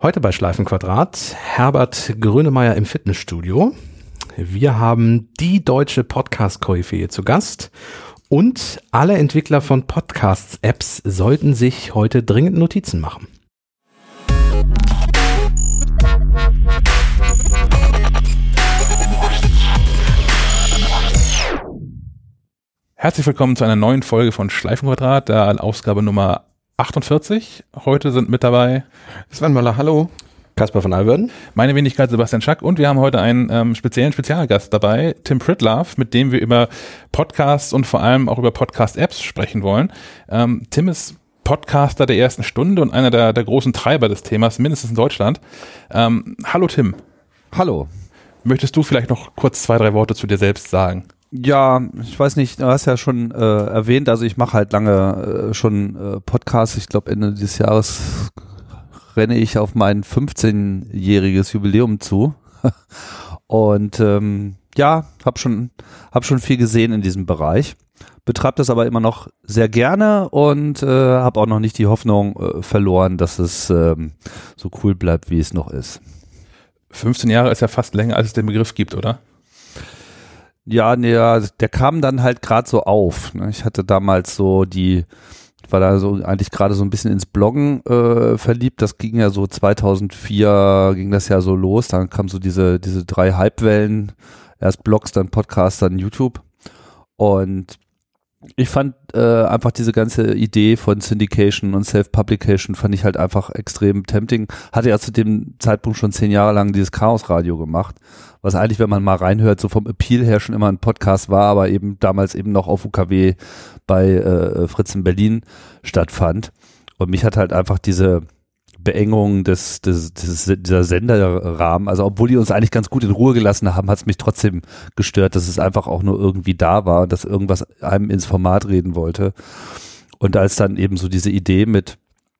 Heute bei Schleifenquadrat Herbert Grönemeyer im Fitnessstudio. Wir haben die deutsche Podcast-Koryphäe zu Gast und alle Entwickler von Podcasts-Apps sollten sich heute dringend Notizen machen. Herzlich willkommen zu einer neuen Folge von Schleifenquadrat, der Ausgabe Nummer 48. Heute sind mit dabei Sven Möller, hallo. Kasper von Alverden. Meine Wenigkeit Sebastian Schack und wir haben heute einen Spezialgast dabei, Tim Pritlove, mit dem wir über Podcasts und vor allem auch über Podcast-Apps sprechen wollen. Tim ist Podcaster der ersten Stunde und einer der großen Treiber des Themas, mindestens in Deutschland. Hallo Tim. Hallo. Möchtest du vielleicht noch kurz 2-3 Worte zu dir selbst sagen? Ja, ich weiß nicht, du hast ja schon erwähnt, also ich mache halt lange schon Podcasts. Ich glaube Ende dieses Jahres renne ich auf mein 15-jähriges Jubiläum zu und ja, hab schon viel gesehen in diesem Bereich, betreibe das aber immer noch sehr gerne und habe auch noch nicht die Hoffnung verloren, dass es so cool bleibt, wie es noch ist. 15 Jahre ist ja fast länger, als es den Begriff gibt, oder? Ja, nee, der kam dann halt gerade so auf. Ne? Ich hatte damals war da so eigentlich gerade so ein bisschen ins Bloggen verliebt. Das ging ja so 2004 ging das ja so los. Dann kamen so diese 3 Hypewellen. Erst Blogs, dann Podcast, dann YouTube. Und ich fand einfach diese ganze Idee von Syndication und Self-Publication fand ich halt einfach extrem tempting. Hatte ja zu dem Zeitpunkt schon 10 Jahre lang dieses Chaos-Radio gemacht, was eigentlich, wenn man mal reinhört, so vom Appeal her schon immer ein Podcast war, aber eben damals eben noch auf UKW bei Fritz in Berlin stattfand. Und mich hat halt einfach diese Beengung dieser Senderrahmen, also obwohl die uns eigentlich ganz gut in Ruhe gelassen haben, hat es mich trotzdem gestört, dass es einfach auch nur irgendwie da war, dass irgendwas einem ins Format reden wollte. Und als dann eben so diese Idee mit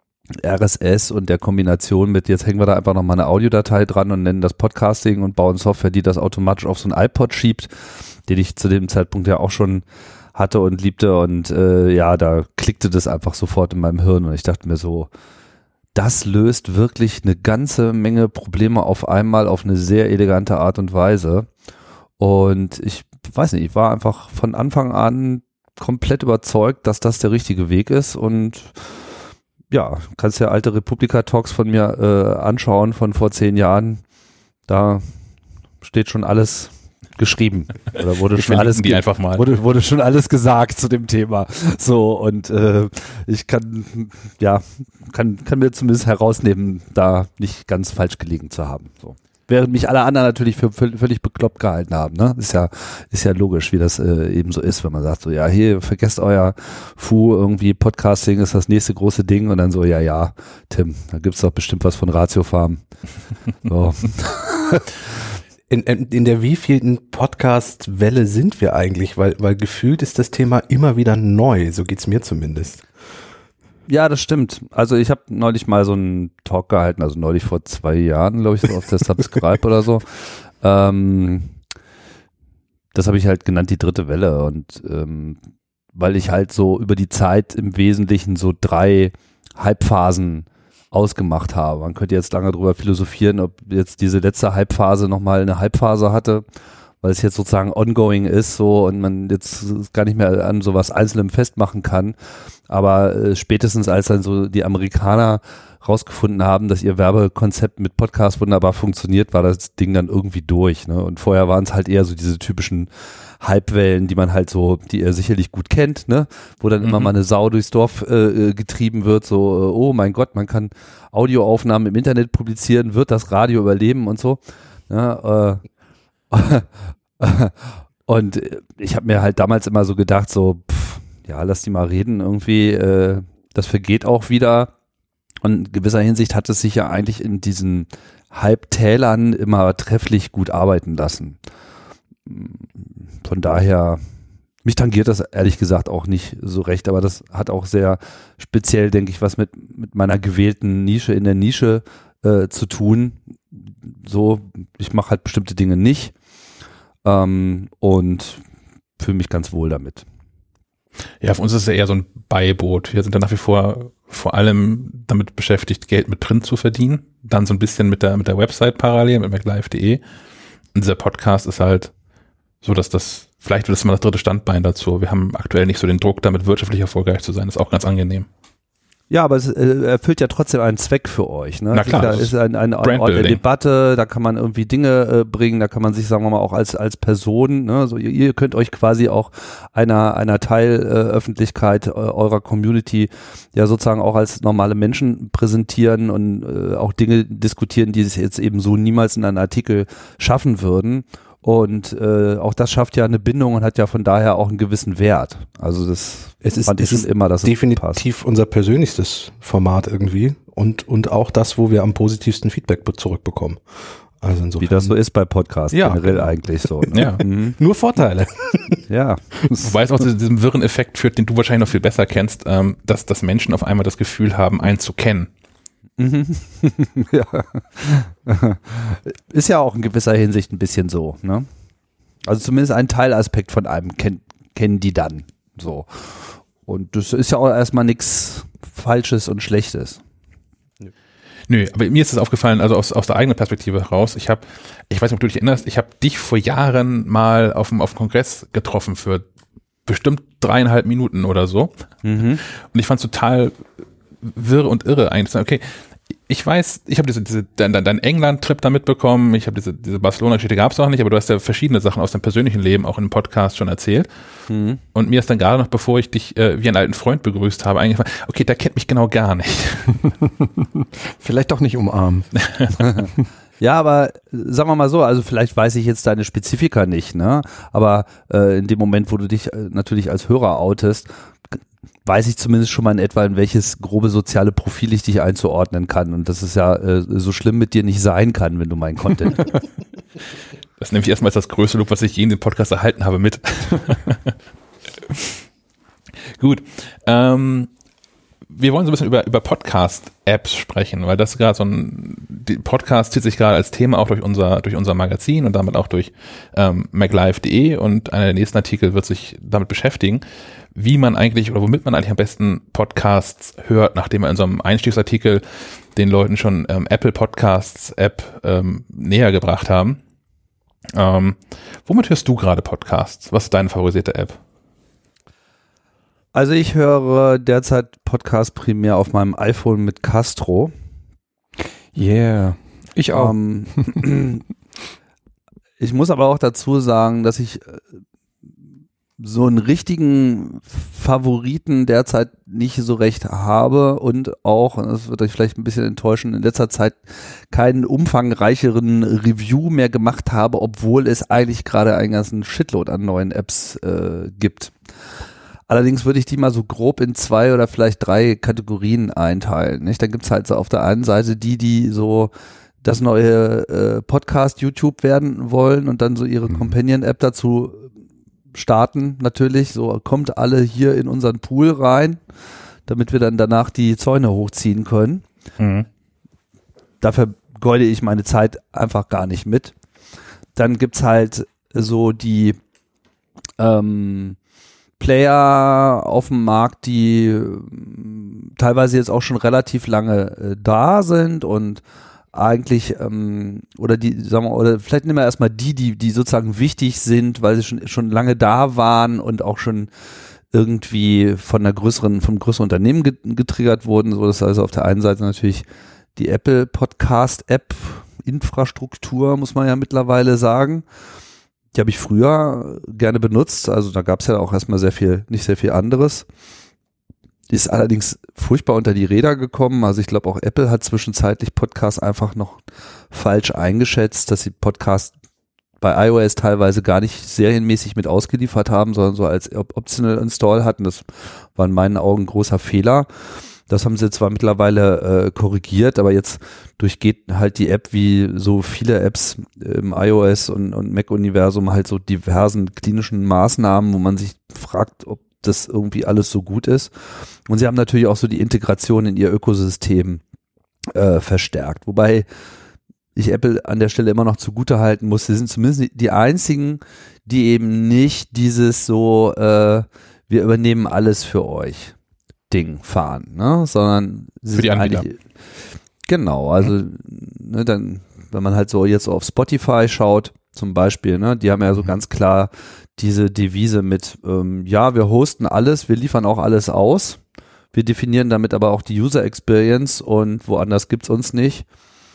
RSS und der Kombination mit, jetzt hängen wir da einfach nochmal eine Audiodatei dran und nennen das Podcasting und bauen Software, die das automatisch auf so ein iPod schiebt, den ich zu dem Zeitpunkt ja auch schon hatte und liebte und ja, da klickte das einfach sofort in meinem Hirn und ich dachte mir so, das löst wirklich eine ganze Menge Probleme auf einmal auf eine sehr elegante Art und Weise. Und ich weiß nicht, ich war einfach von Anfang an komplett überzeugt, dass das der richtige Weg ist. Und ja, kannst ja alte Republika-Talks von mir anschauen von vor 10 Jahren. Da steht schon alles geschrieben oder wurde schon alles gesagt zu dem Thema. So, und ich kann mir zumindest herausnehmen, da nicht ganz falsch gelegen zu haben. So. Während mich alle anderen natürlich für völlig bekloppt gehalten haben. Ne? Ist ja logisch, wie das eben so ist, wenn man sagt so, ja, hier, vergesst euer irgendwie Podcasting ist das nächste große Ding und dann so, ja, Tim, da gibt's doch bestimmt was von Ratiofarm. So. In der wievielten Podcast-Welle sind wir eigentlich? Weil gefühlt ist das Thema immer wieder neu, so geht's mir zumindest. Ja, das stimmt. Also ich habe neulich mal so einen Talk gehalten, also neulich vor 2 Jahren, glaube ich, so auf der Subscribe oder so. Das habe ich halt genannt, die dritte Welle. Und weil ich halt so über die Zeit im Wesentlichen so 3 Hype-Phasen ausgemacht habe. Man könnte jetzt lange drüber philosophieren, ob jetzt diese letzte Hype-Phase nochmal eine Hype-Phase hatte, weil es jetzt sozusagen ongoing ist so und man jetzt gar nicht mehr an sowas Einzelnem festmachen kann. Aber spätestens als dann so die Amerikaner rausgefunden haben, dass ihr Werbekonzept mit Podcast wunderbar funktioniert, war das Ding dann irgendwie durch. Ne? Und vorher waren es halt eher so diese typischen Hypewellen, die man halt so, die ihr sicherlich gut kennt, ne? Wo dann immer mal eine Sau durchs Dorf getrieben wird, so, oh mein Gott, man kann Audioaufnahmen im Internet publizieren, wird das Radio überleben und so. Ja, und ich habe mir halt damals immer so gedacht, so, ja, lass die mal reden, irgendwie, das vergeht auch wieder. Und in gewisser Hinsicht hat es sich ja eigentlich in diesen Hype-Tälern immer trefflich gut arbeiten lassen. Von daher, mich tangiert das ehrlich gesagt auch nicht so recht, aber das hat auch sehr speziell, denke ich, was mit meiner gewählten Nische in der Nische zu tun. So, ich mache halt bestimmte Dinge nicht und fühle mich ganz wohl damit. Ja, für uns ist es ja eher so ein Beiboot. Wir sind da nach wie vor vor allem damit beschäftigt, Geld mit drin zu verdienen. Dann so ein bisschen mit der Website parallel, mit MacLive.de. Und dieser Podcast ist halt so, dass vielleicht wird das mal das dritte Standbein dazu. Wir haben aktuell nicht so den Druck, damit wirtschaftlich erfolgreich zu sein. Das ist auch ganz angenehm. Ja, aber es erfüllt ja trotzdem einen Zweck für euch. Ne? Na klar. Es ist eine Ort der Debatte, da kann man irgendwie Dinge bringen, da kann man sich, sagen wir mal, auch als Person, ne? So, ihr könnt euch quasi auch einer Teilöffentlichkeit eurer Community ja sozusagen auch als normale Menschen präsentieren und auch Dinge diskutieren, die sich jetzt eben so niemals in einem Artikel schaffen würden. Und auch das schafft ja eine Bindung und hat ja von daher auch einen gewissen Wert. Also es ist definitiv unser persönlichstes Format irgendwie und auch das, wo wir am positivsten Feedback zurückbekommen. Also insofern, wie das so ist bei Podcasts, ja, generell eigentlich so. Ne? Ja. Nur Vorteile. Ja. Wobei es auch zu diesem wirren Effekt führt, den du wahrscheinlich noch viel besser kennst, dass Menschen auf einmal das Gefühl haben, einen zu kennen. Ja. Ist ja auch in gewisser Hinsicht ein bisschen so, ne? Also zumindest ein Teilaspekt von einem kennen die dann so. Und das ist ja auch erstmal nichts Falsches und Schlechtes. Nö, aber mir ist es aufgefallen, also aus der eigenen Perspektive heraus, ich weiß nicht, ob du dich erinnerst, ich habe dich vor Jahren mal auf dem Kongress getroffen für bestimmt 3,5 Minuten oder so. Und ich fand es total wirr und irre eigentlich. Okay, ich weiß, ich habe deinen England-Trip da mitbekommen, ich habe diese Barcelona-Geschichte gab es auch nicht, aber du hast ja verschiedene Sachen aus deinem persönlichen Leben auch in einem Podcast schon erzählt. Und mir ist dann gerade noch, bevor ich dich wie einen alten Freund begrüßt habe, eingefallen, okay, der kennt mich genau gar nicht. Vielleicht doch nicht umarmen. Ja, aber sagen wir mal so, also vielleicht weiß ich jetzt deine Spezifika nicht, ne? Aber in dem Moment, wo du dich natürlich als Hörer outest, weiß ich zumindest schon mal in etwa, in welches grobe soziale Profil ich dich einzuordnen kann. Und dass es ja so schlimm mit dir nicht sein kann, wenn du meinen Content. Das nehme ich erstmal als das größte Lob, was ich je in dem Podcast erhalten habe, mit. Gut. Wir wollen so ein bisschen über Podcast-Apps sprechen, weil das gerade Podcast zieht sich gerade als Thema auch durch unser Magazin und damit auch durch MacLive.de, und einer der nächsten Artikel wird sich damit beschäftigen, wie man eigentlich oder womit man eigentlich am besten Podcasts hört, nachdem wir in so einem Einstiegsartikel den Leuten schon Apple Podcasts App näher gebracht haben. Womit hörst du gerade Podcasts? Was ist deine favorisierte App? Also ich höre derzeit Podcasts primär auf meinem iPhone mit Castro. Yeah, ich auch. Ich muss aber auch dazu sagen, dass ich so einen richtigen Favoriten derzeit nicht so recht habe und auch, das wird euch vielleicht ein bisschen enttäuschen, in letzter Zeit keinen umfangreicheren Review mehr gemacht habe, obwohl es eigentlich gerade einen ganzen Shitload an neuen Apps gibt. Allerdings würde ich die mal so grob in 2 oder vielleicht 3 Kategorien einteilen. Nicht? Dann gibt es halt so auf der einen Seite die so das neue Podcast YouTube werden wollen und dann so ihre Companion-App dazu starten natürlich. So, kommt alle hier in unseren Pool rein, damit wir dann danach die Zäune hochziehen können. Dafür vergeude ich meine Zeit einfach gar nicht mit. Dann gibt's halt so die Player auf dem Markt, die teilweise jetzt auch schon relativ lange da sind und eigentlich oder die, sagen wir, oder vielleicht nehmen wir erstmal die sozusagen wichtig sind, weil sie schon lange da waren und auch schon irgendwie vom größeren Unternehmen getriggert wurden. So, das ist also auf der einen Seite natürlich die Apple Podcast App Infrastruktur, muss man ja mittlerweile sagen. Die habe ich früher gerne benutzt, also da gab es ja auch erstmal nicht sehr viel anderes. Die ist allerdings furchtbar unter die Räder gekommen, also ich glaube auch Apple hat zwischenzeitlich Podcasts einfach noch falsch eingeschätzt, dass sie Podcasts bei iOS teilweise gar nicht serienmäßig mit ausgeliefert haben, sondern so als Optional Install hatten. Das war in meinen Augen ein großer Fehler. Das haben sie zwar mittlerweile korrigiert, aber jetzt durchgeht halt die App wie so viele Apps im iOS und Mac-Universum halt so diversen klinischen Maßnahmen, wo man sich fragt, ob das irgendwie alles so gut ist. Und sie haben natürlich auch so die Integration in ihr Ökosystem verstärkt. Wobei ich Apple an der Stelle immer noch zugutehalten muss, sie sind zumindest die einzigen, die eben nicht dieses so, wir übernehmen alles für euch. Ding fahren, ne? Sondern sie für die sind Anbieter. Genau, also ne, dann, wenn man halt so jetzt so auf Spotify schaut, zum Beispiel, ne, die haben ja so ganz klar diese Devise mit, ja, wir hosten alles, wir liefern auch alles aus, wir definieren damit aber auch die User Experience und woanders gibt's uns nicht.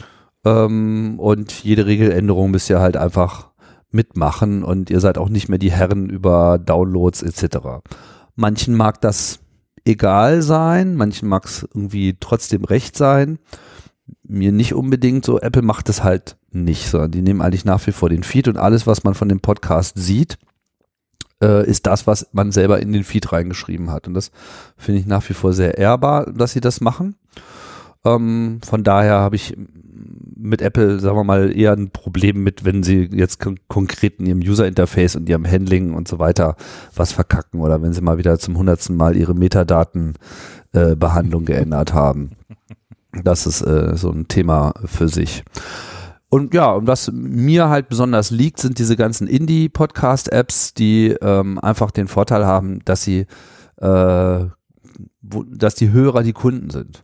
Und jede Regeländerung müsst ihr halt einfach mitmachen und ihr seid auch nicht mehr die Herren über Downloads etc. Manchen mag das egal sein, manchen mag es irgendwie trotzdem recht sein. Mir nicht unbedingt so. Apple macht das halt nicht, sondern die nehmen eigentlich nach wie vor den Feed und alles, was man von dem Podcast sieht, ist das, was man selber in den Feed reingeschrieben hat. Und das finde ich nach wie vor sehr ehrbar, dass sie das machen. Von daher habe ich mit Apple, sagen wir mal, eher ein Problem mit, wenn sie jetzt konkret in ihrem User-Interface und ihrem Handling und so weiter was verkacken oder wenn sie mal wieder zum 100. Mal ihre Metadatenbehandlung geändert haben. Das ist so ein Thema für sich. Und ja, und was mir halt besonders liegt, sind diese ganzen Indie-Podcast-Apps, die einfach den Vorteil haben, dass sie, dass die Hörer die Kunden sind.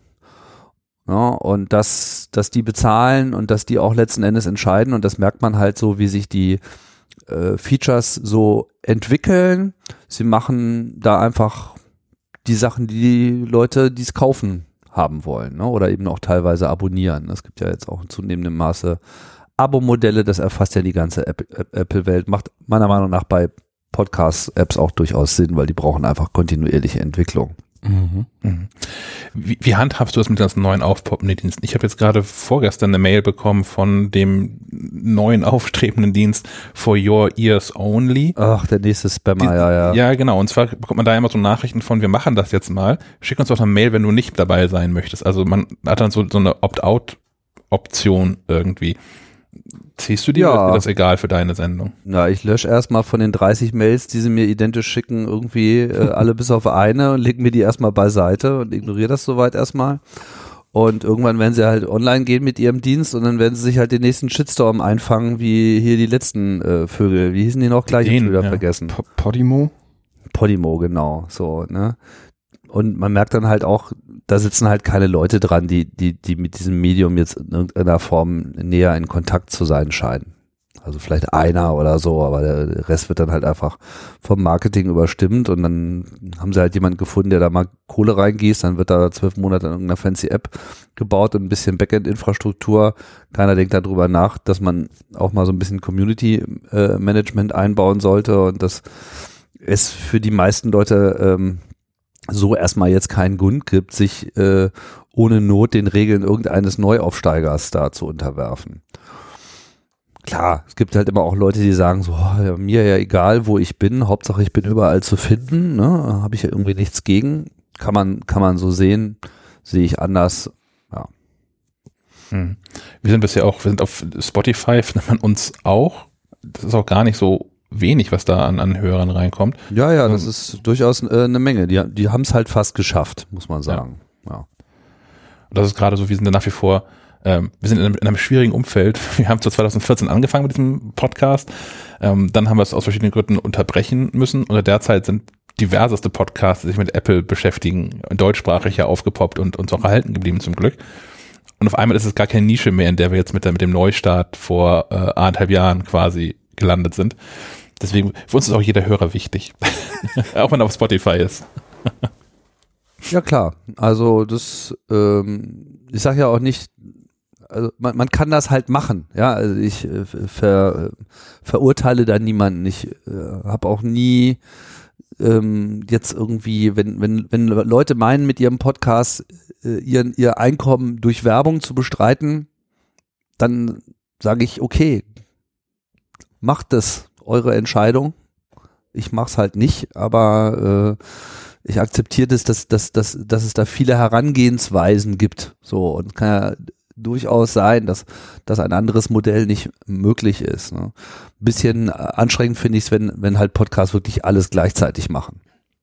Ja, und dass die bezahlen und dass die auch letzten Endes entscheiden und das merkt man halt so, wie sich die Features so entwickeln. Sie machen da einfach die Sachen, die Leute, die es kaufen, haben wollen, ne? Oder eben auch teilweise abonnieren. Es gibt ja jetzt auch in zunehmendem Maße Abo-Modelle, das erfasst ja die ganze Apple-Welt, macht meiner Meinung nach bei Podcast-Apps auch durchaus Sinn, weil die brauchen einfach kontinuierliche Entwicklung. Mhm. Mhm. Wie handhabst du das mit den neuen aufpoppenden Diensten? Ich habe jetzt gerade vorgestern eine Mail bekommen von dem neuen aufstrebenden Dienst For Your Ears Only. Ach, der nächste Spammer, ja. Ja, genau. Und zwar bekommt man da immer so Nachrichten von, wir machen das jetzt mal. Schick uns doch eine Mail, wenn du nicht dabei sein möchtest. Also man hat dann so eine Opt-out-Option irgendwie. Ziehst du die oder ist dir das egal für deine Sendung? Na, ich lösche erstmal von den 30 Mails, die sie mir identisch schicken, irgendwie alle bis auf eine und lege mir die erstmal beiseite und ignoriere das soweit erstmal. Und irgendwann werden sie halt online gehen mit ihrem Dienst und dann werden sie sich halt den nächsten Shitstorm einfangen, wie hier die letzten Vögel. Wie hießen die noch gleich? Ich hab wieder vergessen. Podimo? Podimo, genau. So, ne? Und man merkt dann halt auch, da sitzen halt keine Leute dran, die mit diesem Medium jetzt in irgendeiner Form näher in Kontakt zu sein scheinen. Also vielleicht einer oder so, aber der Rest wird dann halt einfach vom Marketing überstimmt und dann haben sie halt jemanden gefunden, der da mal Kohle reingießt, dann wird da 12 Monate in irgendeiner fancy App gebaut und ein Backend-Infrastruktur. Keiner denkt darüber nach, dass man auch mal so ein bisschen Community-Management einbauen sollte und dass es für die meisten Leute so erstmal jetzt keinen Grund gibt, sich ohne Not den Regeln irgendeines Neuaufsteigers da zu unterwerfen. Klar, es gibt halt immer auch Leute, die sagen so, ja, mir ja egal, wo ich bin, Hauptsache ich bin überall zu finden, ne? Habe ich ja irgendwie nichts gegen. Kann man so sehen, sehe ich anders, ja. Wir sind auf Spotify, findet man uns auch. Das ist auch gar nicht so wenig, was da an Hörern reinkommt. Ja, das ist durchaus eine Menge. Die haben es halt fast geschafft, muss man sagen. Ja. Und das ist gerade so, wir sind da nach wie vor, wir sind in einem schwierigen Umfeld. Wir haben 2014 angefangen mit diesem Podcast, dann haben wir es aus verschiedenen Gründen unterbrechen müssen und derzeit sind diverseste Podcasts, die sich mit Apple beschäftigen, deutschsprachig ja aufgepoppt und uns auch erhalten geblieben zum Glück. Und auf einmal ist es gar keine Nische mehr, in der wir jetzt mit dem Neustart vor 1,5 Jahren quasi gelandet sind. Deswegen, für uns ist auch jeder Hörer wichtig. Auch wenn er auf Spotify ist. Ja, klar. Also das, ich sage ja auch nicht, also man kann das halt machen. Ja, also ich verurteile da niemanden. Ich habe auch nie jetzt irgendwie, wenn Leute meinen, mit ihrem Podcast ihr Einkommen durch Werbung zu bestreiten, dann sage ich, okay, macht das. Eure Entscheidung. Ich mach's halt nicht, aber ich akzeptiere das, dass es da viele Herangehensweisen gibt. So, und kann ja durchaus sein, dass ein anderes Modell nicht möglich ist. Ne? Ein bisschen anstrengend finde ich es, wenn halt Podcasts wirklich alles gleichzeitig machen.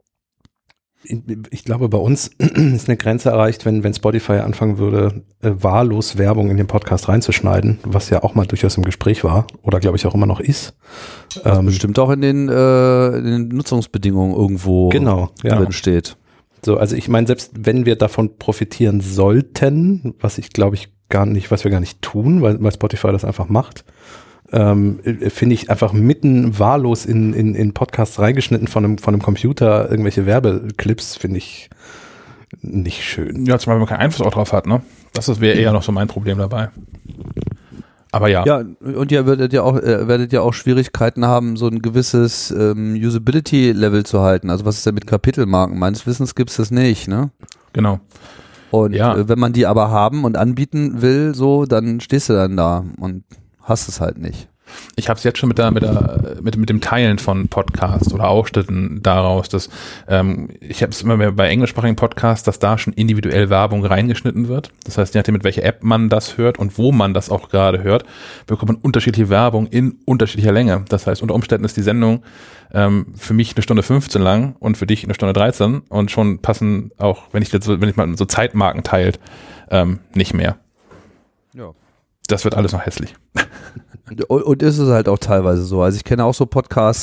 Ich glaube, bei uns ist eine Grenze erreicht, wenn Spotify anfangen würde, wahllos Werbung in den Podcast reinzuschneiden, was ja auch mal durchaus im Gespräch war oder glaube ich auch immer noch ist. Was bestimmt auch in den Nutzungsbedingungen irgendwo drin steht. So, also ich meine, selbst wenn wir davon profitieren sollten, was wir gar nicht tun, weil Spotify das einfach macht, finde ich einfach mitten wahllos in Podcasts reingeschnitten von einem Computer irgendwelche Werbeclips, finde ich nicht schön. Ja, zumal man keinen Einfluss auch drauf hat, ne? Das wäre eher noch so mein Problem dabei. Aber ja. Ja, und ihr werdet ja auch Schwierigkeiten haben, so ein gewisses Usability-Level zu halten. Also was ist denn mit Kapitelmarken? Meines Wissens gibt es das nicht, ne? Genau. Und wenn man die aber haben und anbieten will, so, dann stehst du dann da und hast es halt nicht. Ich habe es jetzt schon mit dem Teilen von Podcasts oder Ausschnitten daraus, dass ich habe es immer mehr bei englischsprachigen Podcasts, dass da schon individuell Werbung reingeschnitten wird. Das heißt, je nachdem, mit welcher App man das hört und wo man das auch gerade hört, bekommt man unterschiedliche Werbung in unterschiedlicher Länge. Das heißt, unter Umständen ist die Sendung für mich 1 Stunde 15 lang und für dich 1 Stunde 13 und schon passen auch, wenn ich mal so Zeitmarken teilt, nicht mehr. Ja. Das wird alles noch hässlich. Und ist es halt auch teilweise so. Also ich kenne auch so Podcasts,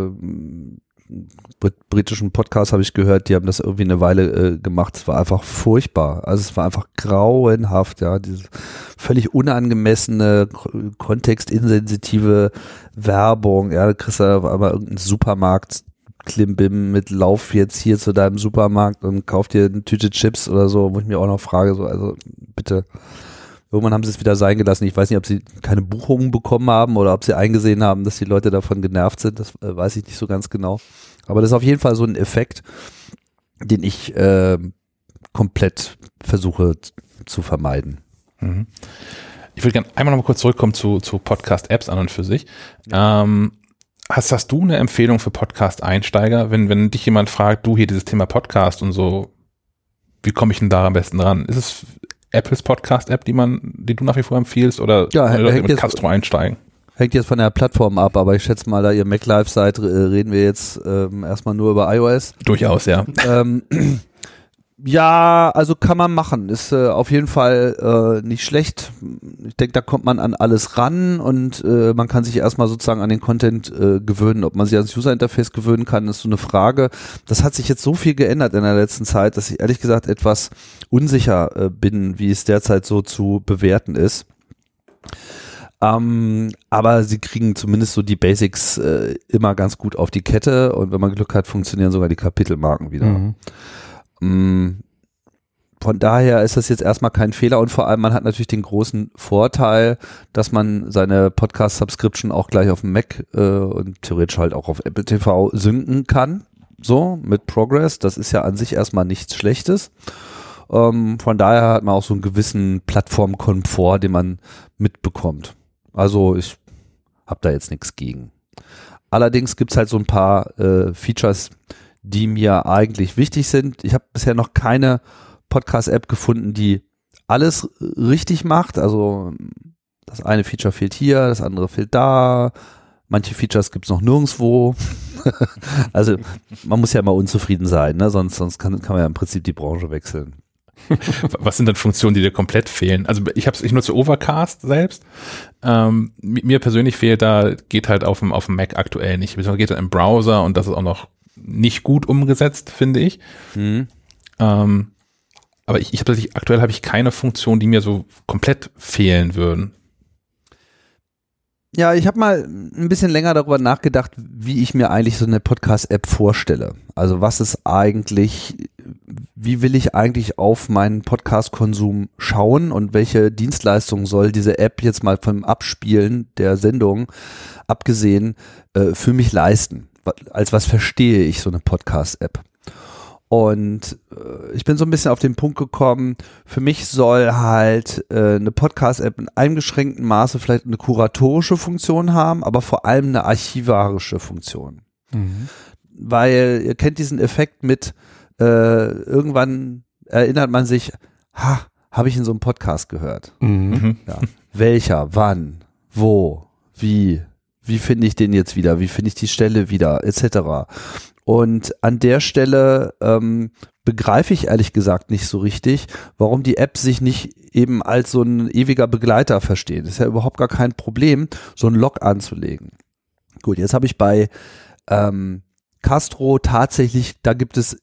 britischen Podcasts habe ich gehört, die haben das irgendwie eine Weile gemacht. Es war einfach furchtbar. Also es war einfach grauenhaft, ja. Diese völlig unangemessene, kontextinsensitive Werbung. Ja, da kriegst du aber irgendeinen Supermarkt Klimbim mit Lauf jetzt hier zu deinem Supermarkt und kauf dir eine Tüte Chips oder so, wo ich mir auch noch frage, so, also bitte. Irgendwann haben sie es wieder sein gelassen. Ich weiß nicht, ob sie keine Buchungen bekommen haben oder ob sie eingesehen haben, dass die Leute davon genervt sind. Das weiß ich nicht so ganz genau. Aber das ist auf jeden Fall so ein Effekt, den ich komplett versuche zu vermeiden. Mhm. Ich würde gerne einmal noch mal kurz zurückkommen zu Podcast-Apps an und für sich. Ja. Hast du eine Empfehlung für Podcast-Einsteiger, wenn dich jemand fragt, du hier dieses Thema Podcast und so, wie komme ich denn da am besten ran? Ist es Apples Podcast-App, die du nach wie vor empfiehlst, oder mit Castro einsteigen? Hängt jetzt von der Plattform ab, aber ich schätze mal, da ihr MacLive seid, reden wir jetzt erstmal nur über iOS. Durchaus, ja. Ja, also kann man machen. Ist auf jeden Fall nicht schlecht. Ich denke, da kommt man an alles ran und man kann sich erstmal sozusagen an den Content gewöhnen. Ob man sich ans User-Interface gewöhnen kann, ist so eine Frage. Das hat sich jetzt so viel geändert in der letzten Zeit, dass ich ehrlich gesagt etwas unsicher bin, wie es derzeit so zu bewerten ist. Aber sie kriegen zumindest so die Basics immer ganz gut auf die Kette und wenn man Glück hat, funktionieren sogar die Kapitelmarken wieder. Mhm. Von daher ist das jetzt erstmal kein Fehler und vor allem man hat natürlich den großen Vorteil, dass man seine Podcast-Subscription auch gleich auf dem Mac und theoretisch halt auch auf Apple TV synken kann, so mit Progress. Das ist ja an sich erstmal nichts Schlechtes. Von daher hat man auch so einen gewissen Plattformkomfort, den man mitbekommt. Also ich habe da jetzt nichts gegen. Allerdings gibt's halt so ein paar Features, die mir eigentlich wichtig sind. Ich habe bisher noch keine Podcast-App gefunden, die alles richtig macht. Also das eine Feature fehlt hier, das andere fehlt da. Manche Features gibt's noch nirgendwo. Also man muss ja mal unzufrieden sein, ne? Sonst kann man ja im Prinzip die Branche wechseln. Was sind denn Funktionen, die dir komplett fehlen? Also ich nutze Overcast selbst. Mir persönlich fehlt da, geht halt auf dem Mac aktuell nicht. Beziehungsweise geht dann im Browser und das ist auch noch nicht gut umgesetzt, finde ich. Mhm. Aber aktuell habe ich keine Funktion, die mir so komplett fehlen würden. Ja, ich habe mal ein bisschen länger darüber nachgedacht, wie ich mir eigentlich so eine Podcast-App vorstelle. Also was ist eigentlich, wie will ich eigentlich auf meinen Podcast-Konsum schauen und welche Dienstleistung soll diese App jetzt mal vom Abspielen der Sendung abgesehen für mich leisten? Als was verstehe ich so eine Podcast-App? Und ich bin so ein bisschen auf den Punkt gekommen, für mich soll halt eine Podcast-App in eingeschränktem Maße vielleicht eine kuratorische Funktion haben, aber vor allem eine archivarische Funktion. Mhm. Weil ihr kennt diesen Effekt mit, irgendwann erinnert man sich, habe ich in so einem Podcast gehört? Mhm. Ja. Welcher, wann, wo, wie finde ich den jetzt wieder, wie finde ich die Stelle wieder, etc. Und an der Stelle begreife ich ehrlich gesagt nicht so richtig, warum die App sich nicht eben als so ein ewiger Begleiter versteht. Das ist ja überhaupt gar kein Problem, so einen Log anzulegen. Gut, jetzt habe ich bei Castro tatsächlich, da gibt es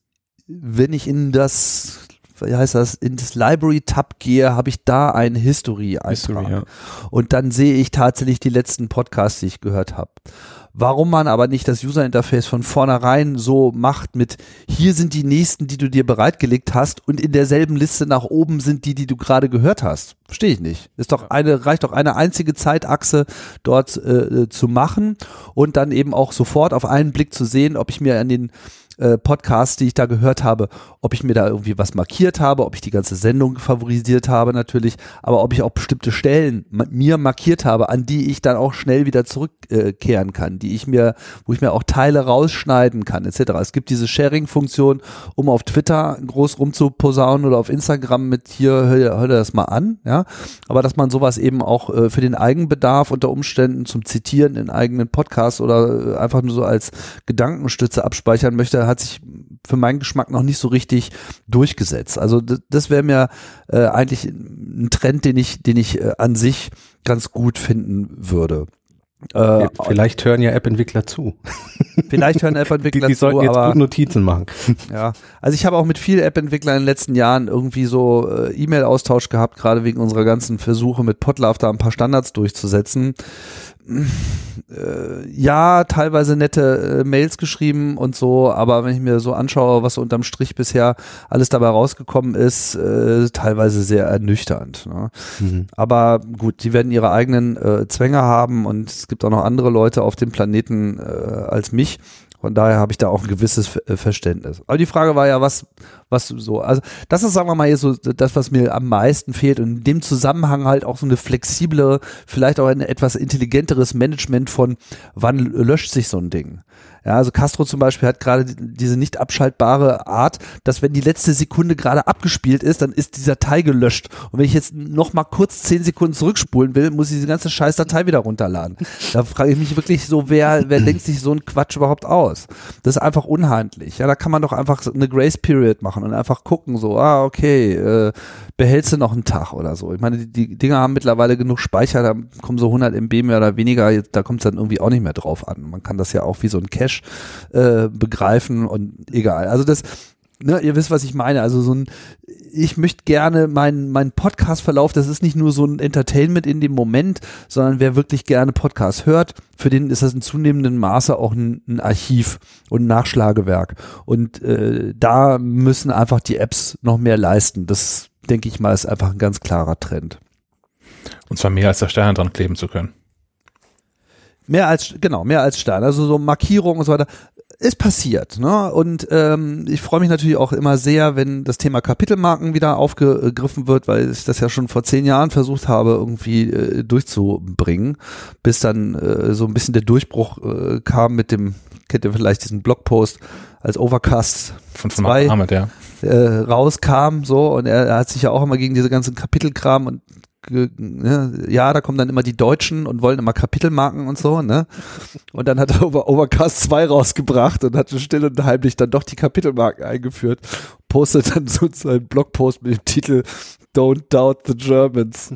wenn ich in das Library-Tab gehe, habe ich da ein History-Eintrag. Ja. Und dann sehe ich tatsächlich die letzten Podcasts, die ich gehört habe. Warum man aber nicht das User-Interface von vornherein so macht mit, hier sind die nächsten, die du dir bereitgelegt hast und in derselben Liste nach oben sind die du gerade gehört hast. Verstehe ich nicht. Reicht doch eine einzige Zeitachse dort zu machen und dann eben auch sofort auf einen Blick zu sehen, ob ich mir an den Podcasts, die ich da gehört habe, ob ich mir da irgendwie was markiert habe, ob ich die ganze Sendung favorisiert habe natürlich, aber ob ich auch bestimmte Stellen mir markiert habe, an die ich dann auch schnell wieder zurückkehren kann, wo ich mir auch Teile rausschneiden kann, etc. Es gibt diese Sharing-Funktion, um auf Twitter groß rumzuposaunen oder auf Instagram mit hier, hör dir das mal an, ja, aber dass man sowas eben auch für den Eigenbedarf unter Umständen zum Zitieren in eigenen Podcasts oder einfach nur so als Gedankenstütze abspeichern möchte, hat sich für meinen Geschmack noch nicht so richtig durchgesetzt. Also das wäre mir eigentlich ein Trend, den ich an sich ganz gut finden würde. Vielleicht hören ja App-Entwickler zu. Vielleicht hören App-Entwickler die sollten jetzt gut Notizen machen. Ja, also ich habe auch mit vielen App-Entwicklern in den letzten Jahren irgendwie so E-Mail-Austausch gehabt, gerade wegen unserer ganzen Versuche mit Podlove da ein paar Standards durchzusetzen. Ja, teilweise nette Mails geschrieben und so, aber wenn ich mir so anschaue, was so unterm Strich bisher alles dabei rausgekommen ist, teilweise sehr ernüchternd. Ne? Mhm. Aber gut, die werden ihre eigenen Zwänge haben und es gibt auch noch andere Leute auf dem Planeten als mich. Von daher habe ich da auch ein gewisses Verständnis. Aber die Frage war ja, was so, also das ist, sagen wir mal, hier so das, was mir am meisten fehlt und in dem Zusammenhang halt auch so eine flexible, vielleicht auch ein etwas intelligenteres Management von, wann löscht sich so ein Ding. Ja, also Castro zum Beispiel hat gerade diese nicht abschaltbare Art, dass wenn die letzte Sekunde gerade abgespielt ist, dann ist die Datei gelöscht. Und wenn ich jetzt noch mal kurz 10 Sekunden zurückspulen will, muss ich diese ganze scheiß Datei wieder runterladen. Da frage ich mich wirklich so, wer denkt sich so einen Quatsch überhaupt aus? Das ist einfach unhandlich. Ja, da kann man doch einfach eine Grace Period machen und einfach gucken, so, okay, behältst du noch einen Tag oder so. Ich meine, die Dinger haben mittlerweile genug Speicher, da kommen so 100 MB mehr oder weniger, da kommt es dann irgendwie auch nicht mehr drauf an. Man kann das ja auch wie so ein Cache begreifen und egal. Also das, ne, ihr wisst, was ich meine. Also ich möchte gerne meinen Podcast-Verlauf, das ist nicht nur so ein Entertainment in dem Moment, sondern wer wirklich gerne Podcasts hört, für den ist das in zunehmendem Maße auch ein Archiv und ein Nachschlagewerk. Und da müssen einfach die Apps noch mehr leisten. Das, denke ich mal, ist einfach ein ganz klarer Trend. Und zwar mehr als der Stern dran kleben zu können. Mehr als Stern, also so Markierungen und so weiter. Ist passiert, ne? Und ich freue mich natürlich auch immer sehr, wenn das Thema Kapitelmarken wieder aufgegriffen wird, weil ich das ja schon vor 10 Jahren versucht habe, irgendwie durchzubringen, bis dann so ein bisschen der Durchbruch kam mit dem, kennt ihr vielleicht diesen Blogpost, als Overcast von 2 Ahmed, ja. Rauskam, so, und er hat sich ja auch immer gegen diese ganzen Kapitelkram und ja, da kommen dann immer die Deutschen und wollen immer Kapitelmarken und so, ne? Und dann hat er Overcast 2 rausgebracht und hat still und heimlich dann doch die Kapitelmarken eingeführt, postet dann so seinen Blogpost mit dem Titel Don't Doubt the Germans.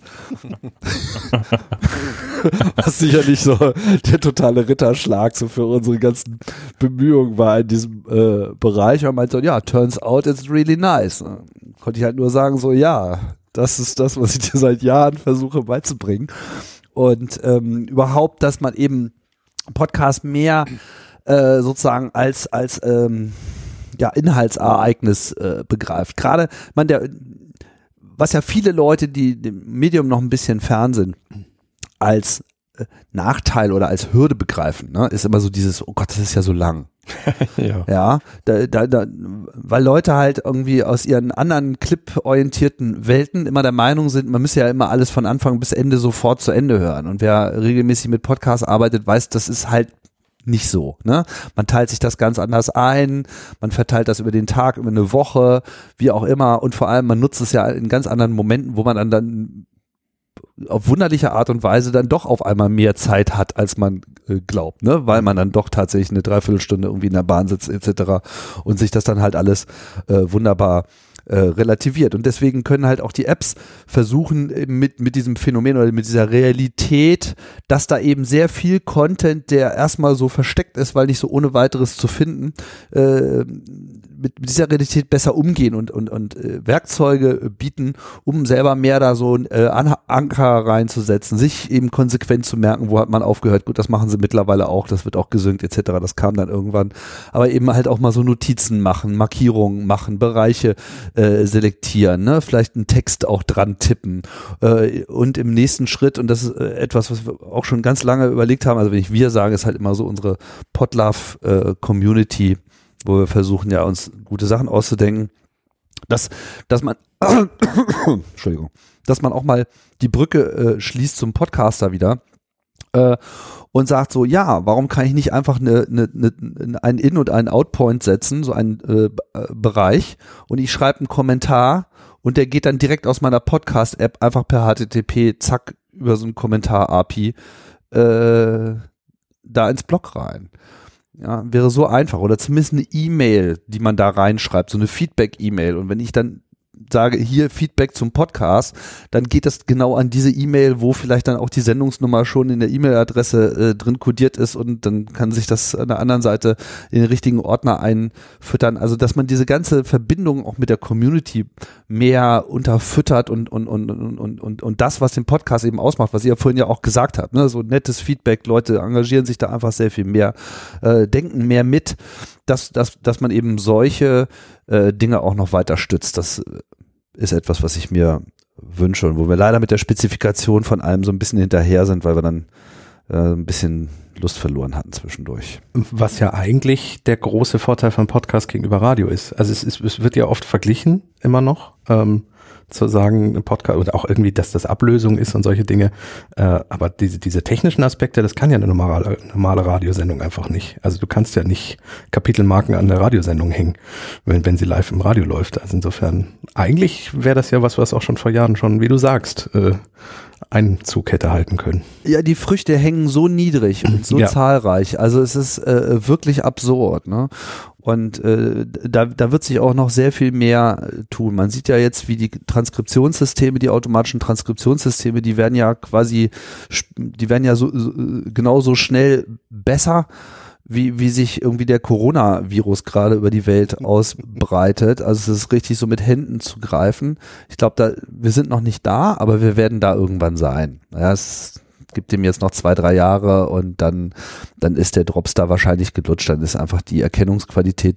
Was sicherlich so der totale Ritterschlag so für unsere ganzen Bemühungen war in diesem Bereich. Und er meinte so, ja, turns out it's really nice. Konnte ich halt nur sagen, so, ja, das ist das, was ich dir seit Jahren versuche beizubringen. Und überhaupt, dass man eben Podcast mehr sozusagen als Inhaltsereignis begreift. Gerade, was ja viele Leute, die dem Medium noch ein bisschen fern sind, als Nachteil oder als Hürde begreifen, ne, ist immer so dieses, oh Gott, das ist ja so lang. Ja, weil Leute halt irgendwie aus ihren anderen clip-orientierten Welten immer der Meinung sind, man müsse ja immer alles von Anfang bis Ende sofort zu Ende hören. Und wer regelmäßig mit Podcasts arbeitet, weiß, das ist halt nicht so, ne? Man teilt sich das ganz anders ein, man verteilt das über den Tag, über eine Woche, wie auch immer, und vor allem man nutzt es ja in ganz anderen Momenten, wo man dann auf wunderliche Art und Weise dann doch auf einmal mehr Zeit hat, als man glaubt, ne? Weil man dann doch tatsächlich eine Dreiviertelstunde irgendwie in der Bahn sitzt etc. und sich das dann halt alles wunderbar relativiert. Und deswegen können halt auch die Apps versuchen, mit diesem Phänomen oder mit dieser Realität, dass da eben sehr viel Content, der erstmal so versteckt ist, weil nicht so ohne weiteres zu finden, mit dieser Realität besser umgehen und Werkzeuge bieten, um selber mehr da so Anker reinzusetzen, sich eben konsequent zu merken, wo hat man aufgehört. Gut, das machen sie mittlerweile auch, das wird auch gesynkt etc., das kam dann irgendwann. Aber eben halt auch mal so Notizen machen, Markierungen machen, Bereiche selektieren, ne? Vielleicht einen Text auch dran tippen und im nächsten Schritt, und das ist etwas, was wir auch schon ganz lange überlegt haben, also wenn ich wir sage, ist halt immer so unsere Podlove-Community, wo wir versuchen ja uns gute Sachen auszudenken, dass man Entschuldigung, dass man auch mal die Brücke schließt zum Podcaster wieder und sagt so, ja, warum kann ich nicht einfach einen In- und einen Out-Point setzen, so einen Bereich, und ich schreibe einen Kommentar und der geht dann direkt aus meiner Podcast-App einfach per HTTP, zack, über so ein Kommentar-API da ins Blog rein. Ja, wäre so einfach. Oder zumindest eine E-Mail, die man da reinschreibt, so eine Feedback-E-Mail. Und wenn ich dann sage, hier Feedback zum Podcast, dann geht das genau an diese E-Mail, wo vielleicht dann auch die Sendungsnummer schon in der E-Mail-Adresse drin kodiert ist, und dann kann sich das an der anderen Seite in den richtigen Ordner einfüttern. Also, dass man diese ganze Verbindung auch mit der Community mehr unterfüttert und das, was den Podcast eben ausmacht, was ihr ja vorhin ja auch gesagt habt, ne? So nettes Feedback, Leute engagieren sich da einfach sehr viel mehr, denken mehr mit, dass man eben solche Dinge auch noch weiter stützt. Das ist etwas, was ich mir wünsche und wo wir leider mit der Spezifikation von allem so ein bisschen hinterher sind, weil wir dann ein bisschen Lust verloren hatten zwischendurch. Was ja eigentlich der große Vorteil von Podcast gegenüber Radio ist. Also es wird ja oft verglichen, immer noch, zu sagen, ein Podcast oder auch irgendwie, dass das Ablösung ist und solche Dinge. Aber diese technischen Aspekte, das kann ja eine normale Radiosendung einfach nicht. Also du kannst ja nicht Kapitelmarken an der Radiosendung hängen, wenn sie live im Radio läuft. Also insofern, eigentlich wäre das ja was auch schon vor Jahren schon, wie du sagst, Einzug hätte halten können. Ja, die Früchte hängen so niedrig und so zahlreich. Also es ist wirklich absurd, ne? Und da wird sich auch noch sehr viel mehr tun. Man sieht ja jetzt, wie die Transkriptionssysteme, die automatischen Transkriptionssysteme, die werden ja so genauso schnell besser, wie sich irgendwie der Coronavirus gerade über die Welt ausbreitet. Also es ist richtig so mit Händen zu greifen. Ich glaube, wir sind noch nicht da, aber wir werden da irgendwann sein. Ja, es gibt dem jetzt noch 2-3 Jahre und dann ist der Drops da wahrscheinlich gelutscht. Dann ist einfach die Erkennungsqualität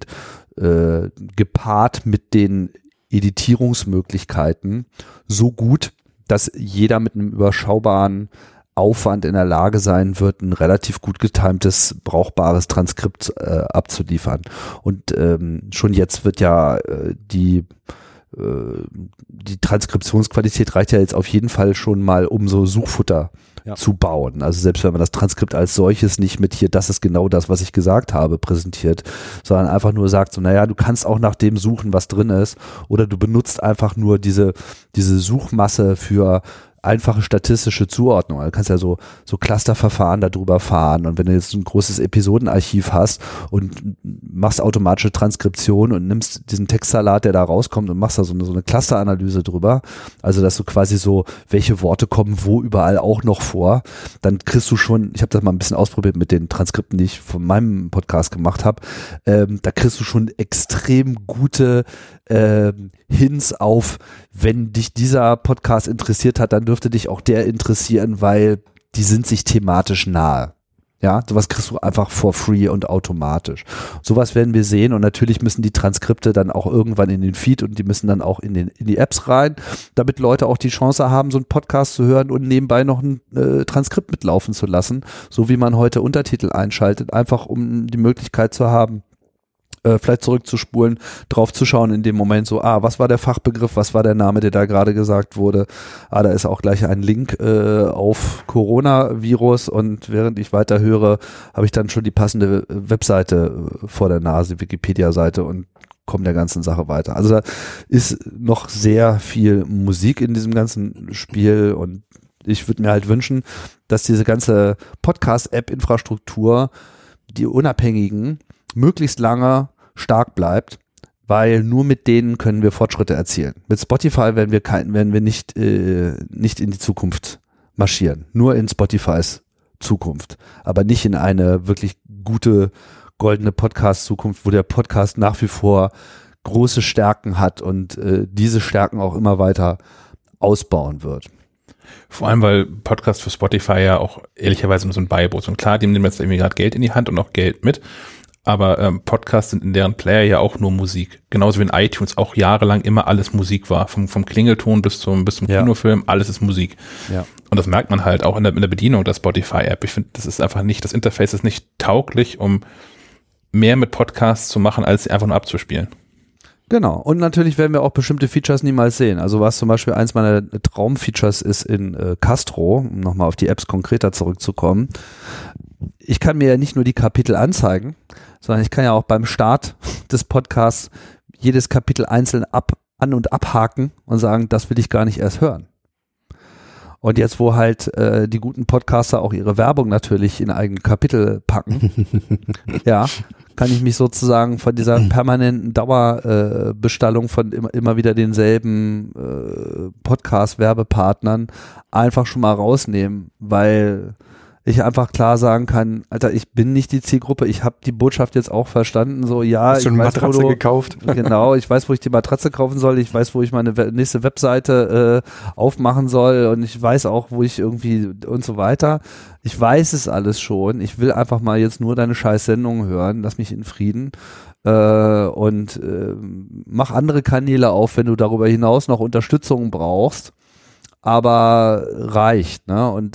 gepaart mit den Editierungsmöglichkeiten so gut, dass jeder mit einem überschaubaren Aufwand in der Lage sein wird, ein relativ gut getimtes, brauchbares Transkript abzuliefern. Und schon jetzt wird ja die Transkriptionsqualität reicht ja jetzt auf jeden Fall schon mal, um so Suchfutter zu bauen. Also selbst wenn man das Transkript als solches nicht mit hier, das ist genau das, was ich gesagt habe, präsentiert, sondern einfach nur sagt so, naja, du kannst auch nach dem suchen, was drin ist, oder du benutzt einfach nur diese Suchmasse für einfache statistische Zuordnung. Du kannst ja so Clusterverfahren darüber fahren, und wenn du jetzt ein großes Episodenarchiv hast und machst automatische Transkription und nimmst diesen Textsalat, der da rauskommt, und machst da so eine Clusteranalyse drüber, also dass du quasi so, welche Worte kommen wo überall auch noch vor, dann kriegst du schon, ich habe das mal ein bisschen ausprobiert mit den Transkripten, die ich von meinem Podcast gemacht habe, da kriegst du schon extrem gute Hints auf, wenn dich dieser Podcast interessiert hat, dann dürfte dich auch der interessieren, weil die sind sich thematisch nahe. Ja, sowas kriegst du einfach for free und automatisch. Sowas werden wir sehen, und natürlich müssen die Transkripte dann auch irgendwann in den Feed, und die müssen dann auch in die Apps rein, damit Leute auch die Chance haben, so einen Podcast zu hören und nebenbei noch ein Transkript mitlaufen zu lassen, so wie man heute Untertitel einschaltet, einfach um die Möglichkeit zu haben, vielleicht zurückzuspulen, drauf zu schauen in dem Moment so, was war der Fachbegriff, was war der Name, der da gerade gesagt wurde, da ist auch gleich ein Link auf Coronavirus, und während ich weiter höre, habe ich dann schon die passende Webseite vor der Nase, Wikipedia-Seite, und komme der ganzen Sache weiter. Also da ist noch sehr viel Musik in diesem ganzen Spiel, und ich würde mir halt wünschen, dass diese ganze Podcast-App-Infrastruktur, die Unabhängigen, möglichst lange stark bleibt, weil nur mit denen können wir Fortschritte erzielen. Mit Spotify werden wir nicht in die Zukunft marschieren, nur in Spotifys Zukunft, aber nicht in eine wirklich gute goldene Podcast-Zukunft, wo der Podcast nach wie vor große Stärken hat und diese Stärken auch immer weiter ausbauen wird. Vor allem, weil Podcast für Spotify ja auch ehrlicherweise nur so ein Beiboot ist. Und klar, die nehmen jetzt irgendwie gerade Geld in die Hand und auch Geld mit, aber Podcasts sind in deren Player ja auch nur Musik. Genauso wie in iTunes auch jahrelang immer alles Musik war. Vom Klingelton bis zum Kinofilm, alles ist Musik. Ja. Und das merkt man halt auch in der Bedienung der Spotify-App. Ich finde, das Interface ist nicht tauglich, um mehr mit Podcasts zu machen, als sie einfach nur abzuspielen. Genau. Und natürlich werden wir auch bestimmte Features niemals sehen. Also was zum Beispiel eins meiner Traumfeatures ist in Castro, um nochmal auf die Apps konkreter zurückzukommen. Ich kann mir ja nicht nur die Kapitel anzeigen, sondern ich kann ja auch beim Start des Podcasts jedes Kapitel einzeln an- und abhaken und sagen, das will ich gar nicht erst hören. Und jetzt, wo halt die guten Podcaster auch ihre Werbung natürlich in eigene Kapitel packen, ja, kann ich mich sozusagen von dieser permanenten Dauerbestallung von immer wieder denselben Podcast-Werbepartnern einfach schon mal rausnehmen, weil ich einfach klar sagen kann, Alter, ich bin nicht die Zielgruppe, ich habe die Botschaft jetzt auch verstanden, so ja. Hast du eine Matratze gekauft? Genau, ich weiß, wo ich die Matratze kaufen soll, ich weiß, wo ich meine nächste Webseite aufmachen soll und ich weiß auch, wo ich irgendwie und so weiter. Ich weiß es alles schon, ich will einfach mal jetzt nur deine scheiß Sendung hören, lass mich in Frieden und mach andere Kanäle auf, wenn du darüber hinaus noch Unterstützung brauchst, aber reicht, ne? Und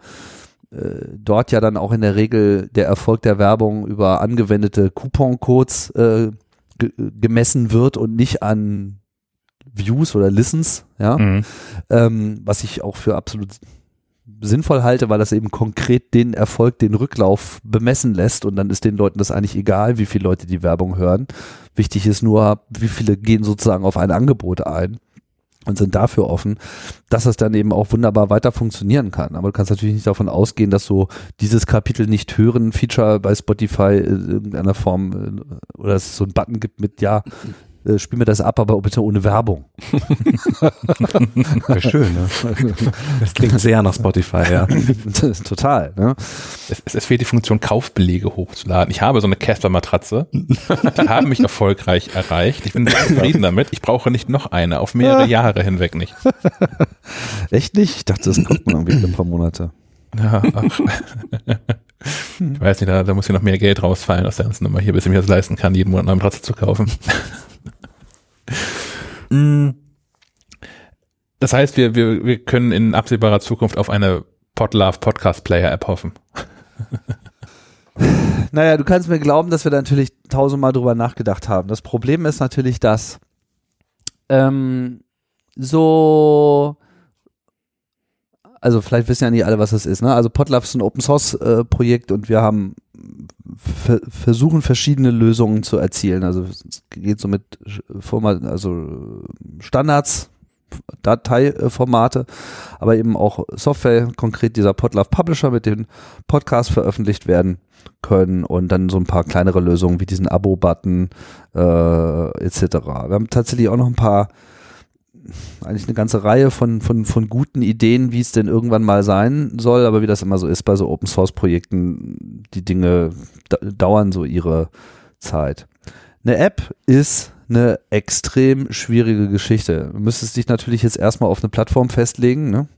dort ja dann auch in der Regel der Erfolg der Werbung über angewendete Coupon-Codes gemessen wird und nicht an Views oder Listens, ja, was ich auch für absolut sinnvoll halte, weil das eben konkret den Erfolg, den Rücklauf bemessen lässt und dann ist den Leuten das eigentlich egal, wie viele Leute die Werbung hören. Wichtig ist nur, wie viele gehen sozusagen auf ein Angebot ein und sind dafür offen, dass das dann eben auch wunderbar weiter funktionieren kann. Aber du kannst natürlich nicht davon ausgehen, dass so dieses Kapitel nicht hören Feature bei Spotify in irgendeiner Form oder dass es so einen Button gibt mit, ja, spiel mir das ab, aber bitte ohne Werbung. Wäre schön, ne? Das klingt sehr nach Spotify, ja. Total, ne? Es fehlt die Funktion, Kaufbelege hochzuladen. Ich habe so eine Casper-Matratze. Die haben mich erfolgreich erreicht. Ich bin sehr zufrieden damit. Ich brauche nicht noch eine, auf mehrere Jahre hinweg nicht. Echt nicht? Ich dachte, das kommt man irgendwie in ein paar Monate. Ja, ach. Ich weiß nicht, da muss hier noch mehr Geld rausfallen aus der ganzen Nummer hier, bis ich mir das leisten kann, jeden Monat eine Matratze zu kaufen. Das heißt, wir können in absehbarer Zukunft auf eine Podlove Podcast Player App hoffen. Naja, du kannst mir glauben, dass wir da natürlich tausendmal drüber nachgedacht haben. Das Problem ist natürlich, dass also vielleicht wissen ja nicht alle, was das ist, ne? Also Podlove ist ein Open Source Projekt und wir haben versuchen verschiedene Lösungen zu erzielen. Also es geht so mit Standards, Dateiformate, aber eben auch Software, konkret dieser Podlove Publisher, mit dem Podcasts veröffentlicht werden können und dann so ein paar kleinere Lösungen wie diesen Abo-Button etc. Wir haben tatsächlich auch noch ein paar, eigentlich eine ganze Reihe von guten Ideen, wie es denn irgendwann mal sein soll, aber wie das immer so ist bei so Open-Source-Projekten, die Dinge dauern so ihre Zeit. Eine App ist eine extrem schwierige Geschichte. Du müsstest dich natürlich jetzt erstmal auf eine Plattform festlegen, ne?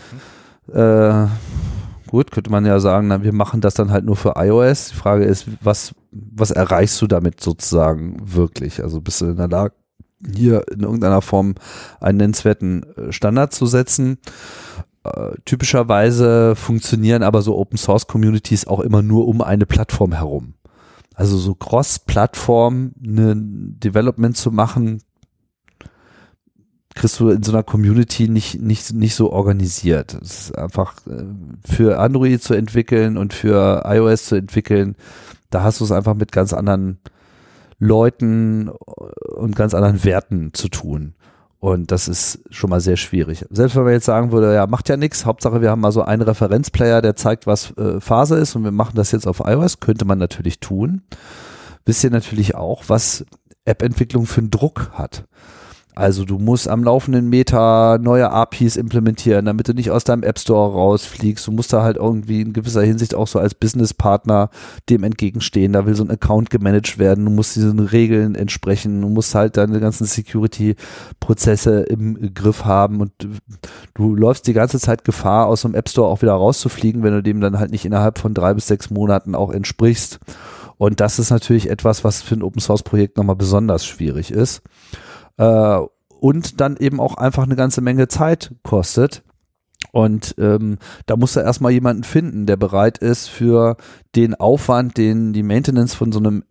Gut, könnte man ja sagen, na, wir machen das dann halt nur für iOS. Die Frage ist, was erreichst du damit sozusagen wirklich? Also bist du in der Lage, hier in irgendeiner Form einen nennenswerten Standard zu setzen. Typischerweise funktionieren aber so Open-Source-Communities auch immer nur um eine Plattform herum. Also so Cross-Plattform ein Development zu machen, kriegst du in so einer Community nicht so organisiert. Es ist einfach für Android zu entwickeln und für iOS zu entwickeln, da hast du es einfach mit ganz anderen Leuten und ganz anderen Werten zu tun. Und das ist schon mal sehr schwierig. Selbst wenn man jetzt sagen würde, ja, macht ja nichts, Hauptsache wir haben mal so einen Referenzplayer, der zeigt, was Phase ist und wir machen das jetzt auf iOS, könnte man natürlich tun. Wisst ihr natürlich auch, was App-Entwicklung für einen Druck hat. Also du musst am laufenden Meter neue APIs implementieren, damit du nicht aus deinem App Store rausfliegst. Du musst da halt irgendwie in gewisser Hinsicht auch so als Businesspartner dem entgegenstehen. Da will so ein Account gemanagt werden. Du musst diesen Regeln entsprechen. Du musst halt deine ganzen Security-Prozesse im Griff haben und du läufst die ganze Zeit Gefahr, aus so einem App Store auch wieder rauszufliegen, wenn du dem dann halt nicht innerhalb von 3 bis 6 Monaten auch entsprichst. Und das ist natürlich etwas, was für ein Open-Source-Projekt nochmal besonders schwierig ist. Und dann eben auch einfach eine ganze Menge Zeit kostet. Und da musst du erstmal jemanden finden, der bereit ist für den Aufwand, den die Maintenance von so einer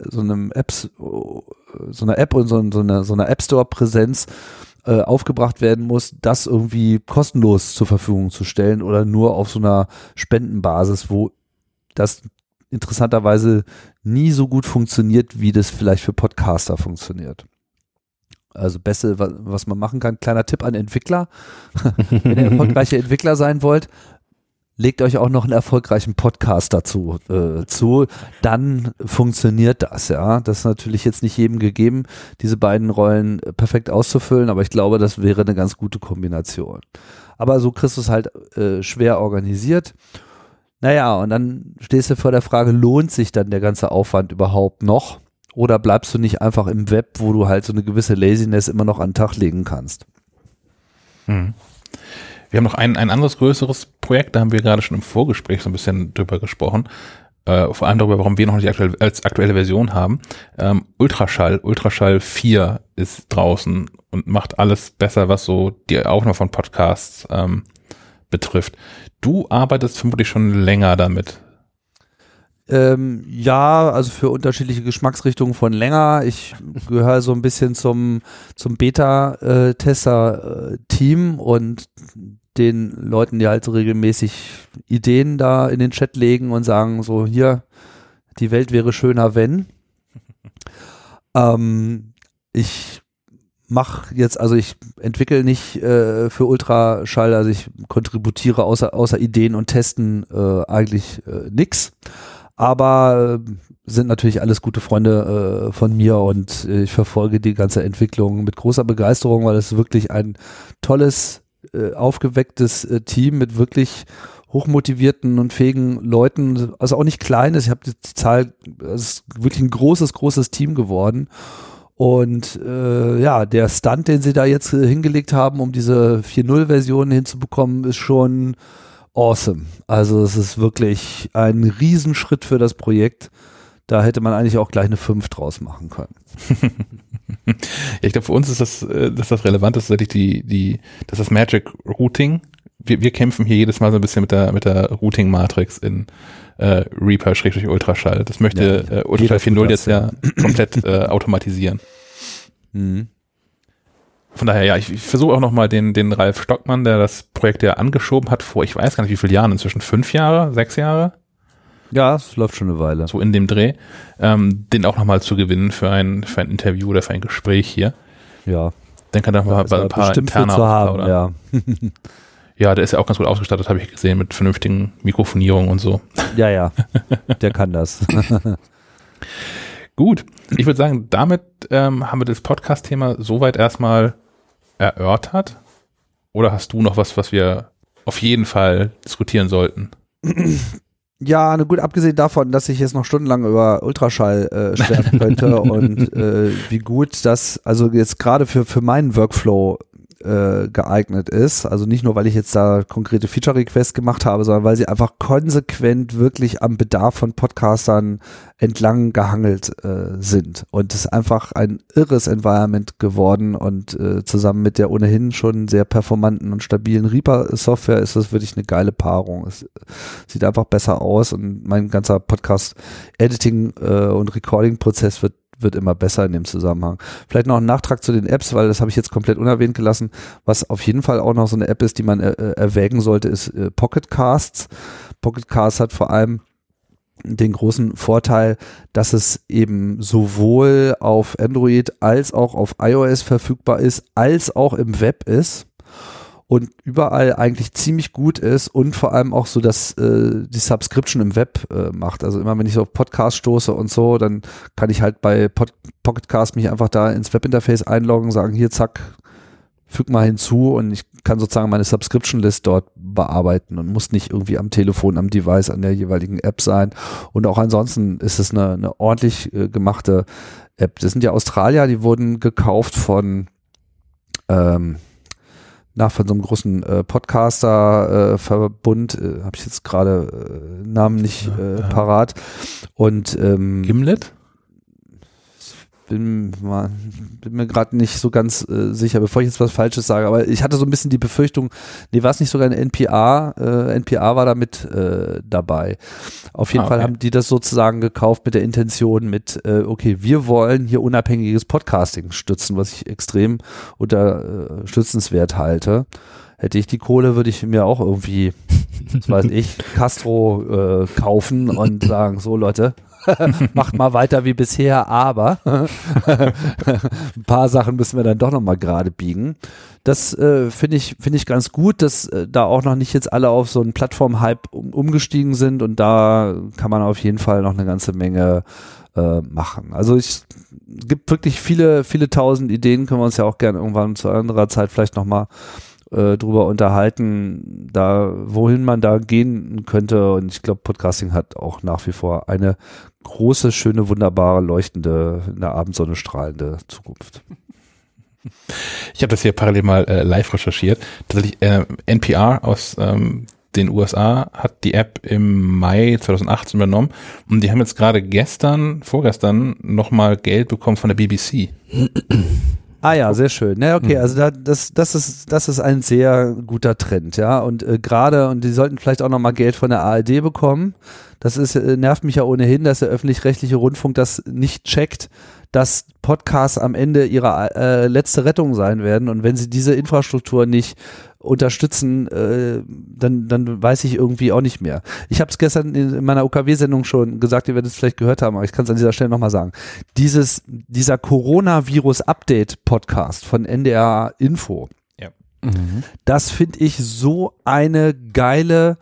App und so einer App Store Präsenz aufgebracht werden muss, das irgendwie kostenlos zur Verfügung zu stellen oder nur auf so einer Spendenbasis, wo das interessanterweise nie so gut funktioniert, wie das vielleicht für Podcaster funktioniert. Also Beste, was man machen kann, kleiner Tipp an Entwickler. Wenn ihr erfolgreiche Entwickler sein wollt, legt euch auch noch einen erfolgreichen Podcast dazu zu, dann funktioniert das, ja. Das ist natürlich jetzt nicht jedem gegeben, diese beiden Rollen perfekt auszufüllen, aber ich glaube, das wäre eine ganz gute Kombination. Aber so kriegst du es halt schwer organisiert. Naja, und dann stehst du vor der Frage, lohnt sich dann der ganze Aufwand überhaupt noch? Oder bleibst du nicht einfach im Web, wo du halt so eine gewisse Laziness immer noch an den Tag legen kannst? Wir haben noch ein anderes größeres Projekt, da haben wir gerade schon im Vorgespräch so ein bisschen drüber gesprochen. Vor allem darüber, warum wir noch nicht als aktuelle Version haben. Ultraschall 4 ist draußen und macht alles besser, was so die Aufnahme von Podcasts betrifft. Du arbeitest vermutlich schon länger damit. Ja, also für unterschiedliche Geschmacksrichtungen von länger. Ich gehöre so ein bisschen zum Beta-Tester-Team und den Leuten, die halt so regelmäßig Ideen da in den Chat legen und sagen so, hier, die Welt wäre schöner, wenn. Ich entwickle nicht für Ultraschall, also ich kontributiere außer Ideen und Testen eigentlich nix. Aber sind natürlich alles gute Freunde von mir und ich verfolge die ganze Entwicklung mit großer Begeisterung, weil es wirklich ein tolles, aufgewecktes Team mit wirklich hochmotivierten und fähigen Leuten, also auch nicht kleines, ich habe die Zahl, es ist wirklich ein großes Team geworden. Und der Stunt, den sie da jetzt hingelegt haben, um diese 4.0-Version hinzubekommen, ist schon awesome. Also es ist wirklich ein Riesenschritt für das Projekt. Da hätte man eigentlich auch gleich eine 5 draus machen können. Ja, ich glaube, für uns ist das Relevante tatsächlich das Magic Routing. Wir kämpfen hier jedes Mal so ein bisschen mit der Routing-Matrix in Reaper-Ultraschall. Das möchte Ultraschall 4.0 jetzt ja komplett automatisieren. Mhm. Von daher, ja, ich versuche auch nochmal den Ralf Stockmann, der das Projekt ja angeschoben hat vor, ich weiß gar nicht wie viele Jahren, inzwischen 5 Jahre, 6 Jahre? Ja, es läuft schon eine Weile. So in dem Dreh, den auch nochmal zu gewinnen für ein Interview oder für ein Gespräch hier. Ja. Dann kann er mal ein paar interne zu haben, ja. Ja, der ist ja auch ganz gut ausgestattet, habe ich gesehen, mit vernünftigen Mikrofonierungen und so. Ja, der kann das. Gut, ich würde sagen, damit haben wir das Podcast-Thema soweit erstmal erörtert. Oder hast du noch was wir auf jeden Fall diskutieren sollten? Ja, gut, abgesehen davon, dass ich jetzt noch stundenlang über Ultraschall schwärmen könnte und wie gut das, also jetzt gerade für meinen Workflow geeignet ist. Also nicht nur, weil ich jetzt da konkrete Feature-Requests gemacht habe, sondern weil sie einfach konsequent wirklich am Bedarf von Podcastern entlang gehangelt sind. Und es ist einfach ein irres Environment geworden und zusammen mit der ohnehin schon sehr performanten und stabilen Reaper-Software ist das wirklich eine geile Paarung. Es sieht einfach besser aus und mein ganzer Podcast-Editing- und Recording-Prozess wird immer besser in dem Zusammenhang. Vielleicht noch ein Nachtrag zu den Apps, weil das habe ich jetzt komplett unerwähnt gelassen. Was auf jeden Fall auch noch so eine App ist, die man erwägen sollte, ist Pocket Casts. Pocket Casts hat vor allem den großen Vorteil, dass es eben sowohl auf Android als auch auf iOS verfügbar ist, als auch im Web ist. und überall eigentlich ziemlich gut ist und vor allem auch so, dass die Subscription im Web macht. Also immer, wenn ich so auf Podcast stoße und so, dann kann ich halt bei Pocketcast mich einfach da ins Webinterface einloggen, sagen, hier, zack, füg mal hinzu und ich kann sozusagen meine Subscription-List dort bearbeiten und muss nicht irgendwie am Telefon, am Device, an der jeweiligen App sein. Und auch ansonsten ist es eine ordentlich gemachte App. Das sind ja Australier, die wurden gekauft von von so einem großen Podcaster-Verbund, habe ich jetzt gerade Namen nicht parat. Und Gimlet? Bin mir gerade nicht so ganz sicher, bevor ich jetzt was Falsches sage, aber ich hatte so ein bisschen die Befürchtung, war es nicht sogar eine NPR? NPR war da mit dabei. Auf jeden Fall haben die das sozusagen gekauft mit der Intention okay, wir wollen hier unabhängiges Podcasting stützen, was ich extrem unterstützenswert halte. Hätte ich die Kohle, würde ich mir auch irgendwie, was weiß ich, Castro kaufen und sagen, so Leute, macht mal weiter wie bisher, aber ein paar Sachen müssen wir dann doch nochmal gerade biegen. Das finde ich ganz gut, dass da auch noch nicht jetzt alle auf so einen Plattform-Hype umgestiegen sind und da kann man auf jeden Fall noch eine ganze Menge machen. Also es gibt wirklich viele, viele tausend Ideen, können wir uns ja auch gerne irgendwann zu anderer Zeit vielleicht nochmal drüber unterhalten, wohin man da gehen könnte. Und ich glaube, Podcasting hat auch nach wie vor eine große, schöne, wunderbare, leuchtende, in der Abendsonne strahlende Zukunft. Ich habe das hier parallel mal live recherchiert. Tatsächlich NPR aus den USA hat die App im Mai 2018 übernommen und die haben jetzt gerade vorgestern nochmal Geld bekommen von der BBC. Ah ja, sehr schön. Na, okay, also das ist ein sehr guter Trend, ja. Und und die sollten vielleicht auch nochmal Geld von der ARD bekommen. Das nervt mich ja ohnehin, dass der öffentlich-rechtliche Rundfunk das nicht checkt, dass Podcasts am Ende ihre letzte Rettung sein werden. Und wenn sie diese Infrastruktur nicht unterstützen, dann weiß ich irgendwie auch nicht mehr. Ich habe es gestern in meiner UKW-Sendung schon gesagt, ihr werdet es vielleicht gehört haben, aber ich kann es an dieser Stelle nochmal sagen. Dieser Coronavirus-Update-Podcast von NDR Info, das finde ich so eine geile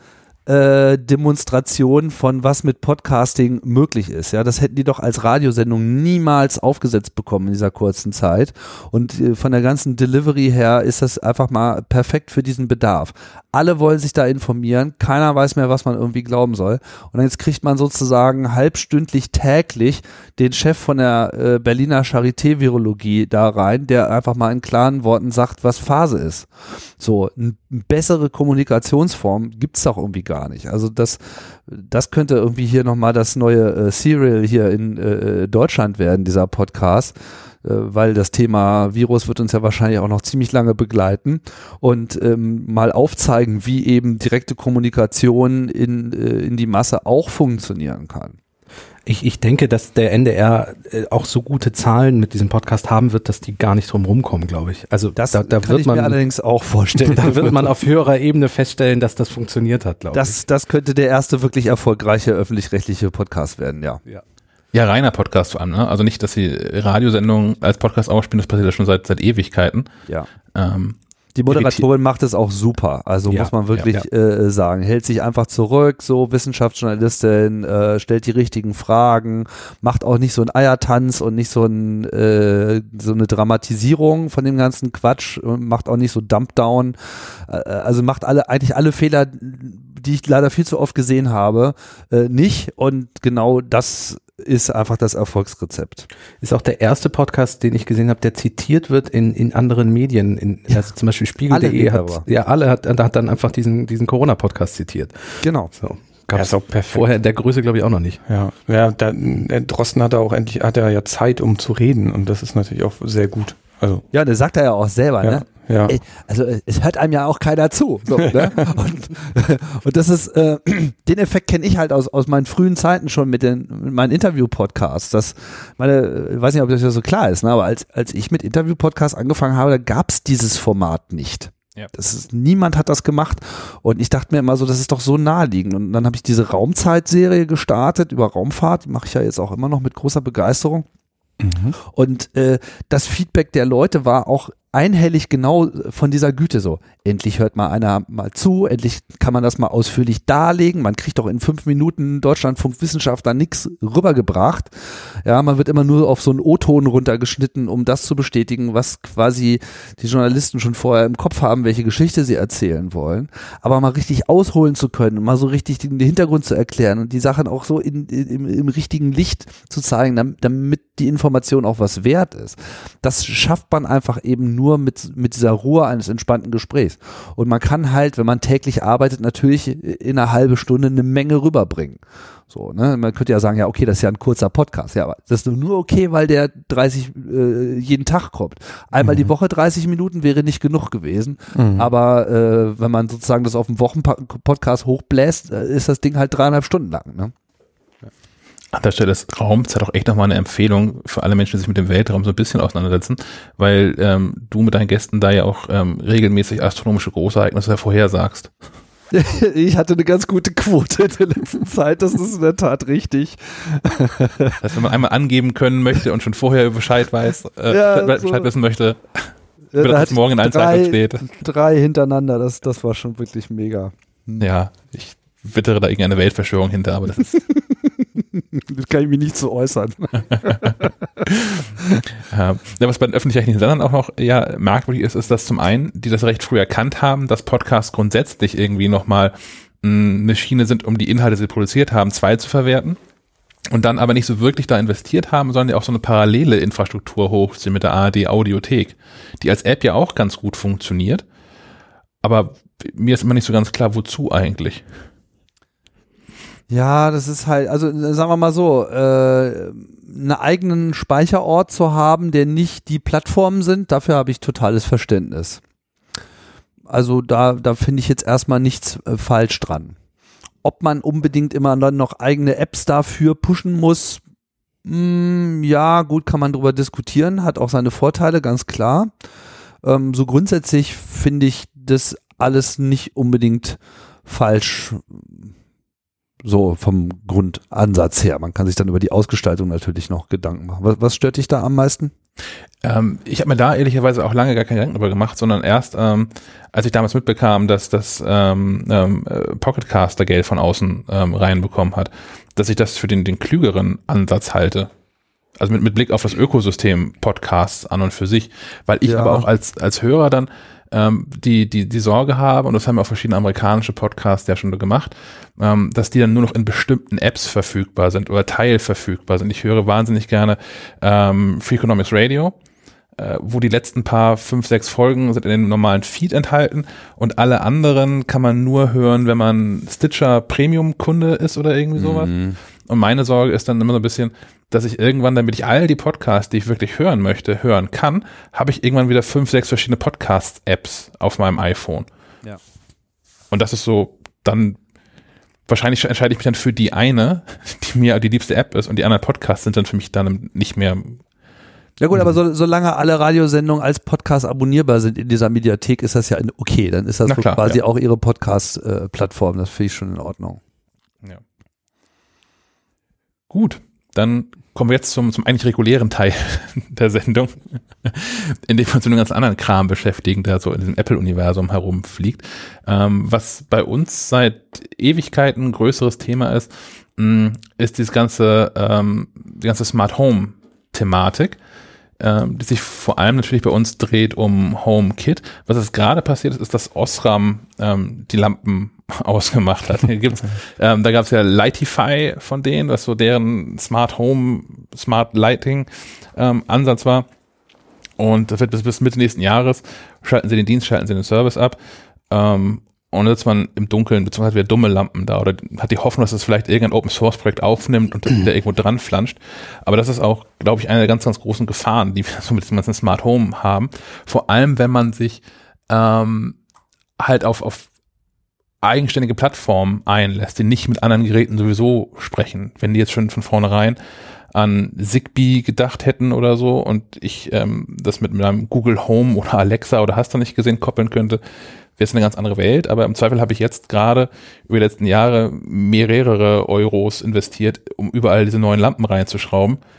Demonstration von was mit Podcasting möglich ist. Ja, das hätten die doch als Radiosendung niemals aufgesetzt bekommen in dieser kurzen Zeit. Und von der ganzen Delivery her ist das einfach mal perfekt für diesen Bedarf. Alle wollen sich da informieren, keiner weiß mehr, was man irgendwie glauben soll. Und jetzt kriegt man sozusagen halbstündlich täglich den Chef von der Berliner Charité-Virologie da rein, der einfach mal in klaren Worten sagt, was Phase ist. So, eine bessere Kommunikationsform gibt's doch irgendwie gar nicht. Also das könnte irgendwie hier nochmal das neue Serial hier in Deutschland werden, dieser Podcast, weil das Thema Virus wird uns ja wahrscheinlich auch noch ziemlich lange begleiten und mal aufzeigen, wie eben direkte Kommunikation in die Masse auch funktionieren kann. Ich denke, dass der NDR auch so gute Zahlen mit diesem Podcast haben wird, dass die gar nicht drum rumkommen, glaube ich. Also das da kann wird ich man mir allerdings auch vorstellen. Da wird man auf höherer Ebene feststellen, dass das funktioniert hat, glaube ich. Das könnte der erste wirklich erfolgreiche öffentlich-rechtliche Podcast werden, ja. Ja, reiner Podcast vor allem, ne? Also nicht, dass sie Radiosendungen als Podcast ausspielen, das passiert ja schon seit Ewigkeiten. Ja. Die Moderatorin macht es auch super, also muss man wirklich sagen, hält sich einfach zurück, so Wissenschaftsjournalistin, stellt die richtigen Fragen, macht auch nicht so einen Eiertanz und nicht so eine Dramatisierung von dem ganzen Quatsch, macht auch nicht so Dumpdown, also macht eigentlich alle Fehler, die ich leider viel zu oft gesehen habe, nicht, und genau das ist einfach das Erfolgsrezept. Ist auch der erste Podcast, den ich gesehen habe, der zitiert wird in anderen Medien. Also zum Beispiel Spiegel.de hat dann einfach diesen Corona-Podcast zitiert. Genau. So. Ist auch perfekt. Vorher in der Größe, glaube ich, auch noch nicht. Ja, Drosten hat er ja Zeit, um zu reden, und das ist natürlich auch sehr gut. Also. Ja, das sagt er ja auch selber, ne? Ja. Also es hört einem ja auch keiner zu. So, ne? Und das ist, den Effekt kenne ich halt aus meinen frühen Zeiten schon mit meinen Interview-Podcasts. Ich weiß nicht, ob das ja so klar ist, ne? Aber als ich mit Interview-Podcasts angefangen habe, da gab es dieses Format nicht. Ja. Niemand hat das gemacht, und ich dachte mir immer so, das ist doch so naheliegend. Und dann habe ich diese Raumzeit-Serie gestartet über Raumfahrt, die mache ich ja jetzt auch immer noch mit großer Begeisterung. Und das Feedback der Leute war auch einhellig genau von dieser Güte so. Endlich hört mal einer mal zu, endlich kann man das mal ausführlich darlegen. Man kriegt doch in 5 Minuten Deutschlandfunk Wissenschaftler nichts rübergebracht. Ja, man wird immer nur auf so einen O-Ton runtergeschnitten, um das zu bestätigen, was quasi die Journalisten schon vorher im Kopf haben, welche Geschichte sie erzählen wollen. Aber mal richtig ausholen zu können, mal so richtig den Hintergrund zu erklären und die Sachen auch so im richtigen Licht zu zeigen, damit die Information auch was wert ist. Das schafft man einfach eben nur mit dieser Ruhe eines entspannten Gesprächs. Und man kann halt, wenn man täglich arbeitet, natürlich in einer halben Stunde eine Menge rüberbringen. So, ne? Man könnte ja sagen, ja, okay, das ist ja ein kurzer Podcast. Ja, aber das ist nur okay, weil der 30 jeden Tag kommt. Einmal die Woche 30 Minuten wäre nicht genug gewesen. Aber wenn man sozusagen das auf dem Wochenpodcast hochbläst, ist das Ding halt 3,5 Stunden lang. Ne? An der Stelle des Raums hat auch echt nochmal eine Empfehlung für alle Menschen, die sich mit dem Weltraum so ein bisschen auseinandersetzen, weil du mit deinen Gästen da ja auch regelmäßig astronomische Großereignisse vorhersagst. Ich hatte eine ganz gute Quote in der letzten Zeit, das ist in der Tat richtig. Das heißt, wenn man einmal angeben können möchte und schon vorher Bescheid weiß, Bescheid wissen möchte, wird das morgen in allen Zeitungen steht. 3 hintereinander, das war schon wirklich mega. Ja, ich wittere da irgendeine Weltverschwörung hinter, aber das ist... Das kann ich mich nicht so äußern. Ja, was bei den öffentlich-rechtlichen Sendern auch noch merkwürdig ist, dass zum einen, die das recht früh erkannt haben, dass Podcasts grundsätzlich irgendwie nochmal eine Schiene sind, um die Inhalte, die sie produziert haben, zu verwerten. Und dann aber nicht so wirklich da investiert haben, sondern ja auch so eine parallele Infrastruktur hochziehen mit der ARD Audiothek, die als App ja auch ganz gut funktioniert. Aber mir ist immer nicht so ganz klar, wozu eigentlich. Ja, das ist halt, also sagen wir mal so, einen eigenen Speicherort zu haben, der nicht die Plattformen sind, dafür habe ich totales Verständnis. Also da finde ich jetzt erstmal nichts falsch dran. Ob man unbedingt immer dann noch eigene Apps dafür pushen muss, ja, gut, kann man drüber diskutieren, hat auch seine Vorteile, ganz klar. So grundsätzlich finde ich das alles nicht unbedingt falsch, so vom Grundansatz her. Man kann sich dann über die Ausgestaltung natürlich noch Gedanken machen. Was stört dich da am meisten? Ich habe mir da ehrlicherweise auch lange gar keine Gedanken darüber gemacht, sondern erst, als ich damals mitbekam, dass das Pocketcaster Geld von außen reinbekommen hat, dass ich das für den klügeren Ansatz halte. Also mit Blick auf das Ökosystem Podcasts an und für sich, weil ich aber auch als Hörer dann die Sorge habe, und das haben auch verschiedene amerikanische Podcasts ja schon gemacht, dass die dann nur noch in bestimmten Apps verfügbar sind oder teilverfügbar sind. Ich höre wahnsinnig gerne Freakonomics Radio, wo die letzten 5, 6 Folgen sind in dem normalen Feed enthalten und alle anderen kann man nur hören, wenn man Stitcher Premium-Kunde ist oder irgendwie sowas. Und meine Sorge ist dann immer so ein bisschen, dass ich irgendwann, damit ich all die Podcasts, die ich wirklich hören möchte, hören kann, habe ich irgendwann wieder 5, 6 verschiedene Podcast-Apps auf meinem iPhone. Ja. Und das ist so, dann wahrscheinlich entscheide ich mich dann für die eine, die mir die liebste App ist, und die anderen Podcasts sind dann für mich dann nicht mehr. Ja gut, aber solange alle Radiosendungen als Podcast abonnierbar sind in dieser Mediathek, ist das ja okay. Dann ist das quasi auch ihre Podcast-Plattform. Das finde ich schon in Ordnung. Ja. Gut, dann kommen wir jetzt zum eigentlich regulären Teil der Sendung, in dem wir uns mit einem ganz anderen Kram beschäftigen, der so in diesem Apple-Universum herumfliegt. Was bei uns seit Ewigkeiten ein größeres Thema ist die ganze Smart Home-Thematik, die sich vor allem natürlich bei uns dreht um HomeKit. Was jetzt gerade passiert ist, dass Osram die Lampen ausgemacht hat. Da gab es ja Lightify von denen, was so deren Smart Home, Smart Lighting Ansatz war. Und das wird bis Mitte nächsten Jahres, schalten sie den Service ab. Und jetzt man im Dunkeln, beziehungsweise wieder dumme Lampen da, oder hat die Hoffnung, dass es vielleicht irgendein Open-Source-Projekt aufnimmt und dann wieder irgendwo dran flanscht. Aber das ist auch, glaube ich, eine der ganz, ganz großen Gefahren, die wir so mit dem ganzen Smart Home haben. Vor allem, wenn man sich halt auf eigenständige Plattformen einlässt, die nicht mit anderen Geräten sowieso sprechen. Wenn die jetzt schon von vornherein an Zigbee gedacht hätten oder so und ich das mit meinem Google Home oder Alexa oder hast du nicht gesehen koppeln könnte, wäre es eine ganz andere Welt. Aber im Zweifel habe ich jetzt gerade über die letzten Jahre mehrere Euros investiert, um überall diese neuen Lampen reinzuschrauben,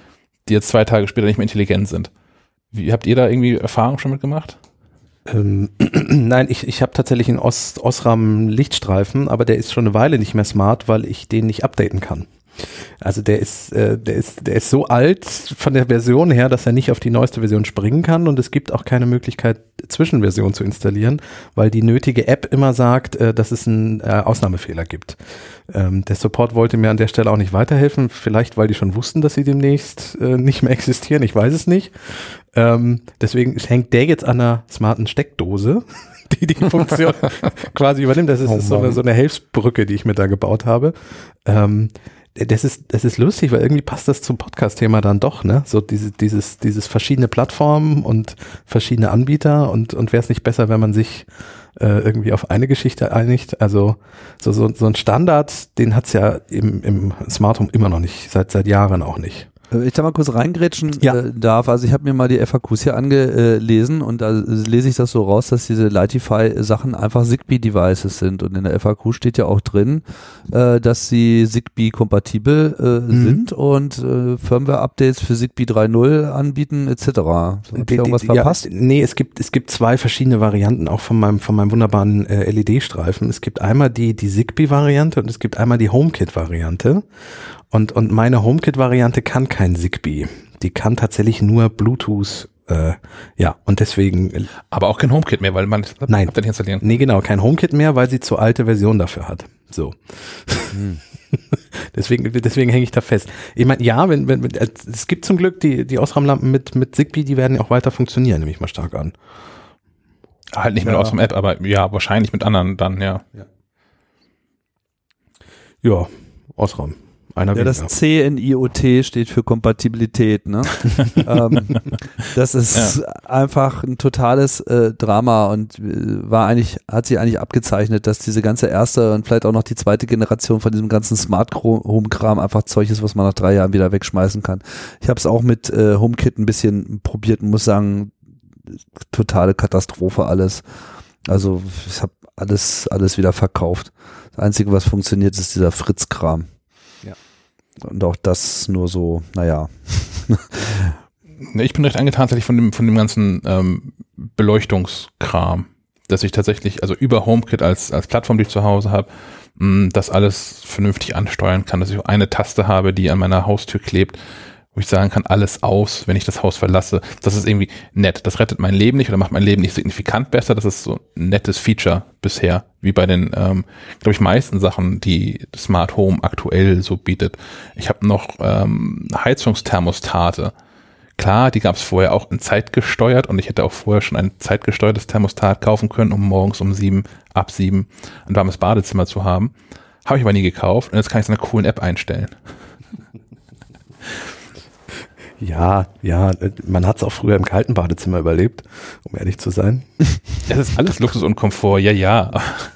die jetzt 2 Tage später nicht mehr intelligent sind. Wie habt ihr da irgendwie Erfahrung schon mitgemacht? Nein, ich habe tatsächlich einen Osram Lichtstreifen, aber der ist schon eine Weile nicht mehr smart, weil ich den nicht updaten kann. Also der ist so alt von der Version her, dass er nicht auf die neueste Version springen kann, und es gibt auch keine Möglichkeit, Zwischenversion zu installieren, weil die nötige App immer sagt, dass es einen Ausnahmefehler gibt. Der Support wollte mir an der Stelle auch nicht weiterhelfen, vielleicht weil die schon wussten, dass sie demnächst nicht mehr existieren, ich weiß es nicht. Deswegen hängt der jetzt an einer smarten Steckdose, die Funktion quasi übernimmt. Das ist so eine Hilfsbrücke, die ich mir da gebaut habe. Das ist lustig, weil irgendwie passt das zum Podcast-Thema dann doch, ne? So dieses verschiedene Plattformen und verschiedene Anbieter, und wäre es nicht besser, wenn man sich irgendwie auf eine Geschichte einigt? Also so ein Standard, den hat's ja im Smart Home immer noch nicht, seit Jahren auch nicht. Ich da mal kurz reingrätschen Ja. darf. Also ich habe mir mal die FAQs hier angelesen, und da lese ich das so raus, dass diese Lightify-Sachen einfach Zigbee-Devices sind. Und in der FAQ steht ja auch drin, dass sie Zigbee-kompatibel sind und Firmware-Updates für Zigbee 3.0 anbieten etc. Hab ich irgendwas verpasst? Ja, nee, es gibt 2 verschiedene Varianten, auch von meinem wunderbaren LED-Streifen. Es gibt einmal die Zigbee-Variante und es gibt einmal die HomeKit-Variante. Und meine HomeKit-Variante kann kein Zigbee. Die kann tatsächlich nur Bluetooth, und deswegen. Aber auch kein HomeKit mehr, weil man Nein. nicht installieren. Nee, genau, kein HomeKit mehr, weil sie zu alte Version dafür hat. So. Deswegen hänge ich da fest. Ich meine, ja, wenn es gibt zum Glück die Osram-Lampen mit Zigbee, die werden ja auch weiter funktionieren, nehme ich mal stark an. Halt nicht mit Osram App, aber ja, wahrscheinlich mit anderen dann, ja. Ja, Osram. Ja, das C in IoT steht für Kompatibilität, ne? Das ist einfach ein totales Drama, und hat sich eigentlich abgezeichnet, dass diese ganze erste und vielleicht auch noch die zweite Generation von diesem ganzen Smart Home Kram einfach Zeug ist, was man nach 3 Jahren wieder wegschmeißen kann. Ich habe es auch mit HomeKit ein bisschen probiert und muss sagen, totale Katastrophe alles. Also ich habe alles wieder verkauft. Das Einzige, was funktioniert, ist dieser Fritz-Kram. Und auch das nur so, naja. Ich bin recht angetan tatsächlich von dem ganzen Beleuchtungskram, dass ich tatsächlich, also über HomeKit als Plattform, die ich zu Hause habe, das alles vernünftig ansteuern kann, dass ich auch eine Taste habe, die an meiner Haustür klebt, wo ich sagen kann, alles aus, wenn ich das Haus verlasse. Das ist irgendwie nett. Das rettet mein Leben nicht oder macht mein Leben nicht signifikant besser. Das ist so ein nettes Feature bisher, wie bei den, glaube ich, meisten Sachen, die Smart Home aktuell so bietet. Ich habe noch Heizungsthermostate. Klar, die gab es vorher auch in Zeit gesteuert, und ich hätte auch vorher schon ein zeitgesteuertes Thermostat kaufen können, um morgens ab 7 ein warmes Badezimmer zu haben. Habe ich aber nie gekauft, und jetzt kann ich es in einer coolen App einstellen. Ja, man hat es auch früher im kalten Badezimmer überlebt, um ehrlich zu sein. Es ist alles Luxus und Komfort, ja.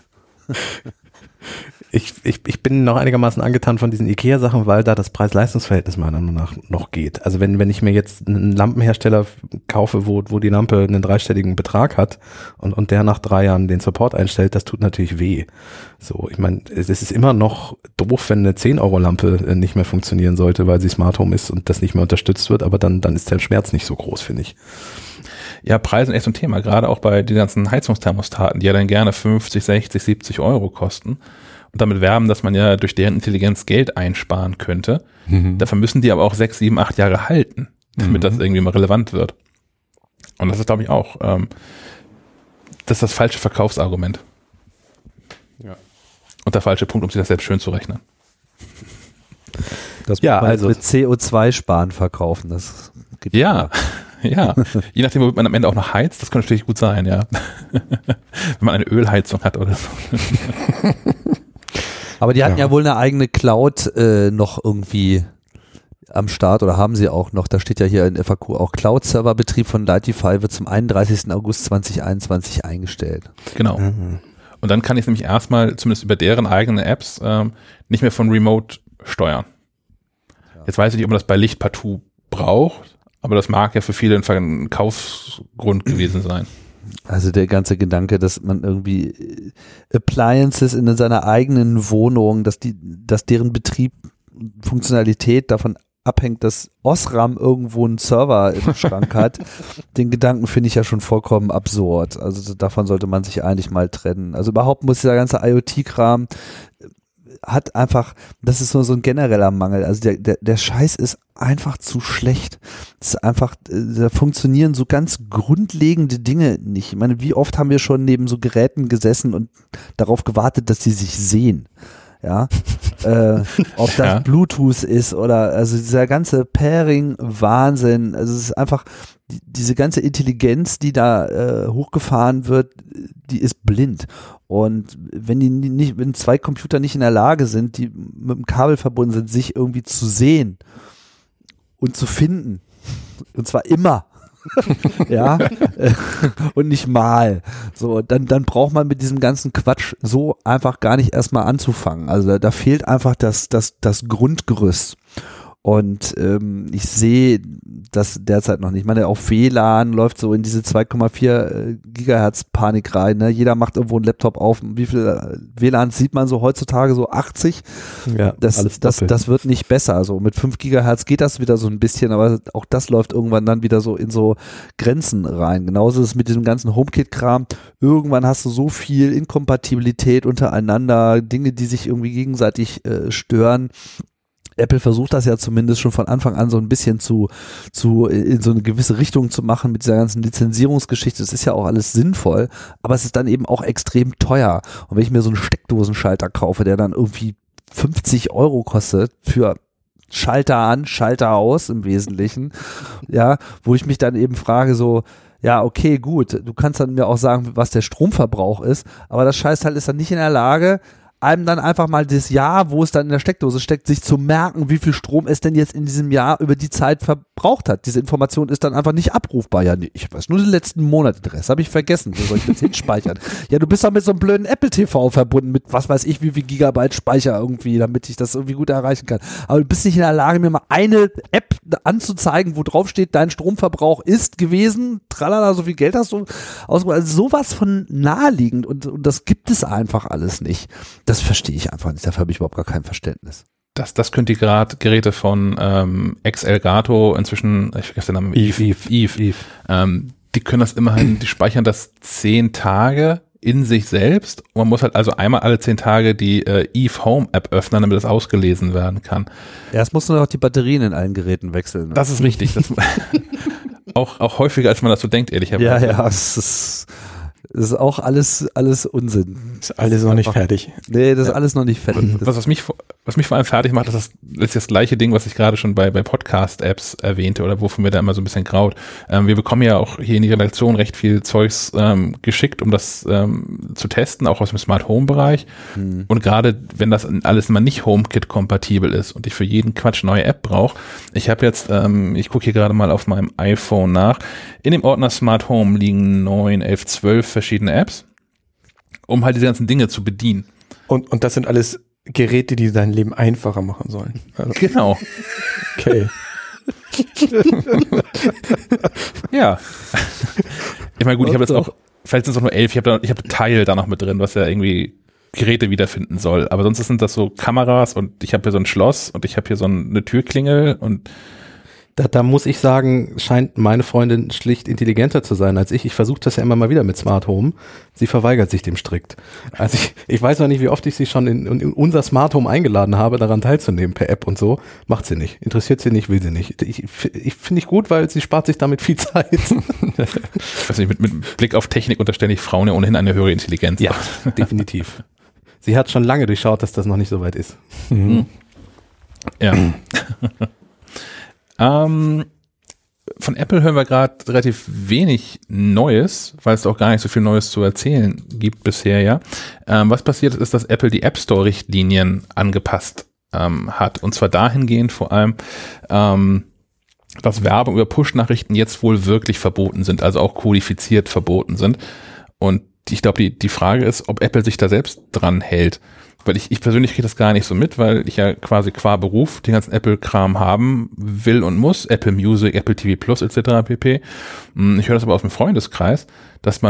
Ich bin noch einigermaßen angetan von diesen IKEA-Sachen, weil da das Preis-Leistungs-Verhältnis meiner Meinung nach noch geht. Also wenn ich mir jetzt einen Lampenhersteller kaufe, wo die Lampe einen 3-stelligen Betrag hat und der nach 3 Jahren den Support einstellt, das tut natürlich weh. So, ich meine, es ist immer noch doof, wenn eine 10-Euro-Lampe nicht mehr funktionieren sollte, weil sie Smart Home ist und das nicht mehr unterstützt wird, aber dann ist der Schmerz nicht so groß, finde ich. Ja, Preise sind echt so ein Thema, gerade auch bei den ganzen Heizungsthermostaten, die ja dann gerne 50, 60, 70 Euro kosten. Und damit werben, dass man ja durch deren Intelligenz Geld einsparen könnte. Dafür müssen die aber auch 6, 7, 8 Jahre halten, damit das irgendwie mal relevant wird. Und das ist, glaube ich, auch das ist das falsche Verkaufsargument. Ja. Und der falsche Punkt, um sich das selbst schön zu rechnen. Das muss man mit CO2-Sparen verkaufen. Das gibt ja. Je nachdem, womit man am Ende auch noch heizt, das kann natürlich gut sein, ja. Wenn man eine Ölheizung hat oder so. Aber die hatten ja wohl eine eigene Cloud noch irgendwie am Start, oder haben sie auch noch, da steht ja hier in FAQ auch, Cloud-Serverbetrieb von Lightify wird zum 31. August 2021 eingestellt. Genau. Und dann kann ich es nämlich erstmal, zumindest über deren eigene Apps, nicht mehr von Remote steuern. Ja. Jetzt weiß ich nicht, ob man das bei Licht partout braucht, aber das mag ja für viele ein Kaufgrund gewesen sein. Also der ganze Gedanke, dass man irgendwie Appliances in seiner eigenen Wohnung, dass deren Betrieb, Funktionalität davon abhängt, dass Osram irgendwo einen Server im Schrank hat, den Gedanken finde ich ja schon vollkommen absurd. Also davon sollte man sich eigentlich mal trennen. Also überhaupt muss dieser ganze IoT-Kram hat einfach, das ist so ein genereller Mangel. Also der Scheiß ist einfach zu schlecht. Das ist einfach, da funktionieren so ganz grundlegende Dinge nicht. Ich meine, wie oft haben wir schon neben so Geräten gesessen und darauf gewartet, dass sie sich sehen? Ja, ob das Bluetooth ist oder also dieser ganze Pairing-Wahnsinn, also es ist einfach diese ganze Intelligenz, die da hochgefahren wird, die ist blind. Und wenn zwei Computer nicht in der Lage sind, die mit dem Kabel verbunden sind, sich irgendwie zu sehen und zu finden, und zwar immer, ja, und nicht mal. So, dann braucht man mit diesem ganzen Quatsch so einfach gar nicht erstmal anzufangen. Also da fehlt einfach das Grundgerüst. Und ich sehe das derzeit noch nicht. Ich meine, auf WLAN läuft so in diese 2,4 Gigahertz Panik rein. Ne? Jeder macht irgendwo einen Laptop auf. Wie viel WLAN sieht man so heutzutage? So 80? Ja, das wird nicht besser. Also mit 5 Gigahertz geht das wieder so ein bisschen, aber auch das läuft irgendwann dann wieder so in so Grenzen rein. Genauso ist es mit diesem ganzen HomeKit-Kram. Irgendwann hast du so viel Inkompatibilität untereinander, Dinge, die sich irgendwie gegenseitig stören. Apple versucht das ja zumindest schon von Anfang an so ein bisschen in so eine gewisse Richtung zu machen mit dieser ganzen Lizenzierungsgeschichte. Das ist ja auch alles sinnvoll, aber es ist dann eben auch extrem teuer. Und wenn ich mir so einen Steckdosenschalter kaufe, der dann irgendwie 50 € kostet für Schalter an, Schalter aus im Wesentlichen, ja, wo ich mich dann eben frage so, ja, okay, gut, du kannst dann mir auch sagen, was der Stromverbrauch ist, aber das Scheißteil ist dann nicht in der Lage, einem dann einfach mal das Jahr, wo es dann in der Steckdose steckt, sich zu merken, wie viel Strom es denn jetzt in diesem Jahr über die Zeit verbraucht hat. Diese Information ist dann einfach nicht abrufbar. Ja, nee, ich weiß nur den letzten Monat, den Rest habe ich vergessen. Wo soll ich das hinspeichern? Ja, du bist doch mit so einem blöden Apple TV verbunden mit was weiß ich, wie viel Gigabyte Speicher irgendwie, damit ich das irgendwie gut erreichen kann. Aber du bist nicht in der Lage, mir mal eine App anzuzeigen, wo drauf steht, dein Stromverbrauch ist gewesen, tralala, so viel Geld hast du ausgegeben. Also sowas von naheliegend und das gibt es einfach alles nicht. Das verstehe ich einfach nicht, dafür habe ich überhaupt gar kein Verständnis. Das können die Geräte von Elgato, inzwischen, ich vergesse den Namen, Eve. Die können das immerhin, die speichern das 10 Tage in sich selbst. Und man muss halt also einmal alle 10 Tage die Eve Home App öffnen, damit das ausgelesen werden kann. Erst musst du noch die Batterien in allen Geräten wechseln. Ne? Das ist richtig. Das auch häufiger, als man das so denkt, ehrlicherweise. Ja, es ist auch alles Unsinn. Ist alles noch nicht fertig. Nee, das ist alles noch nicht fertig. Was mich vor allem fertig macht, ist das gleiche Ding, was ich gerade schon bei Podcast-Apps erwähnte oder wovon mir da immer so ein bisschen graut. Wir bekommen ja auch hier in die Redaktion recht viel Zeugs geschickt, um das zu testen, auch aus dem Smart-Home-Bereich. Und gerade, wenn das alles mal nicht HomeKit-kompatibel ist und ich für jeden Quatsch neue App brauche, ich habe jetzt, ich gucke hier gerade mal auf meinem iPhone nach, in dem Ordner Smart Home liegen 9, 11, 12 verschiedene Apps, um halt diese ganzen Dinge zu bedienen. Und das sind alles Geräte, die dein Leben einfacher machen sollen. Also. Genau. Okay. Ja. Ich meine, gut, ich habe jetzt noch, vielleicht sind es auch nur 11, ich habe Tile da noch mit drin, was ja irgendwie Geräte wiederfinden soll. Aber sonst sind das so Kameras und ich habe hier so ein Schloss und ich habe hier so eine Türklingel und Da muss ich sagen, scheint meine Freundin schlicht intelligenter zu sein als ich. Ich versuche das ja immer mal wieder mit Smart Home. Sie verweigert sich dem strikt. Also ich weiß noch nicht, wie oft ich sie schon in unser Smart Home eingeladen habe, daran teilzunehmen per App und so. Macht sie nicht. Interessiert sie nicht, will sie nicht. Ich finde ich gut, weil sie spart sich damit viel Zeit. Ich weiß nicht, mit Blick auf Technik unterstelle ich Frauen ja ohnehin eine höhere Intelligenz. Ja, definitiv. Sie hat schon lange durchschaut, dass das noch nicht so weit ist. Ja. Von Apple hören wir gerade relativ wenig Neues, weil es auch gar nicht so viel Neues zu erzählen gibt bisher, ja. Was passiert ist, dass Apple die App Store Richtlinien angepasst hat. Und zwar dahingehend vor allem, dass Werbung über Push-Nachrichten jetzt wohl wirklich verboten sind, also auch kodifiziert verboten sind. Und ich glaube, die Frage ist, ob Apple sich da selbst dran hält. Weil ich persönlich kriege das gar nicht so mit, weil ich ja quasi qua Beruf den ganzen Apple-Kram haben will und muss, Apple Music, Apple TV Plus etc. pp. Ich höre das aber aus dem Freundeskreis, dass man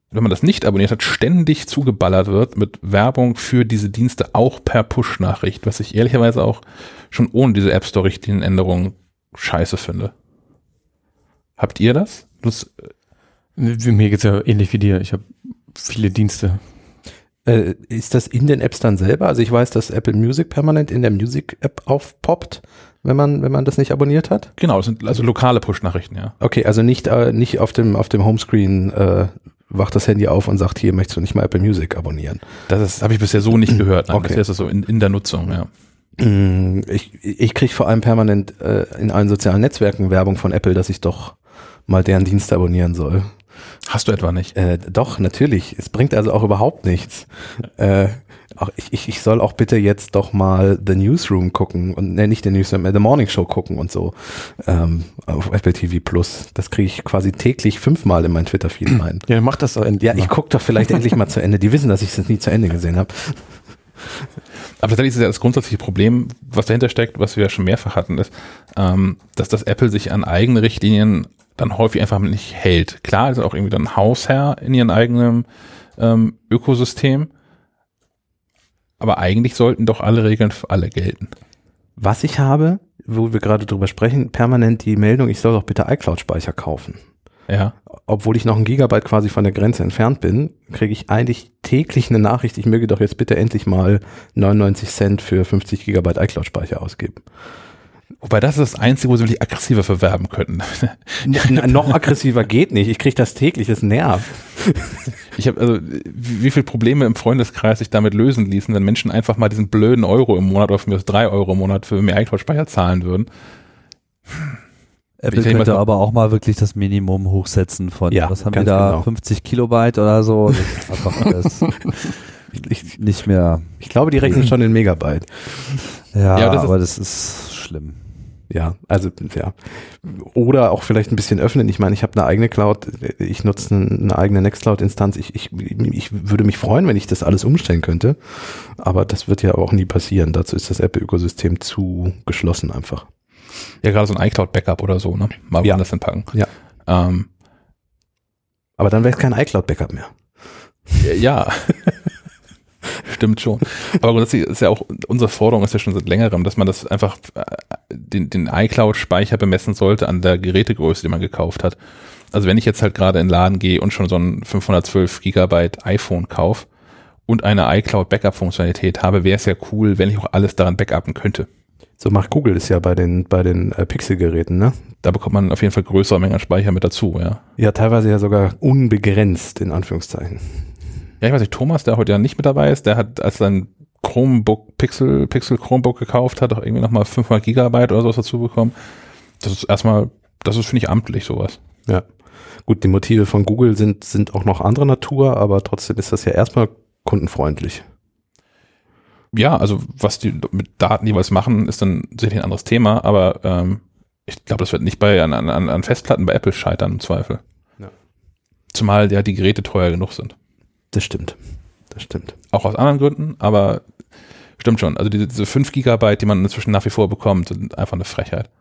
wenn man das nicht abonniert hat, ständig zugeballert wird mit Werbung für diese Dienste, auch per Push-Nachricht, was ich ehrlicherweise auch schon ohne diese App Store-Richtlinienänderung scheiße finde. Habt ihr das? Mir geht's ja ähnlich wie dir. Ich habe viele Dienste. Ist das in den Apps dann selber? Also ich weiß, dass Apple Music permanent in der Music-App aufpoppt, wenn man das nicht abonniert hat. Genau, das sind also lokale Push-Nachrichten, ja. Okay, also nicht auf dem Homescreen wacht das Handy auf und sagt, hier möchtest du nicht mal Apple Music abonnieren. Das habe ich bisher so nicht gehört. Nein, okay. Bisher ist das so in der Nutzung, ja. Ich kriege vor allem permanent in allen sozialen Netzwerken Werbung von Apple, dass ich doch mal deren Dienste abonnieren soll. Hast du etwa nicht? Doch, natürlich. Es bringt also auch überhaupt nichts. Auch ich soll auch bitte jetzt doch mal The Newsroom gucken und nicht The Newsroom, The Morning Show gucken und so auf Apple TV Plus. Das kriege ich quasi täglich 5-mal in mein Twitter-Feed rein. Ja, mach das doch endlich. Ja, ich gucke doch vielleicht endlich mal zu Ende. Die wissen, dass ich es nie zu Ende gesehen habe. Aber tatsächlich ist ja das grundsätzliche Problem, was dahinter steckt, was wir ja schon mehrfach hatten, ist, dass das Apple sich an eigene Richtlinien dann häufig einfach nicht hält. Klar, ist auch irgendwie dann Hausherr in ihrem eigenen Ökosystem, aber eigentlich sollten doch alle Regeln für alle gelten. Was ich habe, wo wir gerade drüber sprechen, permanent die Meldung, ich soll doch bitte iCloud-Speicher kaufen. Ja. Obwohl ich noch 1 Gigabyte quasi von der Grenze entfernt bin, kriege ich eigentlich täglich eine Nachricht, ich möge doch jetzt bitte endlich mal 99 Cent für 50 Gigabyte iCloud-Speicher ausgeben. Wobei das ist das Einzige, wo sie wirklich aggressiver verwerben könnten. Noch aggressiver geht nicht. Ich kriege das täglich, das nervt. Ich habe also, wie viele Probleme im Freundeskreis sich damit lösen ließen, wenn Menschen einfach mal diesen blöden Euro im Monat oder für mir 3 Euro im Monat für mehr iCloud-Speicher zahlen würden. Apple könnte aber auch mal wirklich das Minimum hochsetzen von, was haben wir da, genau. 50 Kilobyte oder so. Das ist einfach alles nicht mehr. Ich glaube, die rechnen schon in Megabyte. Ja, aber das ist schlimm. Ja, also ja. Oder auch vielleicht ein bisschen öffnen. Ich meine, ich habe eine eigene Cloud, ich nutze eine eigene Nextcloud-Instanz. Ich würde mich freuen, wenn ich das alles umstellen könnte. Aber das wird ja auch nie passieren. Dazu ist das Apple-Ökosystem zu geschlossen einfach. Ja, gerade so ein iCloud-Backup oder so, ne? Mal woanders hinpacken. Ja. Aber dann wäre es kein iCloud-Backup mehr. Ja. Stimmt schon. Aber grundsätzlich ist ja auch, unsere Forderung ist ja schon seit längerem, dass man das einfach den iCloud-Speicher bemessen sollte an der Gerätegröße, die man gekauft hat. Also wenn ich jetzt halt gerade in den Laden gehe und schon so ein 512 Gigabyte iPhone kaufe und eine iCloud-Backup-Funktionalität habe, wäre es ja cool, wenn ich auch alles daran backuppen könnte. So macht Google es ja bei den Pixel-Geräten, ne? Da bekommt man auf jeden Fall größere Mengen Speicher mit dazu, ja. Ja, teilweise ja sogar unbegrenzt, in Anführungszeichen. Ja, ich weiß nicht, Thomas, der heute ja nicht mit dabei ist, der hat, als sein Chromebook, Pixel Chromebook gekauft hat, auch irgendwie nochmal 500 Gigabyte oder sowas dazu bekommen. Das ist erstmal, finde ich, amtlich, sowas. Ja. Gut, die Motive von Google sind auch noch anderer Natur, aber trotzdem ist das ja erstmal kundenfreundlich. Ja, also was die mit Daten jeweils machen, ist dann sicherlich ein anderes Thema, aber ich glaube, das wird nicht an Festplatten bei Apple scheitern im Zweifel. Ja. Zumal ja die Geräte teuer genug sind. Das stimmt. Auch aus anderen Gründen, aber stimmt schon. Also diese 5 Gigabyte, die man inzwischen nach wie vor bekommt, sind einfach eine Frechheit.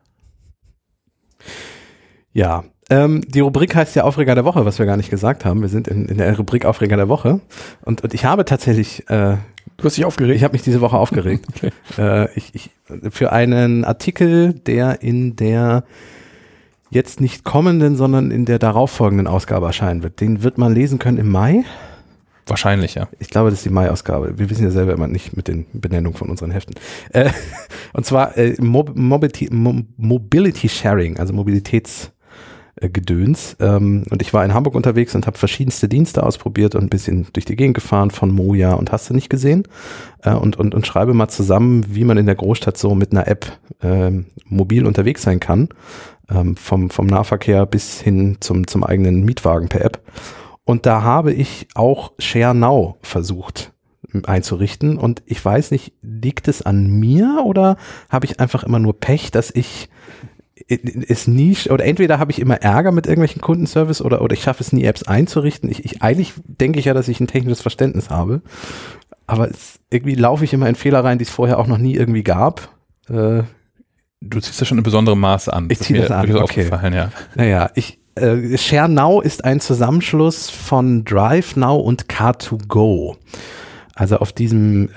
Ja, die Rubrik heißt ja Aufreger der Woche, was wir gar nicht gesagt haben. Wir sind in der Rubrik Aufreger der Woche und ich habe tatsächlich Du hast dich aufgeregt? Ich habe mich diese Woche aufgeregt. Okay. Für einen Artikel, der in der jetzt nicht kommenden, sondern in der darauffolgenden Ausgabe erscheinen wird. Den wird man lesen können im Mai. Wahrscheinlich, ja. Ich glaube, das ist die Mai-Ausgabe. Wir wissen ja selber immer nicht mit den Benennungen von unseren Heften. Und zwar Mobility Sharing, also Mobilitätsgedöns. Und ich war in Hamburg unterwegs und habe verschiedenste Dienste ausprobiert und ein bisschen durch die Gegend gefahren von Moja und hast du nicht gesehen. Und schreibe mal zusammen, wie man in der Großstadt so mit einer App mobil unterwegs sein kann. Vom Nahverkehr bis hin zum eigenen Mietwagen per App. Und da habe ich auch Share Now versucht einzurichten. Und ich weiß nicht, liegt es an mir oder habe ich einfach immer nur Pech, dass ich es nie, oder entweder habe ich immer Ärger mit irgendwelchen Kundenservice oder ich schaffe es nie, Apps einzurichten. Eigentlich denke ich ja, dass ich ein technisches Verständnis habe. Aber irgendwie laufe ich immer in Fehler rein, die es vorher auch noch nie irgendwie gab. Du ziehst das schon in besonderem Maße an. Ich ziehe das an, okay. Ja. Naja, ich ShareNow ist ein Zusammenschluss von DriveNow und Car2Go. Also auf diesem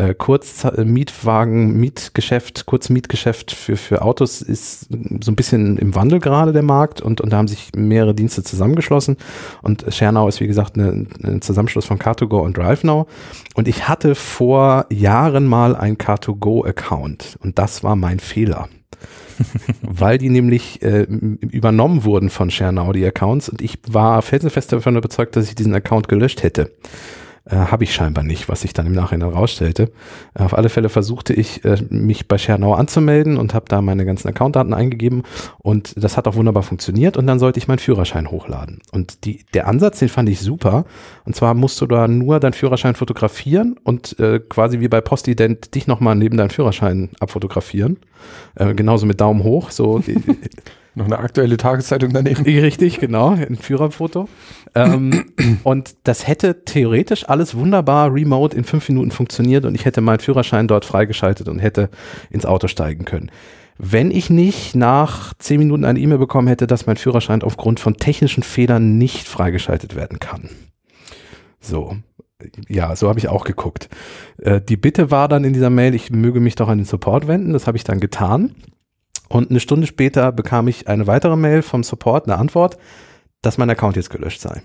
Kurzmietgeschäft für Autos ist so ein bisschen im Wandel gerade der Markt und da haben sich mehrere Dienste zusammengeschlossen und ShareNow ist wie gesagt ein Zusammenschluss von Car2Go und DriveNow und ich hatte vor Jahren mal ein Car2Go-Account und das war mein Fehler. Weil die nämlich übernommen wurden von ShareNow, die Accounts und ich war felsenfest davon überzeugt, dass ich diesen Account gelöscht hätte. Habe ich scheinbar nicht, was sich dann im Nachhinein rausstellte. Auf alle Fälle versuchte ich, mich bei ShareNow anzumelden und habe da meine ganzen Accountdaten eingegeben und das hat auch wunderbar funktioniert und dann sollte ich meinen Führerschein hochladen. Und der Ansatz, den fand ich super und zwar musst du da nur deinen Führerschein fotografieren und quasi wie bei Postident dich nochmal neben deinen Führerschein abfotografieren. Genauso mit Daumen hoch, so noch eine aktuelle Tageszeitung daneben. Richtig, genau, ein Führerfoto. Und das hätte theoretisch alles wunderbar remote in 5 Minuten funktioniert und ich hätte meinen Führerschein dort freigeschaltet und hätte ins Auto steigen können. Wenn ich nicht nach 10 Minuten eine E-Mail bekommen hätte, dass mein Führerschein aufgrund von technischen Fehlern nicht freigeschaltet werden kann. So. Ja, so habe ich auch geguckt. Die Bitte war dann in dieser Mail, ich möge mich doch an den Support wenden. Das habe ich dann getan. Und eine Stunde später bekam ich eine weitere Mail vom Support, eine Antwort, dass mein Account jetzt gelöscht sei.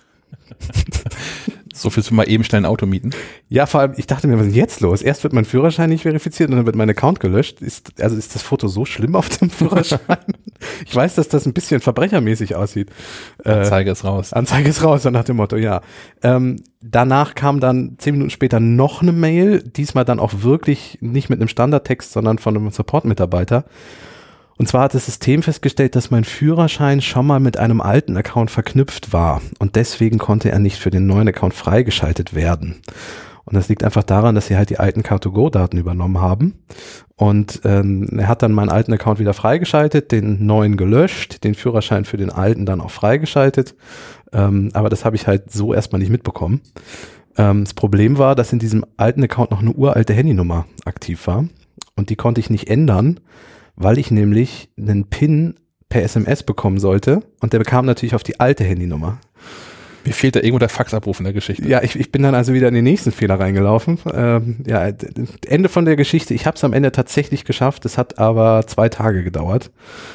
So viel zu mal eben schnell ein Auto mieten. Ja, vor allem, ich dachte mir, was ist denn jetzt los? Erst wird mein Führerschein nicht verifiziert und dann wird mein Account gelöscht. Ist das Foto so schlimm auf dem Führerschein? Ich weiß, dass das ein bisschen verbrechermäßig aussieht. Anzeige ist raus. Anzeige ist raus, so nach dem Motto, ja. Danach kam dann 10 Minuten später noch eine Mail, diesmal dann auch wirklich nicht mit einem Standardtext, sondern von einem Support-Mitarbeiter. Und zwar hat das System festgestellt, dass mein Führerschein schon mal mit einem alten Account verknüpft war und deswegen konnte er nicht für den neuen Account freigeschaltet werden. Und das liegt einfach daran, dass sie halt die alten Car2Go-Daten übernommen haben. Und er hat dann meinen alten Account wieder freigeschaltet, den neuen gelöscht, den Führerschein für den alten dann auch freigeschaltet. Aber das habe ich halt so erstmal nicht mitbekommen. Das Problem war, dass in diesem alten Account noch eine uralte Handynummer aktiv war und die konnte ich nicht ändern, weil ich nämlich einen PIN per SMS bekommen sollte und der bekam natürlich auf die alte Handynummer. Mir fehlt da irgendwo der Faxabruf in der Geschichte. Ja, ich bin dann also wieder in den nächsten Fehler reingelaufen. Ende von der Geschichte, ich habe es am Ende tatsächlich geschafft, es hat aber 2 Tage gedauert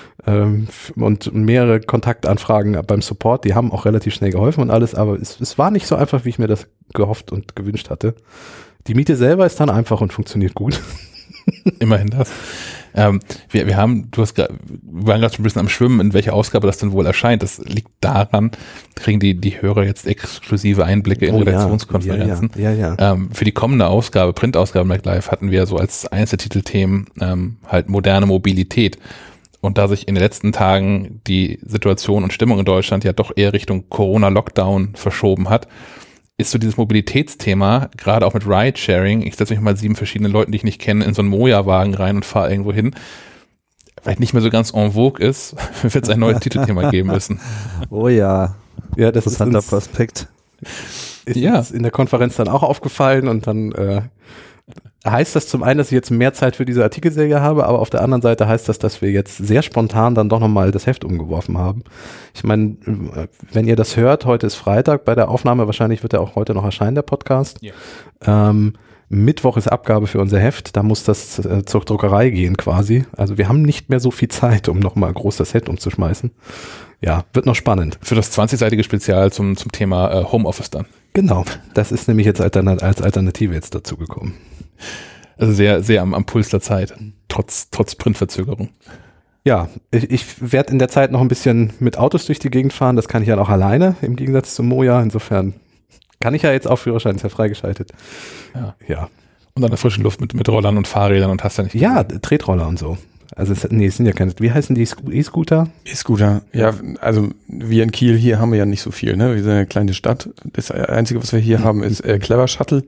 und mehrere Kontaktanfragen beim Support, die haben auch relativ schnell geholfen und alles, aber es war nicht so einfach, wie ich mir das gehofft und gewünscht hatte. Die Miete selber ist dann einfach und funktioniert gut. Immerhin das. Wir waren gerade schon ein bisschen am Schwimmen, in welcher Ausgabe das denn wohl erscheint. Das liegt daran, kriegen die Hörer jetzt exklusive Einblicke in Redaktionskonferenzen. Ja. Für die kommende Ausgabe, Printausgabe MacLive, hatten wir so als Einzeltitelthemen halt moderne Mobilität. Und da sich in den letzten Tagen die Situation und Stimmung in Deutschland ja doch eher Richtung Corona-Lockdown verschoben hat, ist so dieses Mobilitätsthema, gerade auch mit Ride-Sharing, ich setze mich mal 7 verschiedene Leuten, die ich nicht kenne, in so einen Moja-Wagen rein und fahre irgendwo hin, vielleicht nicht mehr so ganz en vogue ist, wird es ein neues Titelthema geben müssen. Oh ja, ja, das interessanter Prospekt. Ist in der Konferenz dann auch aufgefallen und dann heißt das zum einen, dass ich jetzt mehr Zeit für diese Artikelserie habe, aber auf der anderen Seite heißt das, dass wir jetzt sehr spontan dann doch nochmal das Heft umgeworfen haben. Ich meine, wenn ihr das hört, heute ist Freitag bei der Aufnahme, wahrscheinlich wird er auch heute noch erscheinen, der Podcast. Ja. Mittwoch ist Abgabe für unser Heft, da muss das zur Druckerei gehen quasi. Also wir haben nicht mehr so viel Zeit, um nochmal groß das Heft umzuschmeißen. Ja, wird noch spannend. Für das 20-seitige Spezial zum Thema Homeoffice dann. Genau, das ist nämlich jetzt als Alternative jetzt dazu gekommen. Also sehr, sehr am Puls der Zeit, trotz Printverzögerung. Ja, ich werde in der Zeit noch ein bisschen mit Autos durch die Gegend fahren, das kann ich ja auch alleine, im Gegensatz zum Moja, insofern kann ich ja jetzt auch, Führerschein ist ja freigeschaltet. Ja. Und an der frischen Luft mit Rollern und Fahrrädern und hast ja nicht. Ja, Tretroller und so. Also es sind ja keine, wie heißen die, E-Scooter? E-Scooter, ja, also wir in Kiel hier haben wir ja nicht so viel, ne? Wir sind eine kleine Stadt. Das Einzige, was wir hier haben, ist Clever Shuttle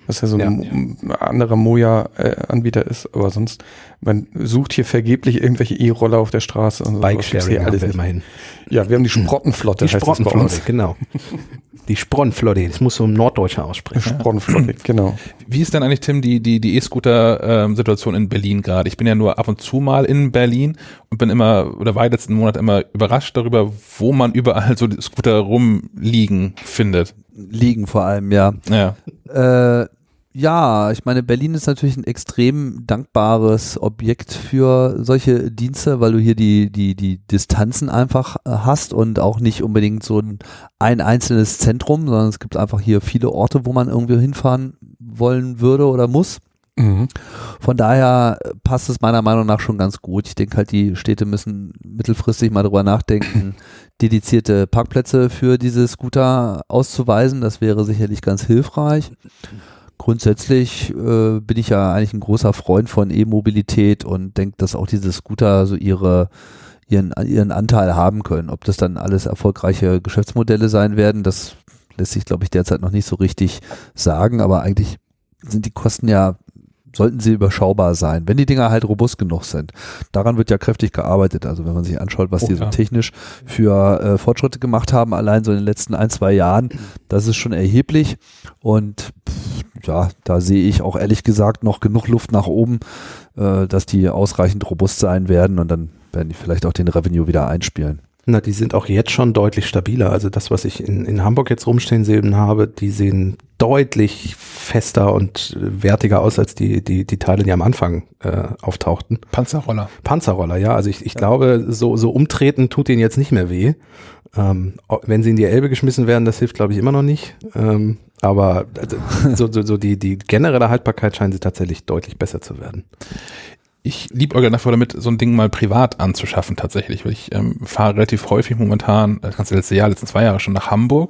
was ja so ein anderer Moja-Anbieter ist, aber sonst, man sucht hier vergeblich irgendwelche E-Roller auf der Straße und so. Bike-Sharing alles immerhin. Ja, wir haben die Sprottenflotte. Die Sprottenflotte, genau. Die Sprottenflotte, das muss so ein Norddeutscher aussprechen. Sprottenflotte, genau. Wie ist denn eigentlich, Tim, die E-Scooter-Situation in Berlin gerade? Ich bin ja nur ab und zu mal in Berlin und bin war letzten Monat immer überrascht darüber, wo man überall so die Scooter rumliegen findet. Liegen vor allem, ja. Ja, ich meine, Berlin ist natürlich ein extrem dankbares Objekt für solche Dienste, weil du hier die Distanzen einfach hast und auch nicht unbedingt so ein einzelnes Zentrum, sondern es gibt einfach hier viele Orte, wo man irgendwie hinfahren wollen würde oder muss. Mhm. Von daher passt es meiner Meinung nach schon ganz gut. Ich denke halt, die Städte müssen mittelfristig mal drüber nachdenken, dedizierte Parkplätze für diese Scooter auszuweisen. Das wäre sicherlich ganz hilfreich. Grundsätzlich bin ich ja eigentlich ein großer Freund von E-Mobilität und denke, dass auch diese Scooter so ihren Anteil haben können. Ob das dann alles erfolgreiche Geschäftsmodelle sein werden, das lässt sich, glaube ich, derzeit noch nicht so richtig sagen, aber eigentlich sind die Kosten sollten sie überschaubar sein, wenn die Dinger halt robust genug sind. Daran wird ja kräftig gearbeitet. Also wenn man sich anschaut, was die so technisch für Fortschritte gemacht haben, allein so in den letzten 1-2 Jahren, das ist schon erheblich. Und da sehe ich auch ehrlich gesagt noch genug Luft nach oben, dass die ausreichend robust sein werden und dann werden die vielleicht auch den Revenue wieder einspielen. Na, die sind auch jetzt schon deutlich stabiler. Also das, was ich in Hamburg jetzt rumstehen sehen habe, die sehen deutlich fester und wertiger aus als die Teile, die am Anfang auftauchten. Panzerroller, ja. Also ich glaube, so umtreten tut denen jetzt nicht mehr weh. Wenn sie in die Elbe geschmissen werden, das hilft, glaube ich, immer noch nicht. Aber so die generelle Haltbarkeit scheint sie tatsächlich deutlich besser zu werden. Ich liebäugle davor damit, so ein Ding mal privat anzuschaffen tatsächlich, weil ich fahre relativ häufig momentan, das ganze letzten 2 Jahre schon nach Hamburg.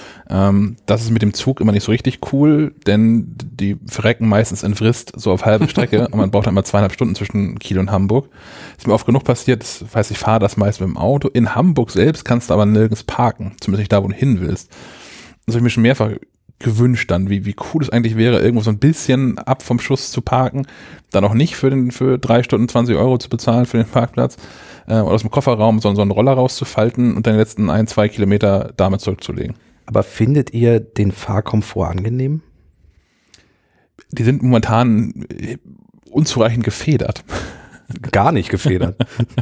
Das ist mit dem Zug immer nicht so richtig cool, denn die verrecken meistens in Vrist so auf halbe Strecke und man braucht dann immer 2,5 Stunden zwischen Kiel und Hamburg. Ist mir oft genug passiert, das heißt, ich fahre das meist mit dem Auto. In Hamburg selbst kannst du aber nirgends parken, zumindest nicht da, wo du hin willst. Das habe ich mir schon mehrfach gewünscht dann, wie cool es eigentlich wäre, irgendwo so ein bisschen ab vom Schuss zu parken, dann auch nicht für 3 Stunden 20 € zu bezahlen für den Parkplatz oder aus dem Kofferraum so einen Roller rauszufalten und dann die letzten 1-2 Kilometer damit zurückzulegen. Aber findet ihr den Fahrkomfort angenehm? Die sind momentan unzureichend gefedert. Gar nicht gefedert.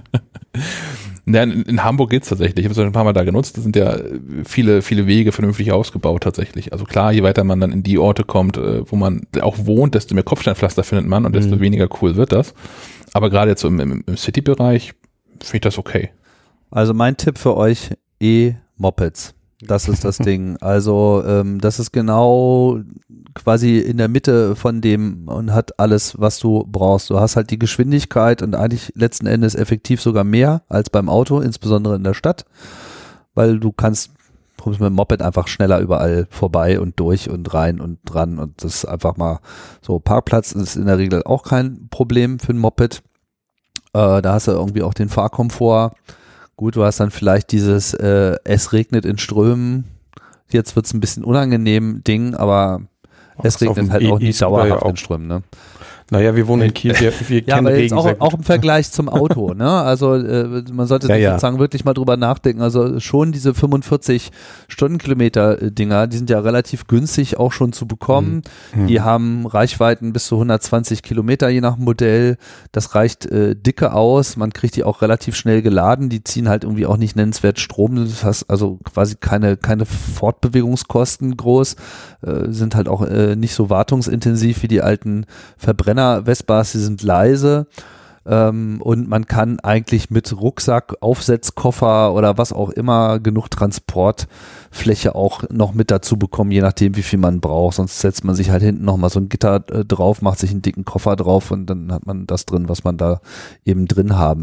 Ja, in Hamburg geht's tatsächlich. Ich habe es schon ein paar Mal da genutzt. Da sind ja viele Wege vernünftig ausgebaut tatsächlich. Also klar, je weiter man dann in die Orte kommt, wo man auch wohnt, desto mehr Kopfsteinpflaster findet man und desto weniger cool wird das. Aber gerade jetzt so im City-Bereich finde ich das okay. Also mein Tipp für euch, E-Mopeds. Das ist das Ding. Also das ist genau quasi in der Mitte von dem und hat alles, was du brauchst. Du hast halt die Geschwindigkeit und eigentlich letzten Endes effektiv sogar mehr als beim Auto, insbesondere in der Stadt, weil du kannst mit dem Moped einfach schneller überall vorbei und durch und rein und dran und das ist einfach mal so. Parkplatz ist in der Regel auch kein Problem für ein Moped. Da hast du irgendwie auch den Fahrkomfort. Gut, du hast dann vielleicht dieses es regnet in Strömen, jetzt wird's ein bisschen unangenehm Ding, aber es regnet halt auch nicht dauerhaft in Strömen, ne? Naja, wir wohnen in Kiel, wir kennen aber Regen jetzt auch im Vergleich zum Auto, ne? Also man sollte sich sozusagen wirklich mal drüber nachdenken. Also schon diese 45 Stundenkilometer Dinger, die sind ja relativ günstig auch schon zu bekommen. Die haben Reichweiten bis zu 120 Kilometer je nach Modell. Das reicht dicke aus. Man kriegt die auch relativ schnell geladen. Die ziehen halt irgendwie auch nicht nennenswert Strom. Das heißt also quasi keine Fortbewegungskosten groß. Sind halt auch nicht so wartungsintensiv wie die alten Verbrenner. Vespas, die sind leise und man kann eigentlich mit Rucksack, Aufsetzkoffer oder was auch immer genug Transportfläche auch noch mit dazu bekommen, je nachdem wie viel man braucht. Sonst setzt man sich halt hinten nochmal so ein Gitter drauf, macht sich einen dicken Koffer drauf und dann hat man das drin, was man da eben drin haben will.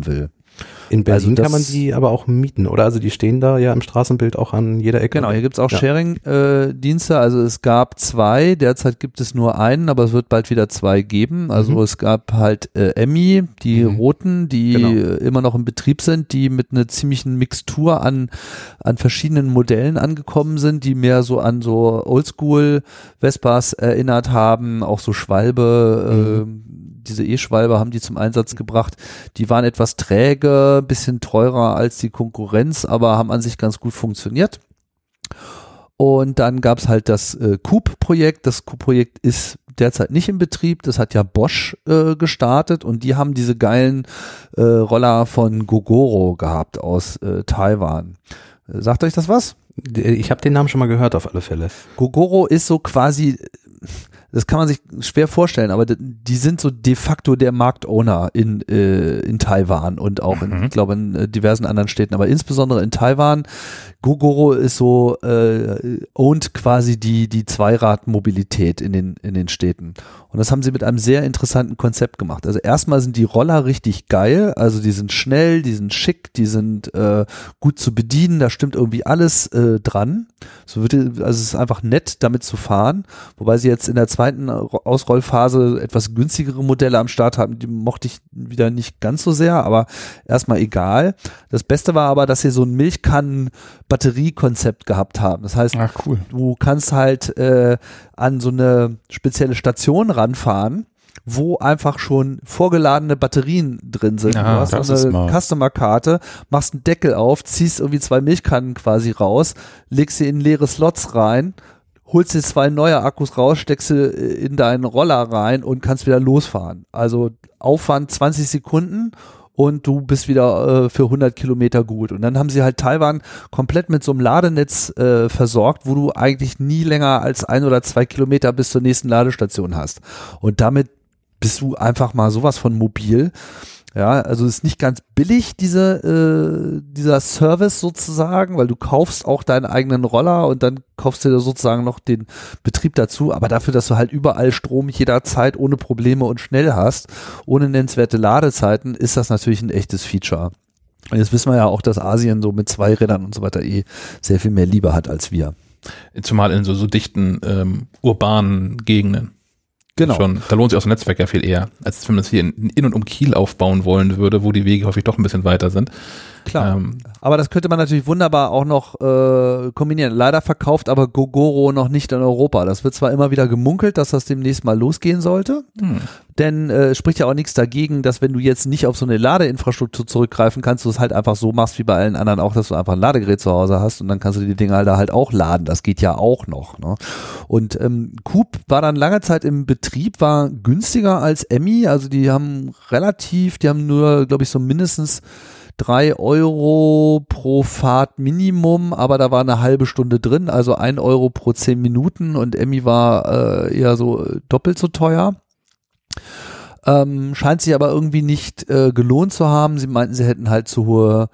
In Berlin Also kann man die aber auch mieten, oder? Also die stehen da ja im Straßenbild auch an jeder Ecke. Genau, hier gibt's auch Sharing-Dienste, also es gab 2, derzeit gibt es nur einen, aber es wird bald wieder 2 geben. Also es gab halt Emmy, die roten, die immer noch in Betrieb sind, die mit einer ziemlichen Mixtur an verschiedenen Modellen angekommen sind, die mehr so an so Oldschool Vespas erinnert haben, auch so Schwalbe, diese E-Schwalbe haben die zum Einsatz gebracht. Die waren etwas träge, bisschen teurer als die Konkurrenz, aber haben an sich ganz gut funktioniert. Und dann gab es halt das Coop-Projekt. Das Coop-Projekt ist derzeit nicht in Betrieb. Das hat ja Bosch gestartet und die haben diese geilen Roller von Gogoro gehabt aus Taiwan. Sagt euch das was? Ich habe den Namen schon mal gehört, auf alle Fälle. Gogoro ist so quasi, das kann man sich schwer vorstellen, aber die sind so de facto der Marktowner in Taiwan und auch in, ich glaube, in diversen anderen Städten, aber insbesondere in Taiwan. Gogoro ist so, ownt quasi die Zweiradmobilität in den Städten. Und das haben sie mit einem sehr interessanten Konzept gemacht. Also erstmal sind die Roller richtig geil, also die sind schnell, die sind schick, die sind gut zu bedienen, da stimmt irgendwie alles dran. Also es ist einfach nett, damit zu fahren, wobei sie jetzt in der zweiten Ausrollphase etwas günstigere Modelle am Start haben, die mochte ich wieder nicht ganz so sehr, aber erstmal egal. Das Beste war aber, dass sie so ein Milchkannen-Batteriekonzept gehabt haben. Das heißt, du kannst halt an so eine spezielle Station ranfahren, wo einfach schon vorgeladene Batterien drin sind. Du hast eine Customer-Karte, machst einen Deckel auf, ziehst irgendwie 2 Milchkannen quasi raus, legst sie in leere Slots rein, holst dir 2 neue Akkus raus, steckst sie in deinen Roller rein und kannst wieder losfahren. Also Aufwand 20 Sekunden und du bist wieder für 100 Kilometer gut. Und dann haben sie halt Taiwan komplett mit so einem Ladenetz versorgt, wo du eigentlich nie länger als 1 oder 2 Kilometer bis zur nächsten Ladestation hast. Und damit bist du einfach mal sowas von mobil. Ja, also ist nicht ganz billig, dieser Service sozusagen, weil du kaufst auch deinen eigenen Roller und dann kaufst du dir sozusagen noch den Betrieb dazu, aber dafür, dass du halt überall Strom jederzeit ohne Probleme und schnell hast, ohne nennenswerte Ladezeiten, ist das natürlich ein echtes Feature. Und jetzt wissen wir ja auch, dass Asien so mit 2 Rädern und so weiter sehr viel mehr Liebe hat als wir. Zumal in so dichten urbanen Gegenden. Genau. Da lohnt sich auch so ein Netzwerk ja viel eher, als wenn man es hier in und um Kiel aufbauen wollen würde, wo die Wege häufig doch ein bisschen weiter sind. Klar, aber das könnte man natürlich wunderbar auch noch kombinieren. Leider verkauft aber Gogoro noch nicht in Europa. Das wird zwar immer wieder gemunkelt, dass das demnächst mal losgehen sollte, denn spricht ja auch nichts dagegen, dass wenn du jetzt nicht auf so eine Ladeinfrastruktur zurückgreifen kannst, du es halt einfach so machst wie bei allen anderen auch, dass du einfach ein Ladegerät zu Hause hast und dann kannst du die Dinger halt auch laden. Das geht ja auch noch. Ne? Und Coop war dann lange Zeit im Betrieb, war günstiger als Emmy, also die haben nur, glaube ich, so mindestens 3 Euro pro Fahrt Minimum, aber da war eine halbe Stunde drin, also 1 Euro pro 10 Minuten und Emmy war eher so doppelt so teuer. Scheint sich aber irgendwie nicht gelohnt zu haben. Sie meinten, sie hätten halt zu hohe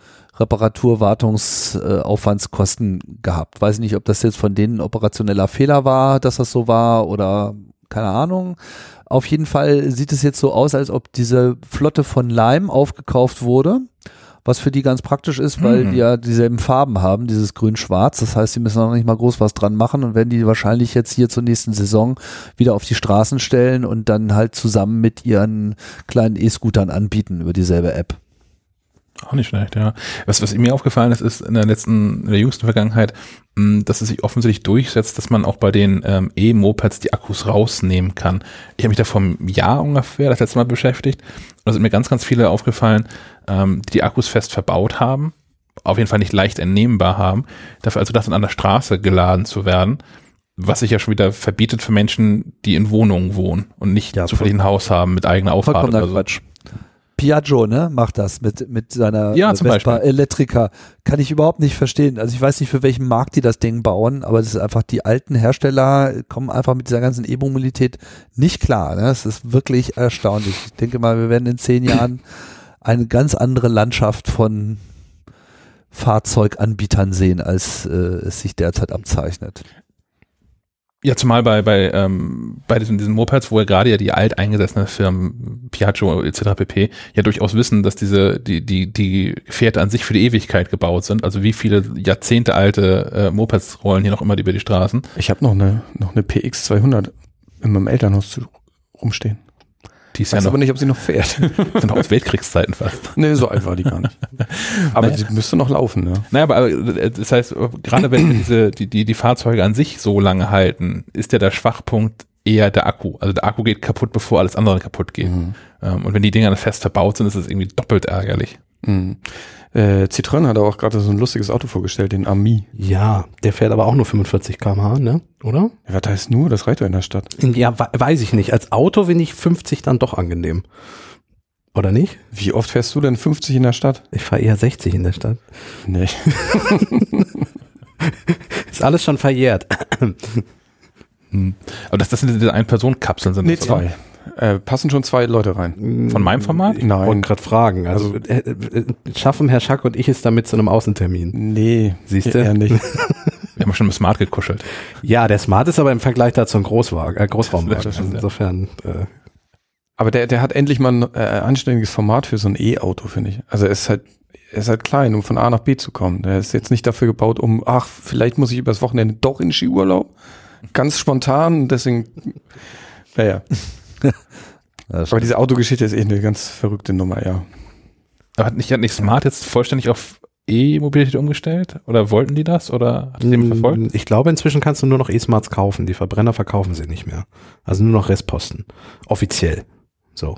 Reparatur-Wartungsaufwandskosten gehabt. Weiß nicht, ob das jetzt von denen operationeller Fehler war, dass das so war oder keine Ahnung. Auf jeden Fall sieht es jetzt so aus, als ob diese Flotte von Lime aufgekauft wurde, was für die ganz praktisch ist, weil die ja dieselben Farben haben, dieses Grün-Schwarz. Das heißt, sie müssen auch nicht mal groß was dran machen und werden die wahrscheinlich jetzt hier zur nächsten Saison wieder auf die Straßen stellen und dann halt zusammen mit ihren kleinen E-Scootern anbieten über dieselbe App. Auch nicht schlecht, ja. Was mir aufgefallen ist in der jüngsten Vergangenheit, dass es sich offensichtlich durchsetzt, dass man auch bei den E-Mopeds die Akkus rausnehmen kann. Ich habe mich da vor einem Jahr ungefähr das letzte Mal beschäftigt. Da sind mir ganz, ganz viele aufgefallen, die Akkus fest verbaut haben, auf jeden Fall nicht leicht entnehmbar haben, dafür also das an der Straße geladen zu werden, was sich ja schon wieder verbietet für Menschen, die in Wohnungen wohnen und nicht zufällig ein Haus haben mit eigener Auffahrt oder so. Quatsch. Piaggio, ne, macht das mit seiner Vespa Elettrica. Kann ich überhaupt nicht verstehen. Also ich weiß nicht, für welchen Markt die das Ding bauen, aber das ist einfach, die alten Hersteller kommen einfach mit dieser ganzen E-Mobilität nicht klar. Ne? Das ist wirklich erstaunlich. Ich denke mal, wir werden in 10 Jahren eine ganz andere Landschaft von Fahrzeuganbietern sehen, als es sich derzeit abzeichnet. Ja, zumal bei diesen Mopeds, wo ja gerade ja die alteingesessenen Firmen, Piaggio etc. pp. ja durchaus wissen, dass die Gefährte an sich für die Ewigkeit gebaut sind. Also wie viele Jahrzehnte alte Mopeds rollen hier noch immer über die Straßen. Ich habe noch eine PX 200 in meinem Elternhaus rumstehen. Die ist Ich weiß ja aber noch, nicht, ob sie noch fährt. sind noch aus Weltkriegszeiten fast. Nee, so alt war die gar nicht. Aber die müsste noch laufen, ne? Naja, aber das heißt, gerade wenn die Fahrzeuge an sich so lange halten, ist ja der Schwachpunkt eher der Akku. Also der Akku geht kaputt, bevor alles andere kaputt geht. Und wenn die Dinger dann fest verbaut sind, ist es irgendwie doppelt ärgerlich. Citroën hat auch gerade so ein lustiges Auto vorgestellt, den Ami. Ja, der fährt aber auch nur 45 km/h, ne? Oder? Ja, was heißt nur? Das reicht doch in der Stadt. Ja, weiß ich nicht. Als Auto finde ich 50 dann doch angenehm. Oder nicht? Wie oft fährst du denn 50 in der Stadt? Ich fahre eher 60 in der Stadt. Nee. Ist alles schon verjährt. Aber das sind diese Ein-Personen-Kapseln sind Nee, das, oder? 2. Passen schon 2 Leute rein. Von meinem Format? Ich wollte gerade fragen. Also schaffen Herr Schack und ich es damit zu einem Außentermin? Nee. Siehst du? Eher nicht. Wir haben schon mit Smart gekuschelt. Ja, der Smart ist aber im Vergleich dazu ein Großraumwagen. Das stimmt, Also insofern. Aber der hat endlich mal ein anständiges Format für so ein E-Auto, finde ich. Also er ist halt klein, um von A nach B zu kommen. Der ist jetzt nicht dafür gebaut, vielleicht muss ich übers Wochenende doch in Skiurlaub. Ganz spontan, deswegen, naja. Aber diese Autogeschichte ist eine ganz verrückte Nummer, ja. Aber hat nicht Smart jetzt vollständig auf E-Mobilität umgestellt? Oder wollten die das? Oder hat jemand verfolgt? Ich glaube, inzwischen kannst du nur noch E-Smarts kaufen. Die Verbrenner verkaufen sie nicht mehr. Also nur noch Restposten. Offiziell. So.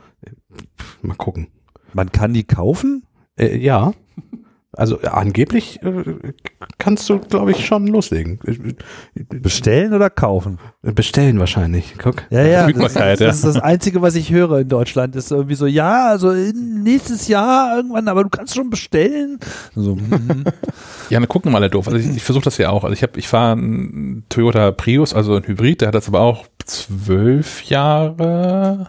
Mal gucken. Man kann die kaufen? Ja. Also angeblich kannst du, glaube ich, schon loslegen. Bestellen oder kaufen? Bestellen wahrscheinlich. Guck. Ja, Verfügbarkeit, das ist das Einzige, was ich höre in Deutschland. Ist irgendwie so, ja, also nächstes Jahr irgendwann, aber du kannst schon bestellen. So, Ja, dann gucken wir mal doof. Also ich versuche das ja auch. Also ich fahre einen Toyota Prius, also ein Hybrid, der hat das aber auch 8 Jahre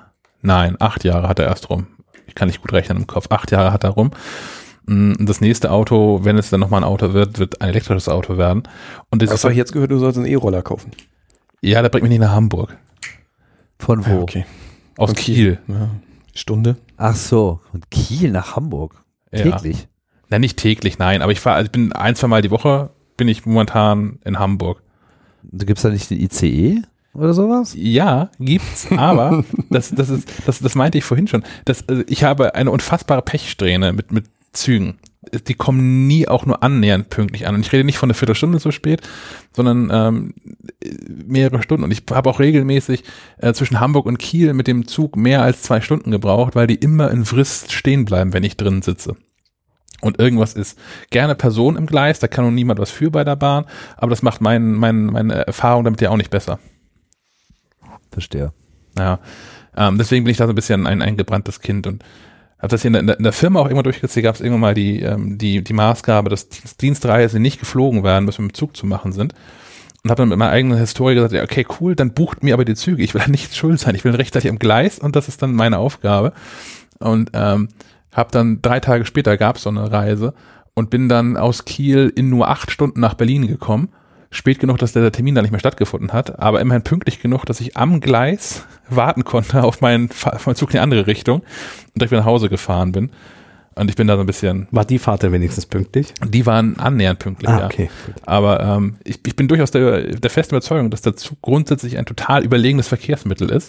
hat er erst rum. Ich kann nicht gut rechnen im Kopf. 8 Jahre hat er rum. Das nächste Auto, wenn es dann nochmal ein Auto wird ein elektrisches Auto werden. Und das Hast du jetzt gehört, du sollst einen E-Roller kaufen? Ja, der bringt mich nicht nach Hamburg. von wo? Ja, okay. Aus Von Kiel. Ja. Stunde? Ach so, von Kiel nach Hamburg. Täglich. Ja. Na, nicht täglich, nein. Aber ich bin 1-2 Mal die Woche, bin ich momentan in Hamburg. Du gibst da nicht den ICE oder sowas? Ja, gibt's, aber das meinte ich vorhin schon. Ich habe eine unfassbare Pechsträhne mit Zügen. Die kommen nie auch nur annähernd pünktlich an. Und ich rede nicht von einer Viertelstunde so spät, sondern mehrere Stunden. Und ich habe auch regelmäßig zwischen Hamburg und Kiel mit dem Zug mehr als 2 Stunden gebraucht, weil die immer in Frist stehen bleiben, wenn ich drin sitze. Und irgendwas ist. Gerne Person im Gleis, da kann nun niemand was für bei der Bahn, aber das macht meine Erfahrung damit ja auch nicht besser. Verstehe. Ja, deswegen bin ich da so ein bisschen ein eingebranntes Kind und habe das hier in der Firma auch irgendwann durchgezogen. Gab es irgendwann mal die Maßgabe, dass Dienstreisen nicht geflogen werden, bis wir mit dem Zug zu machen sind. Und habe dann mit meiner eigenen Historie gesagt, ja, okay, cool, dann bucht mir aber die Züge. Ich will da nicht schuld sein. Ich will rechtzeitig am Gleis und das ist dann meine Aufgabe. Und habe dann 3 Tage später gab es so eine Reise und bin dann aus Kiel in nur 8 Stunden nach Berlin gekommen. Spät genug, dass der Termin da nicht mehr stattgefunden hat, aber immerhin pünktlich genug, dass ich am Gleis warten konnte auf meinen Zug in die andere Richtung und direkt wieder nach Hause gefahren bin. Und ich bin da so ein bisschen... War die Fahrt denn wenigstens pünktlich? Die waren annähernd pünktlich, ja. Okay. Aber ich bin durchaus der festen Überzeugung, dass der Zug grundsätzlich ein total überlegenes Verkehrsmittel ist.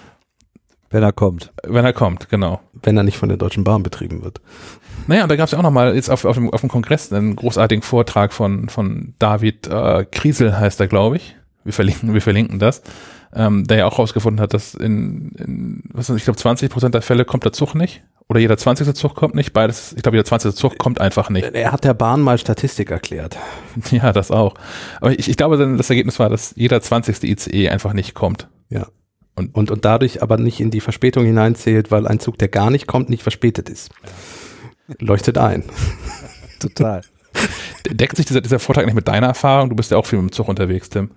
Wenn er kommt. Wenn er kommt, genau. Wenn er nicht von der Deutschen Bahn betrieben wird. Naja, und da gab es ja auch nochmal jetzt auf dem Kongress einen großartigen Vortrag von David Kriesel, heißt er, glaube ich. Wir verlinken das. Der ja auch rausgefunden hat, dass ich glaube 20% der Fälle kommt der Zug nicht. Oder jeder 20. Zug kommt nicht. Beides, ich glaube, jeder 20. Zug kommt einfach nicht. Er hat der Bahn mal Statistik erklärt. Ja, das auch. Aber ich glaube, das Ergebnis war, dass jeder 20. ICE einfach nicht kommt. Ja. Und dadurch aber nicht in die Verspätung hineinzählt, weil ein Zug, der gar nicht kommt, nicht verspätet ist. Leuchtet ein. Total. Deckt sich dieser Vortrag nicht mit deiner Erfahrung? Du bist ja auch viel mit dem Zug unterwegs, Tim.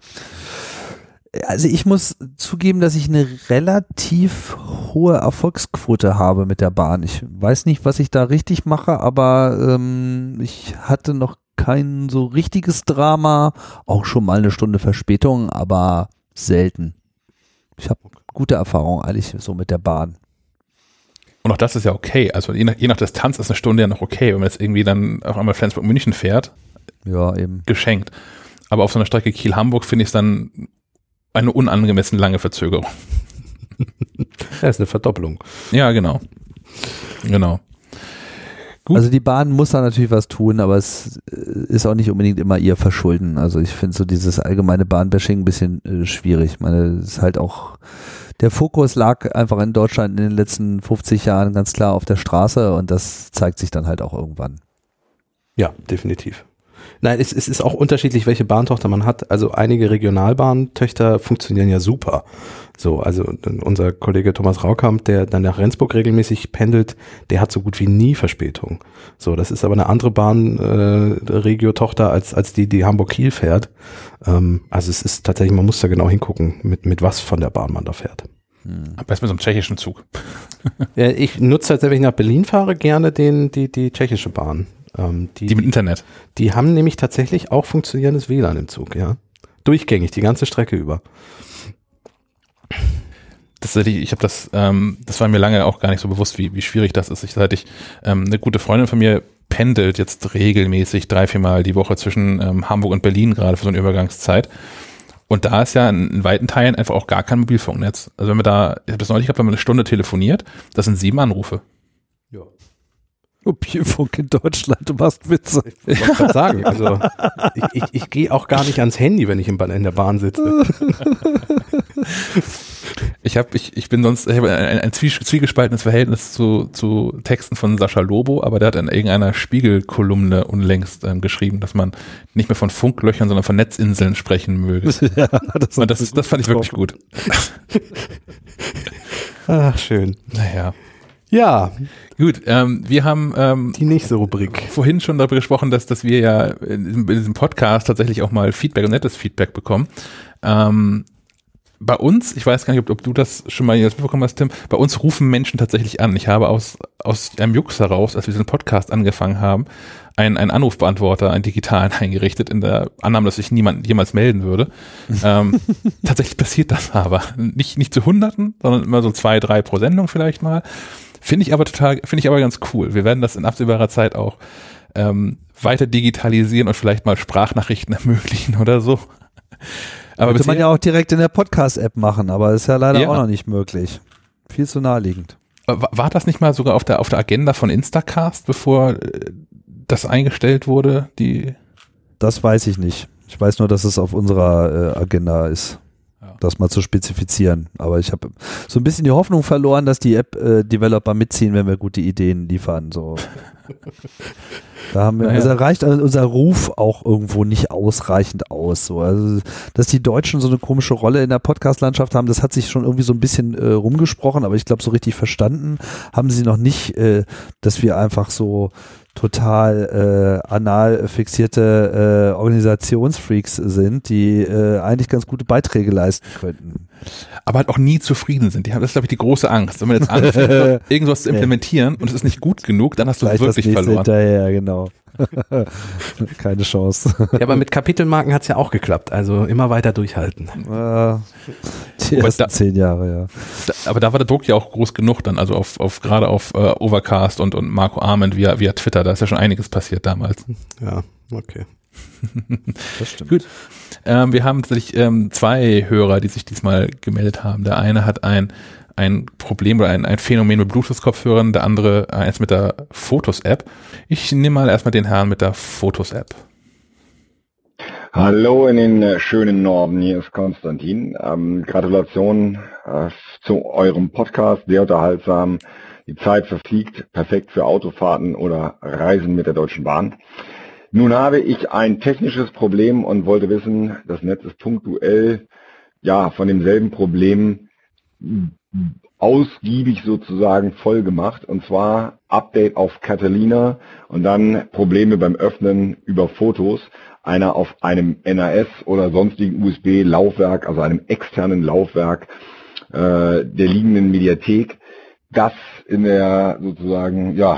Also ich muss zugeben, dass ich eine relativ hohe Erfolgsquote habe mit der Bahn. Ich weiß nicht, was ich da richtig mache, aber ich hatte noch kein so richtiges Drama, auch schon mal eine Stunde Verspätung, aber selten. Ich habe gute Erfahrungen eigentlich so mit der Bahn. Und auch das ist ja okay. Also je nach Distanz ist eine Stunde ja noch okay, wenn man jetzt irgendwie dann auf einmal Flensburg-München fährt. Ja, eben. Geschenkt. Aber auf so einer Strecke Kiel-Hamburg finde ich es dann eine unangemessen lange Verzögerung. Das ist eine Verdoppelung. Ja, genau. Genau. Gut. Also die Bahn muss da natürlich was tun, aber es ist auch nicht unbedingt immer ihr Verschulden. Also ich finde so dieses allgemeine Bahnbashing ein bisschen schwierig. Ich meine, es ist halt auch, der Fokus lag einfach in Deutschland in den letzten 50 Jahren ganz klar auf der Straße und das zeigt sich dann halt auch irgendwann. Ja, definitiv. Nein, es ist auch unterschiedlich, welche Bahntochter man hat. Also einige Regionalbahntöchter funktionieren ja super. So, also unser Kollege Thomas Raukamp, der dann nach Rendsburg regelmäßig pendelt, der hat so gut wie nie Verspätung. So, das ist aber eine andere Bahnregio-Tochter als die Hamburg-Kiel fährt. Also es ist tatsächlich, man muss da genau hingucken, mit was von der Bahn man da fährt. Am besten mit so einem tschechischen Zug. Ja, ich nutze halt, wenn ich nach Berlin fahre, gerne die tschechische Bahn. Die mit Internet. Die haben nämlich tatsächlich auch funktionierendes WLAN im Zug, ja. Durchgängig, die ganze Strecke über. Ich habe das war mir lange auch gar nicht so bewusst, wie schwierig das ist. Seit eine gute Freundin von mir pendelt jetzt regelmäßig 3-4 Mal die Woche zwischen Hamburg und Berlin, gerade für so eine Übergangszeit. Und da ist ja in weiten Teilen einfach auch gar kein Mobilfunknetz. Also wenn wir da, ich habe das neulich gehabt, wenn man eine Stunde telefoniert, das sind 7 Anrufe. Ja. Mobilfunk in Deutschland, du machst Witze. Ich wollte gerade sagen, also ich gehe auch gar nicht ans Handy, wenn ich in der Bahn sitze. Ich habe ein zwiegespaltenes Verhältnis zu Texten von Sascha Lobo, aber der hat in irgendeiner Spiegel-Kolumne unlängst geschrieben, dass man nicht mehr von Funklöchern, sondern von Netzinseln sprechen möge. Ja, das fand ich wirklich gut. Ach, schön. Naja. Ja. Gut, wir haben die nächste Rubrik. Vorhin schon darüber gesprochen, dass wir ja in diesem Podcast tatsächlich auch mal Feedback und nettes Feedback bekommen. Bei uns, ich weiß gar nicht, ob du das schon mal mitbekommen hast, Tim, bei uns rufen Menschen tatsächlich an. Ich habe aus einem Jux heraus, als wir diesen Podcast angefangen haben, einen Anrufbeantworter, einen digitalen eingerichtet, in der Annahme, dass sich niemand jemals melden würde. Tatsächlich passiert das aber. Nicht zu Hunderten, sondern immer so 2-3 pro Sendung vielleicht mal. Finde ich aber ganz cool. Wir werden das in absehbarer Zeit auch weiter digitalisieren und vielleicht mal Sprachnachrichten ermöglichen oder so. Aber könnte man ja auch direkt in der Podcast-App machen, aber ist ja leider auch noch nicht möglich. Viel zu naheliegend. War das nicht mal sogar auf der Agenda von Instacast, bevor das eingestellt wurde? Das weiß ich nicht. Ich weiß nur, dass es auf unserer Agenda ist, das mal zu spezifizieren. Aber ich habe so ein bisschen die Hoffnung verloren, dass die App-Developer mitziehen, wenn wir gute Ideen liefern. So. Da haben wir, also reicht unser Ruf auch irgendwo nicht ausreichend aus. So. Also, dass die Deutschen so eine komische Rolle in der Podcast-Landschaft haben, das hat sich schon irgendwie so ein bisschen rumgesprochen, aber ich glaube, so richtig verstanden haben sie noch nicht, dass wir einfach so total anal fixierte Organisationsfreaks sind, die eigentlich ganz gute Beiträge leisten könnten. Aber halt auch nie zufrieden sind. Das ist, glaube ich, die große Angst. Wenn man jetzt anfängt, irgendwas zu implementieren und es ist nicht gut genug, dann hast du wirklich verloren. Hinterher, genau. Keine Chance. Ja, aber mit Kapitelmarken hat es ja auch geklappt. Also immer weiter durchhalten. Die ersten 10 Jahre, ja. Aber da war der Druck ja auch groß genug dann, also gerade auf Overcast und Marco Arment via Twitter. Da ist ja schon einiges passiert damals. Ja, okay. Das stimmt. Gut. Wir haben tatsächlich 2 Hörer, die sich diesmal gemeldet haben. Der eine hat ein Problem oder ein Phänomen mit Bluetooth-Kopfhörern, der andere eins mit der Fotos-App. Ich nehme mal erstmal den Herrn mit der Fotos-App. Hallo in den schönen Norden, hier ist Konstantin. Gratulation zu eurem Podcast, sehr unterhaltsam. Die Zeit verfliegt, perfekt für Autofahrten oder Reisen mit der Deutschen Bahn. Nun habe ich ein technisches Problem und wollte wissen, das Netz ist punktuell von demselben Problem ausgiebig sozusagen voll gemacht, und zwar Update auf Catalina und dann Probleme beim Öffnen über Fotos, einer auf einem NAS oder sonstigen USB-Laufwerk, also einem externen Laufwerk der liegenden Mediathek, das in der sozusagen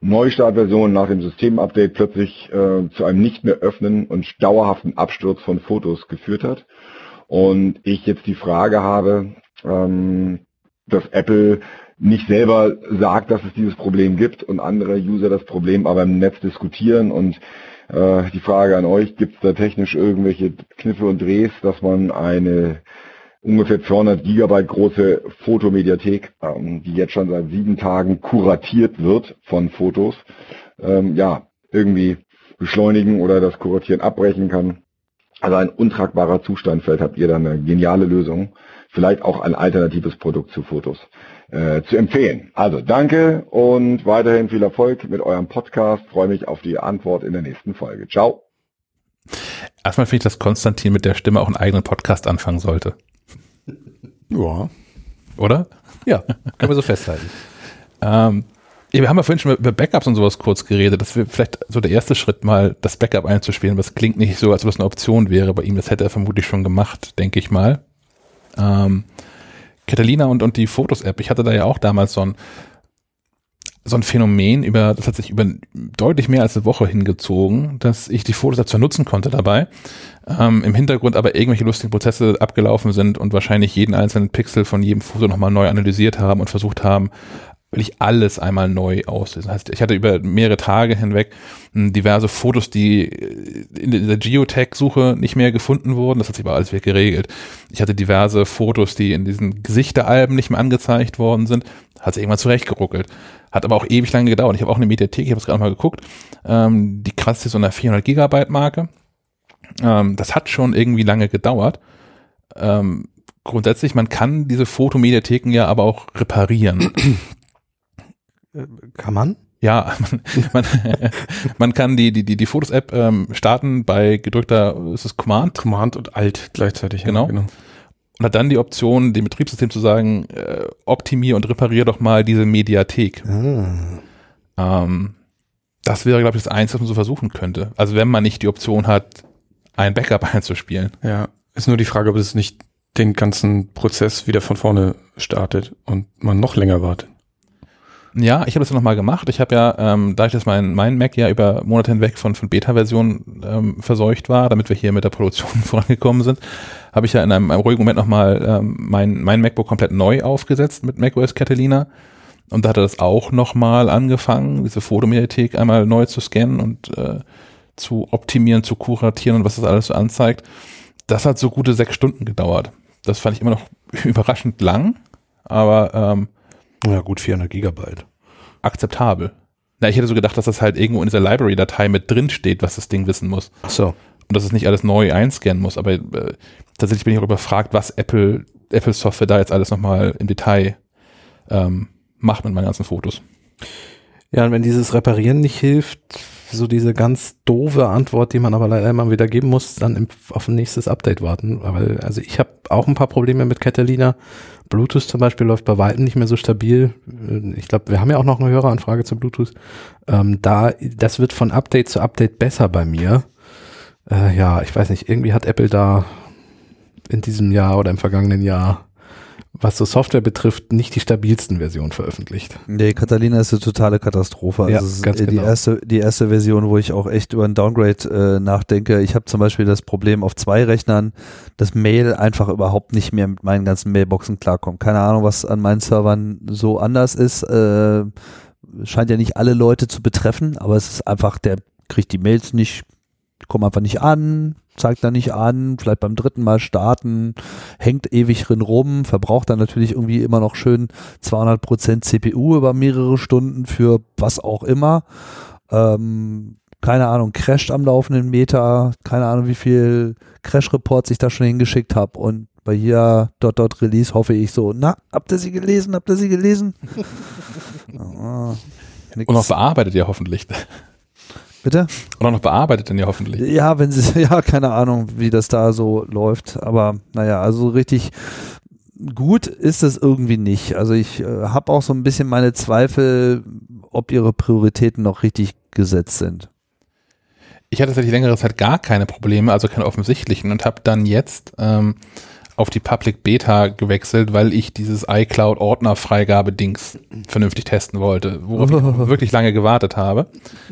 Neustartversion nach dem Systemupdate plötzlich zu einem nicht mehr öffnen und dauerhaften Absturz von Fotos geführt hat. Und ich jetzt die Frage habe, dass Apple nicht selber sagt, dass es dieses Problem gibt und andere User das Problem aber im Netz diskutieren. Und die Frage an euch, gibt es da technisch irgendwelche Kniffe und Drehs, dass man eine ungefähr 200 Gigabyte große Fotomediathek, die jetzt schon seit 7 Tagen kuratiert wird von Fotos, irgendwie beschleunigen oder das Kuratieren abbrechen kann. Also ein untragbarer Zustand. Vielleicht habt ihr da eine geniale Lösung, vielleicht auch ein alternatives Produkt zu Fotos zu empfehlen. Also danke und weiterhin viel Erfolg mit eurem Podcast. Freue mich auf die Antwort in der nächsten Folge. Ciao. Erstmal finde ich, dass Konstantin mit der Stimme auch einen eigenen Podcast anfangen sollte. Ja. Oder? Ja, können wir so festhalten. Wir haben ja vorhin schon über Backups und sowas kurz geredet. Das wäre vielleicht so der erste Schritt, mal das Backup einzuspielen. Aber es klingt nicht so, als ob das eine Option wäre bei ihm. Das hätte er vermutlich schon gemacht, denke ich mal. Catalina und die Fotos-App, ich hatte da ja auch damals so ein Phänomen, das hat sich über deutlich mehr als eine Woche hingezogen, dass ich die Fotos zwar nutzen konnte dabei, im Hintergrund aber irgendwelche lustigen Prozesse abgelaufen sind und wahrscheinlich jeden einzelnen Pixel von jedem Foto nochmal neu analysiert haben und versucht haben, wirklich alles einmal neu auslesen. Das heißt, ich hatte über mehrere Tage hinweg diverse Fotos, die in der Geotag-Suche nicht mehr gefunden wurden. Das hat sich aber alles wieder geregelt. Ich hatte diverse Fotos, die in diesen Gesichteralben nicht mehr angezeigt worden sind. Hat sich irgendwann zurechtgeruckelt. Hat aber auch ewig lange gedauert. Ich habe auch eine Mediathek, ich habe es gerade mal geguckt, die kratzt hier so einer 400 Gigabyte Marke. Das hat schon irgendwie lange gedauert. Grundsätzlich, man kann diese Fotomediatheken ja aber auch reparieren. Kann man? Ja, man kann die Fotos-App starten bei gedrückter, ist es Command und Alt gleichzeitig. Genau. Und hat dann die Option, dem Betriebssystem zu sagen, optimiere und repariere doch mal diese Mediathek. Das wäre, glaube ich, das Einzige, was man so versuchen könnte. Also wenn man nicht die Option hat, ein Backup einzuspielen. Ja, ist nur die Frage, ob es nicht den ganzen Prozess wieder von vorne startet und man noch länger wartet. Ja, ich habe das ja nochmal gemacht. Ich habe ja, dadurch, dass mein Mac ja über Monate hinweg von Beta-Versionen verseucht war, damit wir hier mit der Produktion vorangekommen sind, habe ich ja in einem ruhigen Moment nochmal mein MacBook komplett neu aufgesetzt mit macOS Catalina. Und da hat er das auch nochmal angefangen, diese Fotomediathek einmal neu zu scannen und zu optimieren, zu kuratieren und was das alles so anzeigt. Das hat so gute 6 Stunden gedauert. Das fand ich immer noch überraschend lang, aber ja gut, 400 Gigabyte. Akzeptabel. Na, ich hätte so gedacht, dass das halt irgendwo in dieser Library-Datei mit drin steht, was das Ding wissen muss. Ach so. Und dass es nicht alles neu einscannen muss. Aber tatsächlich bin ich auch überfragt, was Apple Software da jetzt alles nochmal im Detail macht mit meinen ganzen Fotos. Ja, und wenn dieses Reparieren nicht hilft, so diese ganz doofe Antwort, die man aber leider immer wieder geben muss, dann auf ein nächstes Update warten. Weil, also ich habe auch ein paar Probleme mit Catalina. Bluetooth zum Beispiel läuft bei weitem nicht mehr so stabil. Ich glaube, wir haben ja auch noch eine Höreranfrage zu Bluetooth. Das wird von Update zu Update besser bei mir. Ja, ich weiß nicht, irgendwie hat Apple da in diesem Jahr oder im vergangenen Jahr, was so Software betrifft, nicht die stabilsten Versionen veröffentlicht. Nee, Catalina ist eine totale Katastrophe. Also ja, es ist ganz genau. Die erste Version, wo ich auch echt über ein Downgrade nachdenke. Ich habe zum Beispiel das Problem auf 2 Rechnern, dass Mail einfach überhaupt nicht mehr mit meinen ganzen Mailboxen klarkommt. Keine Ahnung, was an meinen Servern so anders ist. Scheint ja nicht alle Leute zu betreffen, aber es ist einfach, der kriegt die Mails nicht, kommen einfach nicht an, zeigt da nicht an, vielleicht beim 3. Mal starten, hängt ewig drin rum, verbraucht dann natürlich irgendwie immer noch schön 200% CPU über mehrere Stunden für was auch immer. Keine Ahnung, crasht am laufenden Meter, keine Ahnung, wie viel Crash-Reports ich da schon hingeschickt habe und bei hier .release hoffe ich so, na, habt ihr sie gelesen? Und noch bearbeitet ja hoffentlich. Bitte? Und auch noch bearbeitet dann ja hoffentlich. Ja, wenn sie, ja, keine Ahnung, wie das da so läuft, aber naja, also richtig gut ist es irgendwie nicht. Also ich habe auch so ein bisschen meine Zweifel, ob ihre Prioritäten noch richtig gesetzt sind. Ich hatte tatsächlich längere Zeit gar keine Probleme, also keine offensichtlichen und habe dann jetzt, auf die Public Beta gewechselt, weil ich dieses iCloud-Ordnerfreigabe-Dings vernünftig testen wollte, worauf ich auch wirklich lange gewartet habe.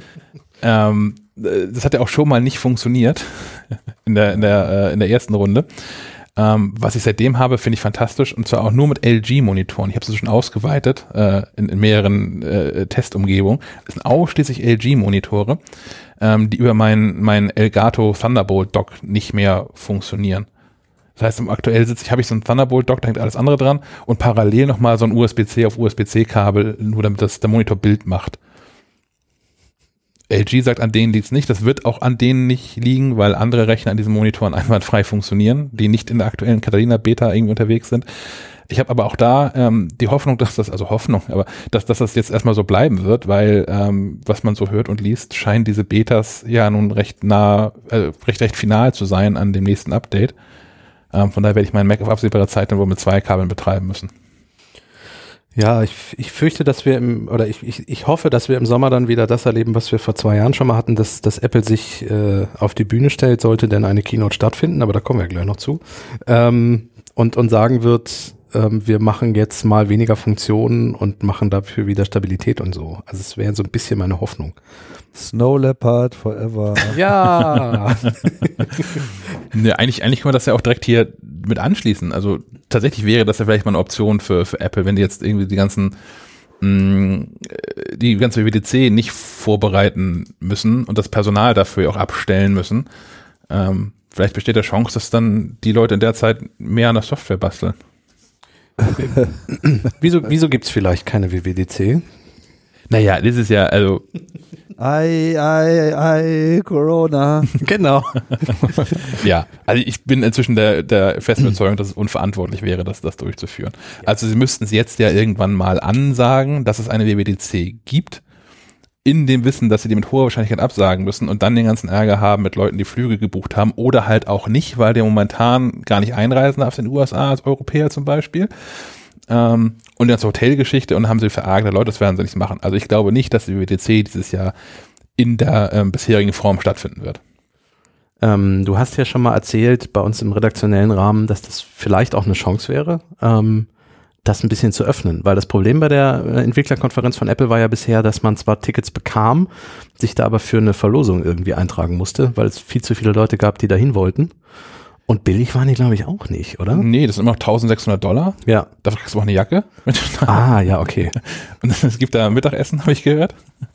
Das hat ja auch schon mal nicht funktioniert in der ersten Runde. Was ich seitdem habe, finde ich fantastisch, und zwar auch nur mit LG-Monitoren. Ich habe es schon ausgeweitet in mehreren Testumgebungen. Das sind ausschließlich LG-Monitore, die über mein Elgato Thunderbolt-Dock nicht mehr funktionieren. Das heißt, aktuell habe ich so ein Thunderbolt-Dock, da hängt alles andere dran, und parallel nochmal so ein USB-C auf USB-C-Kabel, nur damit das der Monitor Bild macht. LG sagt, an denen liegt es nicht. Das wird auch an denen nicht liegen, weil andere Rechner an diesen Monitoren einwandfrei funktionieren, die nicht in der aktuellen Catalina-Beta irgendwie unterwegs sind. Ich habe aber auch da die Hoffnung, dass das jetzt erstmal so bleiben wird, weil was man so hört und liest, scheinen diese Betas ja nun recht final zu sein an dem nächsten Update. Von daher werde ich meinen Mac auf absehbare Zeit dann wohl mit 2 Kabeln betreiben müssen. Ja, ich fürchte, dass wir ich hoffe, dass wir im Sommer dann wieder das erleben, was wir vor 2 Jahren schon mal hatten, dass Apple sich auf die Bühne stellt, sollte denn eine Keynote stattfinden, aber da kommen wir gleich noch zu, und sagen wird, wir machen jetzt mal weniger Funktionen und machen dafür wieder Stabilität und so. Also es wäre so ein bisschen meine Hoffnung. Snow Leopard forever. Ja. Ne, eigentlich können wir das ja auch direkt hier mit anschließen. Also tatsächlich wäre das ja vielleicht mal eine Option für Apple, wenn die jetzt irgendwie die ganze WWDC nicht vorbereiten müssen und das Personal dafür auch abstellen müssen. Vielleicht besteht der Chance, dass dann die Leute in der Zeit mehr an der Software basteln. Wieso gibt's vielleicht keine WWDC? Naja, das ist ja, also Corona. Genau. Ja, also ich bin inzwischen der festen Überzeugung, dass es unverantwortlich wäre, das durchzuführen. Also sie müssten es jetzt ja irgendwann mal ansagen, dass es eine WWDC gibt, in dem Wissen, dass sie die mit hoher Wahrscheinlichkeit absagen müssen und dann den ganzen Ärger haben mit Leuten, die Flüge gebucht haben oder halt auch nicht, weil der momentan gar nicht einreisen darf in den USA als Europäer zum Beispiel. Und die ganze Hotelgeschichte, und haben sie verärgert, Leute, das werden sie nicht machen. Also ich glaube nicht, dass die WWDC dieses Jahr in der bisherigen Form stattfinden wird. Du hast ja schon mal erzählt bei uns im redaktionellen Rahmen, dass das vielleicht auch eine Chance wäre, das ein bisschen zu öffnen, weil das Problem bei der Entwicklerkonferenz von Apple war ja bisher, dass man zwar Tickets bekam, sich da aber für eine Verlosung irgendwie eintragen musste, weil es viel zu viele Leute gab, die dahin wollten. Und billig waren die, glaube ich, auch nicht, oder? Nee, das sind immer noch $1.600. Ja. Dafür kriegst du auch eine Jacke. Ja, okay. Und es gibt da Mittagessen, habe ich gehört.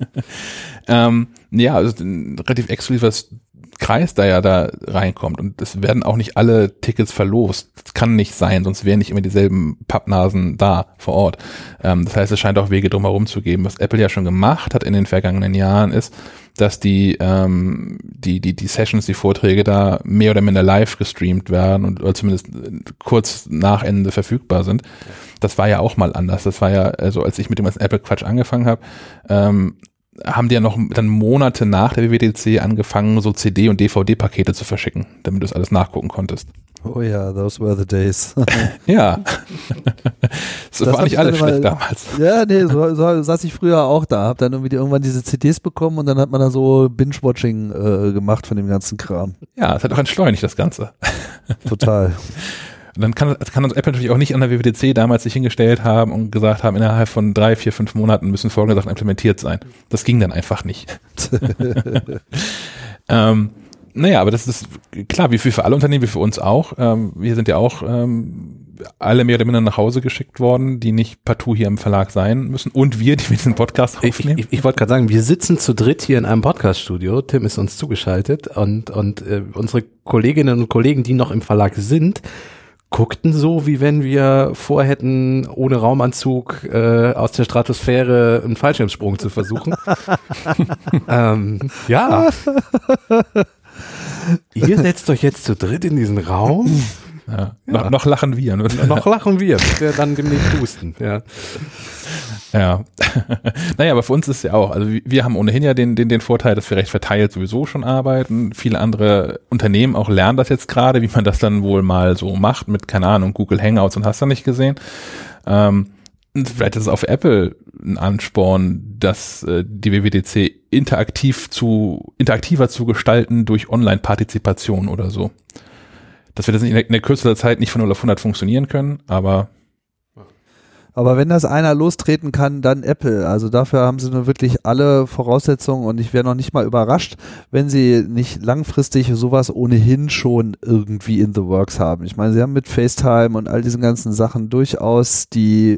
Ja, also ein relativ exklusives Kreis, da reinkommt. Und es werden auch nicht alle Tickets verlost. Das kann nicht sein, sonst wären nicht immer dieselben Pappnasen da vor Ort. Das heißt, es scheint auch Wege drumherum zu geben. Was Apple ja schon gemacht hat in den vergangenen Jahren ist, dass die Sessions, die Vorträge da mehr oder minder live gestreamt werden oder zumindest kurz nach Ende verfügbar sind. Das war ja auch mal anders. Das war ja, also als ich mit dem ganzen Apple-Quatsch angefangen habe, haben die ja noch dann Monate nach der WWDC angefangen, so CD- und DVD-Pakete zu verschicken, damit du es alles nachgucken konntest. Oh ja, those were the days. Ja. Das war nicht alles schlecht damals. Ja, nee, so saß ich früher auch da, hab dann irgendwann diese CDs bekommen und dann hat man da so Binge-Watching gemacht von dem ganzen Kram. Ja, es hat auch entschleunigt, das Ganze. Total. Und dann kann uns Apple natürlich auch nicht an der WWDC damals sich hingestellt haben und gesagt haben, innerhalb von 3, 4, 5 Monaten müssen folgende Sachen implementiert sein. Das ging dann einfach nicht. Naja, aber das ist klar, wie für alle Unternehmen, wie für uns auch. Wir sind ja auch alle mehr oder minder nach Hause geschickt worden, die nicht partout hier im Verlag sein müssen. Und wir, die mit diesem Podcast aufnehmen. Ich wollte gerade sagen, wir sitzen zu dritt hier in einem Podcaststudio. Tim ist uns zugeschaltet und unsere Kolleginnen und Kollegen, die noch im Verlag sind, guckten so, wie wenn wir vorhätten, ohne Raumanzug aus der Stratosphäre einen Fallschirmsprung zu versuchen. Ja. Ihr setzt euch jetzt zu dritt in diesen Raum. Ja. Noch lachen wir. Noch lachen wir, bis wir dann demnächst husten. Ja. Naja, aber für uns ist es ja auch, also wir haben ohnehin ja den Vorteil, dass wir recht verteilt sowieso schon arbeiten. Viele andere Unternehmen auch lernen das jetzt gerade, wie man das dann wohl mal so macht mit, keine Ahnung, Google Hangouts und hast du nicht gesehen. Vielleicht ist es auch für Apple ein Ansporn, dass die WWDC interaktiver zu gestalten durch Online-Partizipation oder so. dass wir das in der Kürze der Zeit nicht von 0 auf 100 funktionieren können, aber wenn das einer lostreten kann, dann Apple. Also dafür haben sie nur wirklich alle Voraussetzungen und ich wäre noch nicht mal überrascht, wenn sie nicht langfristig sowas ohnehin schon irgendwie in the works haben. Ich meine, sie haben mit FaceTime und all diesen ganzen Sachen durchaus die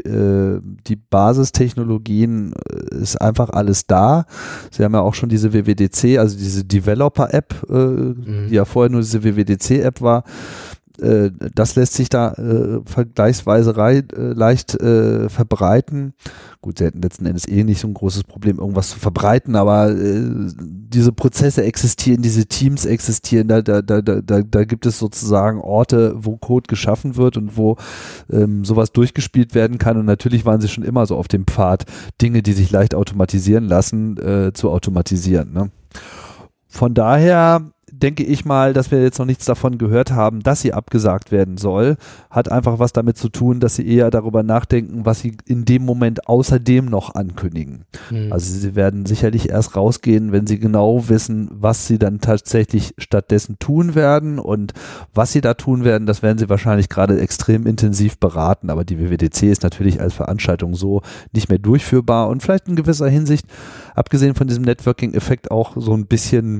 Basistechnologien, ist einfach alles da. Sie haben ja auch schon diese WWDC, also diese Developer-App, die ja vorher nur diese WWDC-App war. Das lässt sich da vergleichsweise leicht verbreiten. Gut, sie hätten letzten Endes nicht so ein großes Problem, irgendwas zu verbreiten, aber diese Prozesse existieren, diese Teams existieren, da gibt es sozusagen Orte, wo Code geschaffen wird und wo sowas durchgespielt werden kann, und natürlich waren sie schon immer so auf dem Pfad, Dinge, die sich leicht automatisieren lassen, zu automatisieren, ne? Von daher denke ich mal, dass wir jetzt noch nichts davon gehört haben, dass sie abgesagt werden soll, hat einfach was damit zu tun, dass sie eher darüber nachdenken, was sie in dem Moment außerdem noch ankündigen. Also sie werden sicherlich erst rausgehen, wenn sie genau wissen, was sie dann tatsächlich stattdessen tun werden, und was sie da tun werden, das werden sie wahrscheinlich gerade extrem intensiv beraten, aber die WWDC ist natürlich als Veranstaltung so nicht mehr durchführbar und vielleicht in gewisser Hinsicht, abgesehen von diesem Networking-Effekt, auch so ein bisschen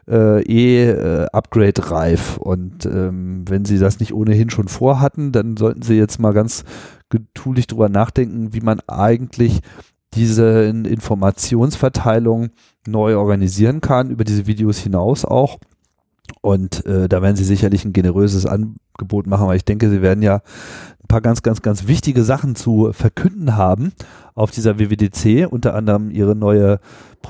upgrade-reif, und wenn sie das nicht ohnehin schon vorhatten, dann sollten sie jetzt mal ganz getulich drüber nachdenken, wie man eigentlich diese Informationsverteilung neu organisieren kann, über diese Videos hinaus auch, und da werden sie sicherlich ein generöses Angebot machen, weil ich denke, sie werden ja ein paar ganz, ganz, ganz wichtige Sachen zu verkünden auf dieser WWDC, unter anderem ihre neue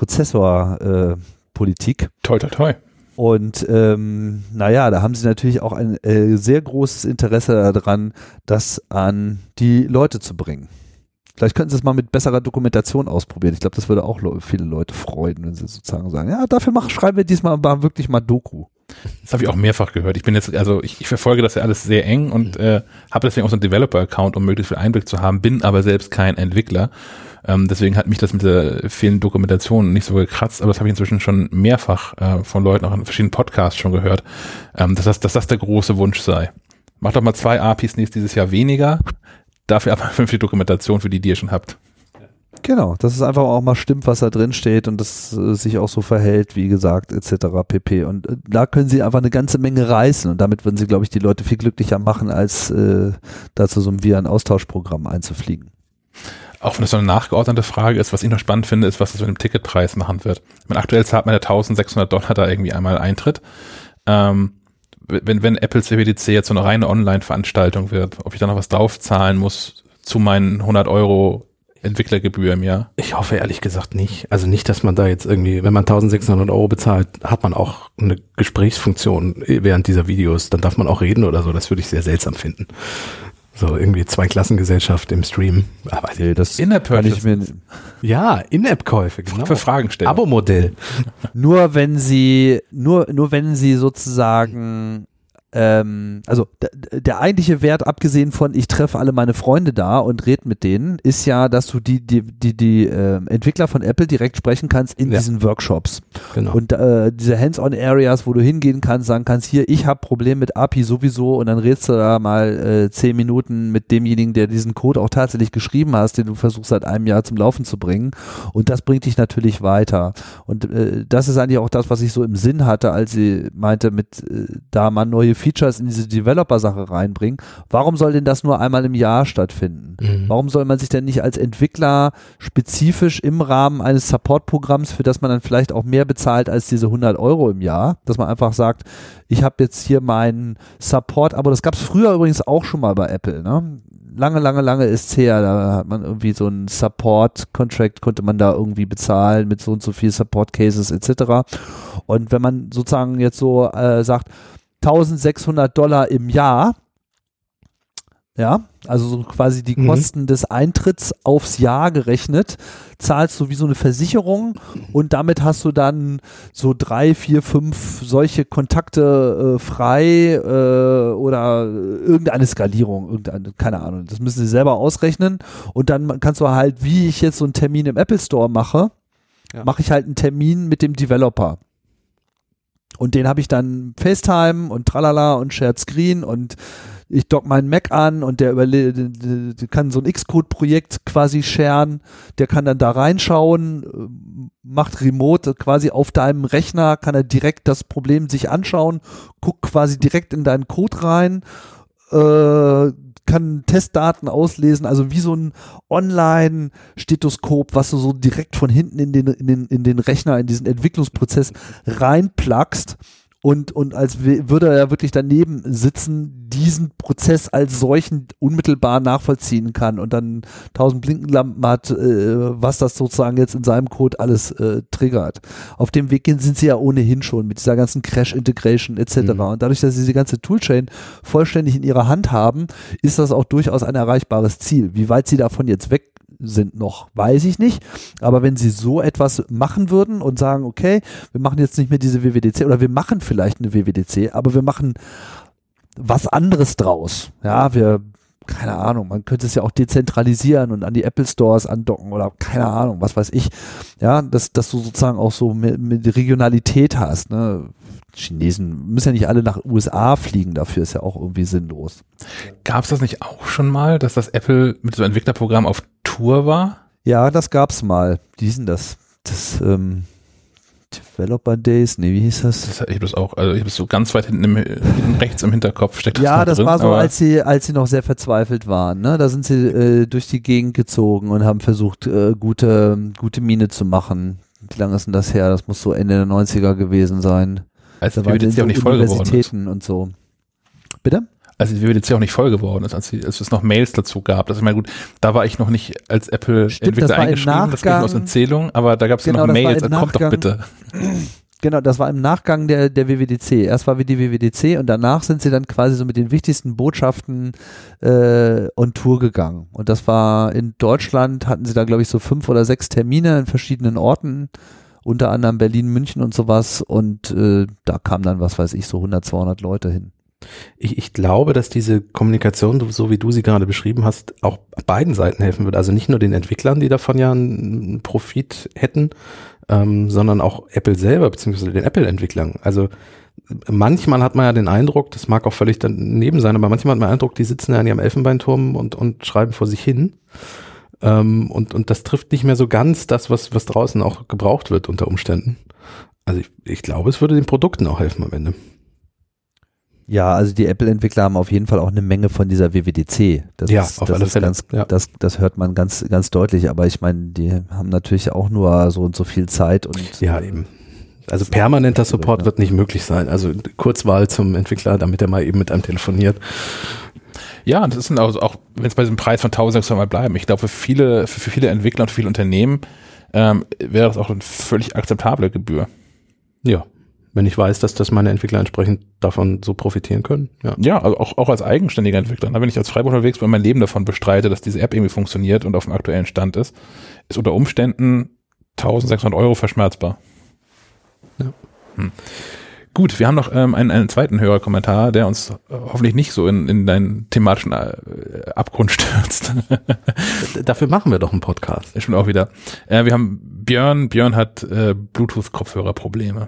Prozessorpolitik. Toi, toi, toi. Und da haben sie natürlich auch ein sehr großes Interesse daran, das an die Leute zu bringen. Vielleicht könnten sie es mal mit besserer Dokumentation ausprobieren. Ich glaube, das würde auch viele Leute freuen, wenn sie sozusagen sagen, ja, dafür schreiben wir diesmal wirklich mal Doku. Das habe ich auch mehrfach gehört. Ich verfolge das ja alles sehr eng und habe deswegen auch so einen Developer-Account, um möglichst viel Einblick zu haben, bin aber selbst kein Entwickler. Deswegen hat mich das mit der vielen Dokumentationen nicht so gekratzt, aber das habe ich inzwischen schon mehrfach von Leuten auch in verschiedenen Podcasts schon gehört, dass das der große Wunsch sei. Macht doch mal 2 APIs dieses Jahr weniger, dafür aber 5 Dokumentation für die ihr schon habt. Genau, dass es einfach auch mal stimmt, was da drin steht, und das sich auch so verhält, wie gesagt, etc. pp. Und da können sie einfach eine ganze Menge reißen, und damit würden sie, glaube ich, die Leute viel glücklicher machen, als dazu so via ein Austauschprogramm einzufliegen. Auch wenn das so eine nachgeordnete Frage ist, was ich noch spannend finde, ist, was das mit dem Ticketpreis machen wird. Aktuell zahlt man ja $1.600 da irgendwie einmal Eintritt. Wenn Apples WWDC jetzt so eine reine Online-Veranstaltung wird, ob ich da noch was drauf zahlen muss zu meinen 100 € Entwicklergebühr im Jahr? Ich hoffe ehrlich gesagt nicht. Also nicht, dass man da jetzt irgendwie, wenn man 1.600 € bezahlt, hat man auch eine Gesprächsfunktion während dieser Videos. Dann darf man auch reden oder so. Das würde ich sehr seltsam finden. So irgendwie Zweiklassengesellschaft im Stream. Aber das In-App-Purchase. Ja, In-App-Käufe, genau. Für Fragen stellen. Abo-Modell. Nur wenn sie sozusagen also der eigentliche Wert, abgesehen von ich treffe alle meine Freunde da und rede mit denen, ist ja, dass du die Entwickler von Apple direkt sprechen kannst in diesen Workshops. Genau. Und diese Hands-on-Areas, wo du hingehen kannst, sagen kannst, hier, ich habe Probleme mit API sowieso, und dann redest du da mal 10 Minuten mit demjenigen, der diesen Code auch tatsächlich geschrieben hast, den du versuchst seit einem Jahr zum Laufen zu bringen, und das bringt dich natürlich weiter. Und das ist eigentlich auch das, was ich so im Sinn hatte, als sie meinte, mit da man neue Features in diese Developer-Sache reinbringen. Warum soll denn das nur einmal im Jahr stattfinden? Warum soll man sich denn nicht als Entwickler spezifisch im Rahmen eines Support-Programms, für das man dann vielleicht auch mehr bezahlt als diese 100 € im Jahr, dass man einfach sagt, ich habe jetzt hier meinen Support, aber das gab es früher übrigens auch schon mal bei Apple, ne? Lange ist es her, da hat man irgendwie so einen Support-Contract, konnte man da irgendwie bezahlen mit so und so viel Support-Cases etc. Und wenn man sozusagen jetzt so sagt, $1.600 im Jahr, ja, also so quasi die Kosten des Eintritts aufs Jahr gerechnet, zahlst du wie so eine Versicherung, und damit hast du dann so 3, 4, 5 solche Kontakte frei oder irgendeine Skalierung, keine Ahnung, das müssen sie selber ausrechnen, und dann kannst du halt, wie ich jetzt so einen Termin im Apple Store mache, mache ich halt einen Termin mit dem Developer. Und den habe ich dann FaceTime und tralala und Shared Screen und ich dock meinen Mac an und der kann so ein Xcode-Projekt quasi sharen, der kann dann da reinschauen, macht remote quasi auf deinem Rechner, kann er direkt das Problem sich anschauen, guckt quasi direkt in deinen Code rein, kann Testdaten auslesen, also wie so ein Online-Stethoskop, was du so direkt von hinten in den Rechner, in diesen Entwicklungsprozess reinplugst. Und als würde er wirklich daneben sitzen, diesen Prozess als solchen unmittelbar nachvollziehen kann und dann 1000 Blinkenlampen hat, was das sozusagen jetzt in seinem Code alles triggert. Auf dem Weg sind sie ja ohnehin schon mit dieser ganzen Crash-Integration etc. Und dadurch, dass sie diese ganze Toolchain vollständig in ihrer Hand haben, ist das auch durchaus ein erreichbares Ziel. Wie weit sie davon jetzt weg sind noch, weiß ich nicht, aber wenn sie so etwas machen würden und sagen, okay, wir machen jetzt nicht mehr diese WWDC oder wir machen vielleicht eine WWDC, aber wir machen was anderes draus, ja, keine Ahnung, man könnte es ja auch dezentralisieren und an die Apple Stores andocken oder keine Ahnung, was weiß ich, ja, dass du sozusagen auch so mit Regionalität hast, ne? Chinesen müssen ja nicht alle nach USA fliegen, dafür ist ja auch irgendwie sinnlos. Gab es das nicht auch schon mal, dass das Apple mit so einem Entwicklerprogramm auf Tour war? Ja, das gab's mal. Wie hieß denn das? Developer Days? Nee, wie hieß das? Ich habe das auch, also ich habe es so ganz weit hinten rechts im Hinterkopf steckt das ja, das drin, war so, als sie noch sehr verzweifelt waren. Ne? Da sind sie durch die Gegend gezogen und haben versucht, gute Miene zu machen. Wie lange ist denn das her? Das muss so Ende der 90er gewesen sein. Als die WWDC auch nicht voll geworden ist. Und so. Bitte? Als die WWDC auch nicht voll geworden ist, als es noch Mails dazu gab. Das ist mal gut, da war ich noch nicht als Apple-Entwickler eingeschrieben, das ging aus Erzählung, aber da gab es ja noch Mails, kommt doch bitte. Genau, das war im Nachgang der WWDC. Erst war die WWDC und danach sind sie dann quasi so mit den wichtigsten Botschaften on Tour gegangen. Und das war in Deutschland, hatten sie da glaube ich so 5 oder 6 Termine in verschiedenen Orten, unter anderem Berlin, München und sowas und da kamen dann, was weiß ich, so 100, 200 Leute hin. Ich glaube, dass diese Kommunikation, so wie du sie gerade beschrieben hast, auch beiden Seiten helfen wird. Also nicht nur den Entwicklern, die davon ja einen Profit hätten, sondern auch Apple selber, beziehungsweise den Apple-Entwicklern. Also manchmal hat man ja den Eindruck, das mag auch völlig daneben sein, aber manchmal hat man den Eindruck, die sitzen ja an ihrem Elfenbeinturm und schreiben vor sich hin. Und das trifft nicht mehr so ganz das, was draußen auch gebraucht wird unter Umständen. Also ich glaube, es würde den Produkten auch helfen am Ende. Ja, also die Apple-Entwickler haben auf jeden Fall auch eine Menge von dieser WWDC. Auf alle Fälle. Das hört man ganz, ganz deutlich, aber ich meine, die haben natürlich auch nur so und so viel Zeit und ja, eben. Also permanenter Support wird nicht möglich sein. Also Kurzwahl zum Entwickler, damit er mal eben mit einem telefoniert. Ja, und das ist auch, wenn es bei diesem Preis von 1.600 mal bleiben. Ich glaube, für viele Entwickler und für viele Unternehmen wäre das auch eine völlig akzeptable Gebühr. Ja, wenn ich weiß, dass meine Entwickler entsprechend davon so profitieren können. Ja, also auch als eigenständiger Entwickler. Wenn ich als Freiberufler unterwegs bin und mein Leben davon bestreite, dass diese App irgendwie funktioniert und auf dem aktuellen Stand ist unter Umständen 1.600 € verschmerzbar. Ja. Gut, wir haben noch einen zweiten Hörerkommentar, der uns hoffentlich nicht so in deinen thematischen Abgrund stürzt. Dafür machen wir doch einen Podcast. Schon auch wieder. Wir haben Björn. Björn hat Bluetooth-Kopfhörerprobleme.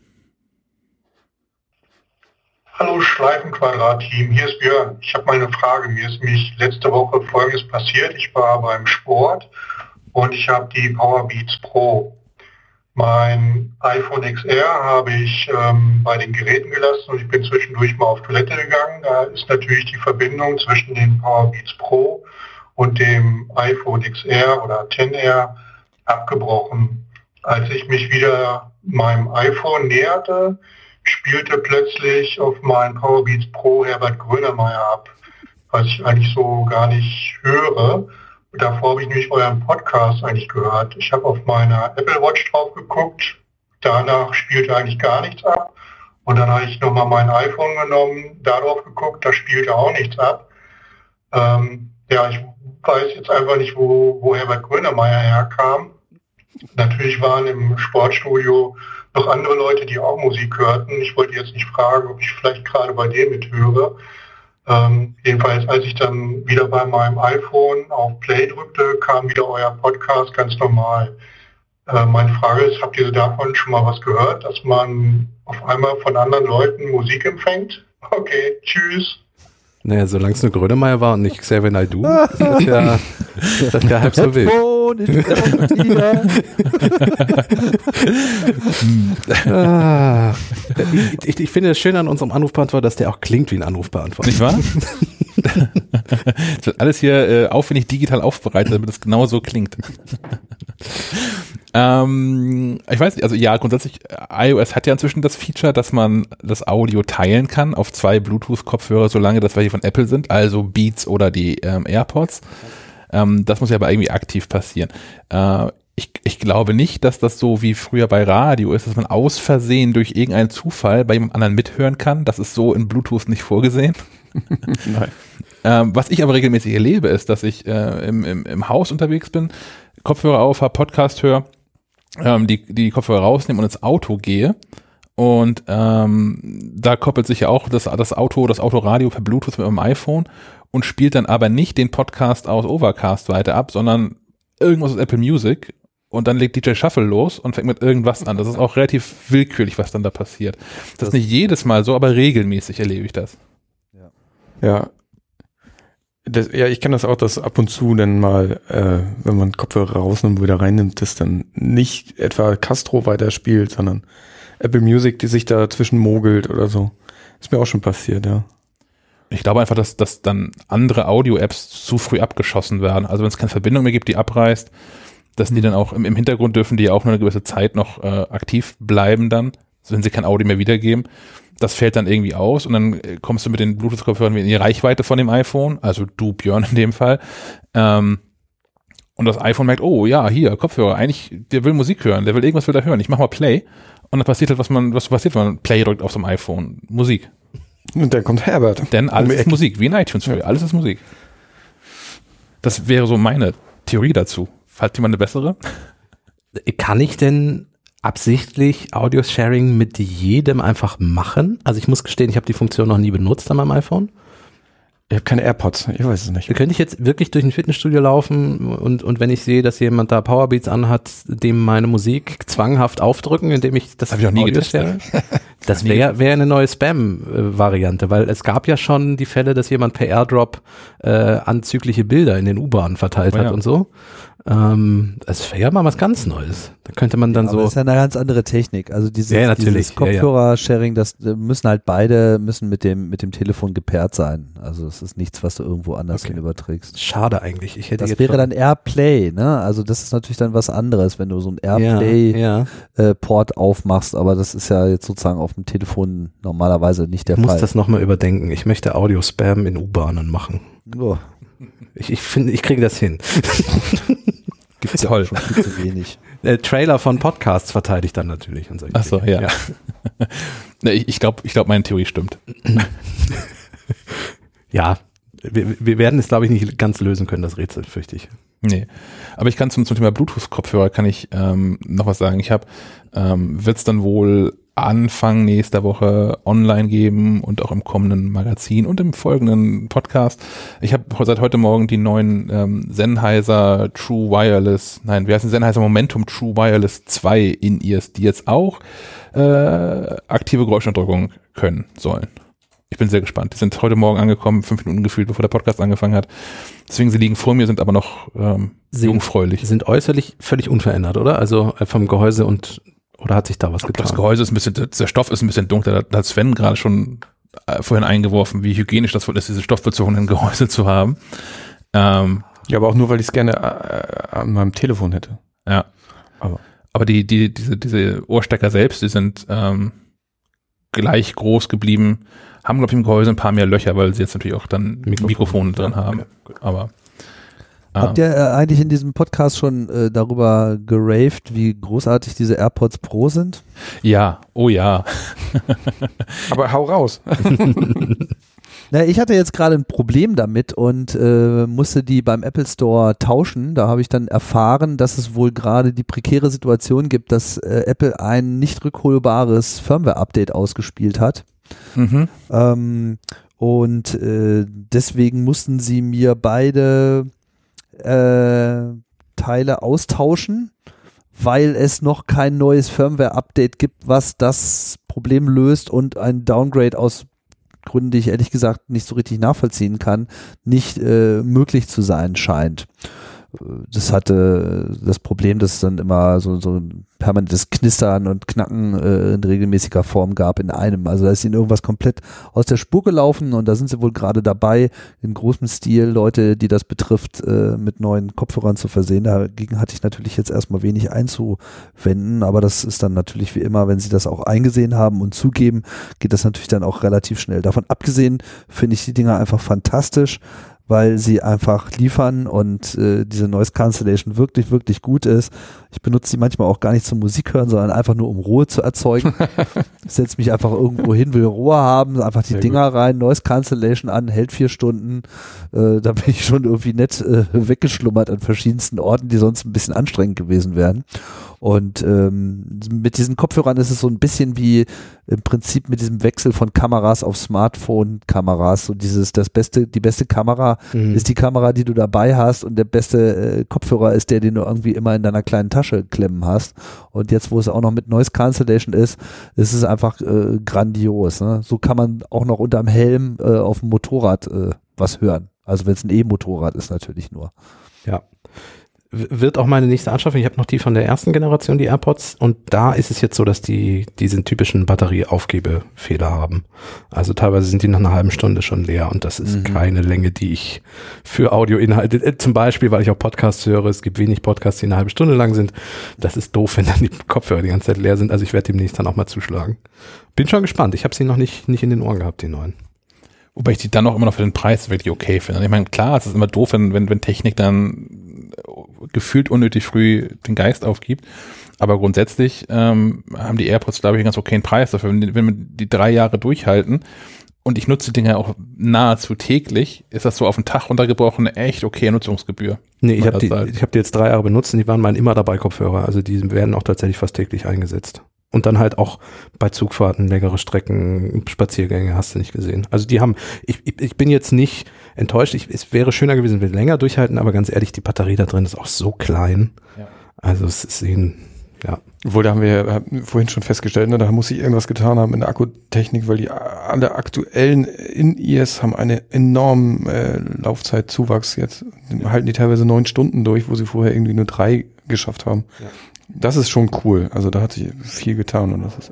Hallo Schleifenquadrat-Team, hier ist Björn. Ich habe mal eine Frage. Mir ist nämlich letzte Woche Folgendes passiert. Ich war beim Sport und ich habe die Powerbeats Pro. Mein iPhone XR habe ich bei den Geräten gelassen und ich bin zwischendurch mal auf Toilette gegangen. Da ist natürlich die Verbindung zwischen den Powerbeats Pro und dem iPhone XR oder XR abgebrochen. Als ich mich wieder meinem iPhone näherte, spielte plötzlich auf meinen Powerbeats Pro Herbert Grönemeyer ab, was ich eigentlich so gar nicht höre. Davor habe ich nämlich euren Podcast eigentlich gehört. Ich habe auf meiner Apple Watch drauf geguckt, danach spielte eigentlich gar nichts ab. Und dann habe ich nochmal mein iPhone genommen, da drauf geguckt, da spielte auch nichts ab. Ja, ich weiß jetzt einfach nicht, wo Herbert Grönemeyer herkam. Natürlich waren im Sportstudio noch andere Leute, die auch Musik hörten. Ich wollte jetzt nicht fragen, ob ich vielleicht gerade bei dem mithöre. Jedenfalls, als ich dann wieder bei meinem iPhone auf Play drückte, kam wieder euer Podcast ganz normal. Meine Frage ist, habt ihr davon schon mal was gehört, dass man auf einmal von anderen Leuten Musik empfängt? Okay, tschüss. Naja, solange es nur Grönemeyer war und nicht Xavier Naidoo, ist das ja halb so wild. Ich finde es schön an unserem Anrufbeantworter, dass der auch klingt wie ein Anrufbeantworter. Nicht wahr? Das wird alles hier aufwendig digital aufbereitet, damit es genau so klingt. Ich weiß nicht, also ja, grundsätzlich, iOS hat ja inzwischen das Feature, dass man das Audio teilen kann auf 2 Bluetooth-Kopfhörer, solange das welche von Apple sind, also Beats oder die AirPods. Das muss ja aber irgendwie aktiv passieren. Ich glaube nicht, dass das so wie früher bei Radio ist, dass man aus Versehen durch irgendeinen Zufall bei jemand anderen mithören kann. Das ist so in Bluetooth nicht vorgesehen. Nein. Was ich aber regelmäßig erlebe, ist, dass ich im Haus unterwegs bin, Kopfhörer auf habe, Podcast höre, die Kopfhörer rausnehme und ins Auto gehe. Und da koppelt sich ja auch das Autoradio per Bluetooth mit meinem iPhone und spielt dann aber nicht den Podcast aus Overcast weiter ab, sondern irgendwas aus Apple Music. Und dann legt DJ Shuffle los und fängt mit irgendwas an. Das ist auch relativ willkürlich, was dann da passiert. Das ist nicht jedes Mal so, aber regelmäßig erlebe ich das. Ja. Ich kenne das auch, dass ab und zu dann mal, wenn man Kopfhörer rausnimmt und wieder reinnimmt, das dann nicht etwa Castro weiterspielt, sondern Apple Music, die sich da zwischen mogelt oder so. Ist mir auch schon passiert, ja. Ich glaube einfach, dass dann andere Audio-Apps zu früh abgeschossen werden. Also wenn es keine Verbindung mehr gibt, die abreißt, dass die dann auch im Hintergrund dürfen die ja auch nur eine gewisse Zeit noch aktiv bleiben dann, wenn sie kein Audio mehr wiedergeben. Das fällt dann irgendwie aus und dann kommst du mit den Bluetooth-Kopfhörern in die Reichweite von dem iPhone, also du, Björn in dem Fall. Und das iPhone merkt, oh ja, hier, Kopfhörer, eigentlich, der will Musik hören, der will irgendwas will da hören. Ich mach mal Play und dann passiert halt, was passiert, wenn man Play drückt auf so einem iPhone? Musik. Und dann kommt Herbert. Denn alles ist Musik, wie in iTunes früher, alles ist Musik. Das wäre so meine Theorie dazu. Hat jemand eine bessere? Kann ich denn absichtlich Audio-Sharing mit jedem einfach machen? Also ich muss gestehen, ich habe die Funktion noch nie benutzt an meinem iPhone. Ich habe keine AirPods, ich weiß es nicht. Könnte ich jetzt wirklich durch ein Fitnessstudio laufen und wenn ich sehe, dass jemand da Powerbeats anhat, dem meine Musik zwanghaft aufdrücken, indem ich das habe ich noch nie getestet. Das wäre eine neue Spam-Variante, weil es gab ja schon die Fälle, dass jemand per Airdrop anzügliche Bilder in den U-Bahnen verteilt hat und so. Das wäre ja mal was ganz Neues. Da könnte man dann so. Das ist ja eine ganz andere Technik. Also dieses Kopfhörer-Sharing, das müssen halt beide mit dem Telefon gepaart sein. Also es ist nichts, was du irgendwo anders hin überträgst. Schade eigentlich. Das wäre dann Airplay, ne? Also das ist natürlich dann was anderes, wenn du so ein Airplay-Port aufmachst, aber das ist ja jetzt sozusagen auf dem Telefon normalerweise nicht der Fall. Ich muss das nochmal überdenken. Ich möchte Audio-Spam in U-Bahnen machen. Oh. Ich finde, ich kriege das hin. Gibt's ja auch schon viel zu wenig. Trailer von Podcasts verteile ich dann natürlich. Und ach so, ja. Ich glaube, meine Theorie stimmt. Ja, wir werden es, glaube ich, nicht ganz lösen können, das Rätsel, fürchte ich. Nee, aber ich kann zum Thema Bluetooth-Kopfhörer kann ich noch was sagen. Ich habe, wird es dann wohl Anfang nächster Woche online geben und auch im kommenden Magazin und im folgenden Podcast. Ich habe seit heute Morgen die neuen Sennheiser True Wireless, Sennheiser Momentum True Wireless 2 In-Ears, die jetzt auch aktive Geräuschunterdrückung können sollen. Ich bin sehr gespannt. Die sind heute Morgen angekommen, 5 Minuten gefühlt, bevor der Podcast angefangen hat. Deswegen, sie liegen vor mir, sind aber noch jungfräulich. Sind äußerlich völlig unverändert, oder? Also vom Gehäuse oder hat sich da was getan? Das Gehäuse ist ein bisschen, der Stoff ist ein bisschen dunkler. Da hat Sven gerade schon vorhin eingeworfen, wie hygienisch das ist, diese stoffbezogenen Gehäuse zu haben. Ja, aber auch nur, weil ich es gerne an meinem Telefon hätte. Ja. Aber diese Ohrstecker selbst, die sind gleich groß geblieben, haben, glaube ich, im Gehäuse ein paar mehr Löcher, weil sie jetzt natürlich auch dann Mikrofone drin haben. Ja, aber habt ihr eigentlich in diesem Podcast schon darüber geraved, wie großartig diese AirPods Pro sind? Ja, oh ja. Aber hau raus. Na, ich hatte jetzt gerade ein Problem damit und musste die beim Apple Store tauschen. Da habe ich dann erfahren, dass es wohl gerade die prekäre Situation gibt, dass Apple ein nicht rückholbares Firmware-Update ausgespielt hat. Mhm. Und deswegen mussten sie mir beide Teile austauschen weil es noch kein neues Firmware-Update gibt, was das Problem löst und ein Downgrade aus Gründen, die ich ehrlich gesagt nicht so richtig nachvollziehen kann, nicht möglich zu sein scheint. Das hatte das Problem, dass es dann immer so ein permanentes Knistern und Knacken in regelmäßiger Form gab in einem. Also da ist ihnen irgendwas komplett aus der Spur gelaufen und da sind sie wohl gerade dabei, in großem Stil Leute, die das betrifft, mit neuen Kopfhörern zu versehen. Dagegen hatte ich natürlich jetzt erstmal wenig einzuwenden, aber das ist dann natürlich wie immer, wenn sie das auch eingesehen haben und zugeben, geht das natürlich dann auch relativ schnell. Davon abgesehen finde ich die Dinger einfach fantastisch, weil sie einfach liefern und diese Noise Cancellation wirklich, wirklich gut ist. Ich benutze die manchmal auch gar nicht zum Musik hören, sondern einfach nur, um Ruhe zu erzeugen. Ich setze mich einfach irgendwo hin, will Ruhe haben, einfach die Dinger rein, Noise Cancellation an, hält 4 Stunden. Da bin ich schon irgendwie nett weggeschlummert an verschiedensten Orten, die sonst ein bisschen anstrengend gewesen wären. Und mit diesen Kopfhörern ist es so ein bisschen wie im Prinzip mit diesem Wechsel von Kameras auf Smartphone-Kameras. So die beste Kamera ist die Kamera, die du dabei hast und der beste Kopfhörer ist der, den du irgendwie immer in deiner kleinen Tasche klemmen hast. Und jetzt, wo es auch noch mit Noise Cancellation ist es einfach grandios. Ne? So kann man auch noch unterm Helm auf dem Motorrad was hören. Also wenn es ein E-Motorrad ist natürlich nur. Ja. Wird auch meine nächste Anschaffung. Ich habe noch die von der ersten Generation, die AirPods, und da ist es jetzt so, dass die diesen typischen Batterieaufgebefehler haben. Also teilweise sind die nach einer halben Stunde schon leer und das ist keine Länge, die ich für Audioinhalte, zum Beispiel, weil ich auch Podcasts höre, es gibt wenig Podcasts, die eine halbe Stunde lang sind. Das ist doof, wenn dann die Kopfhörer die ganze Zeit leer sind. Also ich werde demnächst dann auch mal zuschlagen. Bin schon gespannt. Ich habe sie noch nicht in den Ohren gehabt, die neuen. Wobei ich die dann auch immer noch für den Preis wirklich okay finde. Ich meine, klar, es ist immer doof, wenn Technik dann gefühlt unnötig früh den Geist aufgibt. Aber grundsätzlich haben die AirPods, glaube ich, einen ganz okayen Preis dafür. Wenn wir die 3 Jahre durchhalten und ich nutze die Dinger auch nahezu täglich, ist das so auf den Tag runtergebrochen eine echt okay Nutzungsgebühr. Nee, ich hab die jetzt 3 Jahre benutzt und die waren mein immer dabei Kopfhörer. Also die werden auch tatsächlich fast täglich eingesetzt. Und dann halt auch bei Zugfahrten, längere Strecken, Spaziergänge hast du nicht gesehen. Also die haben, ich bin jetzt nicht enttäuscht. Es wäre schöner gewesen, wenn wir länger durchhalten, aber ganz ehrlich, die Batterie da drin ist auch so klein. Ja. Also es ist ja. Obwohl, da haben wir vorhin schon festgestellt, ne, da muss sich irgendwas getan haben in der Akkutechnik, weil die alle aktuellen In-Ears haben einen enormen Laufzeitzuwachs jetzt. Halten die teilweise 9 Stunden durch, wo sie vorher irgendwie nur 3 geschafft haben. Ja. Das ist schon cool. Also da hat sich viel getan und das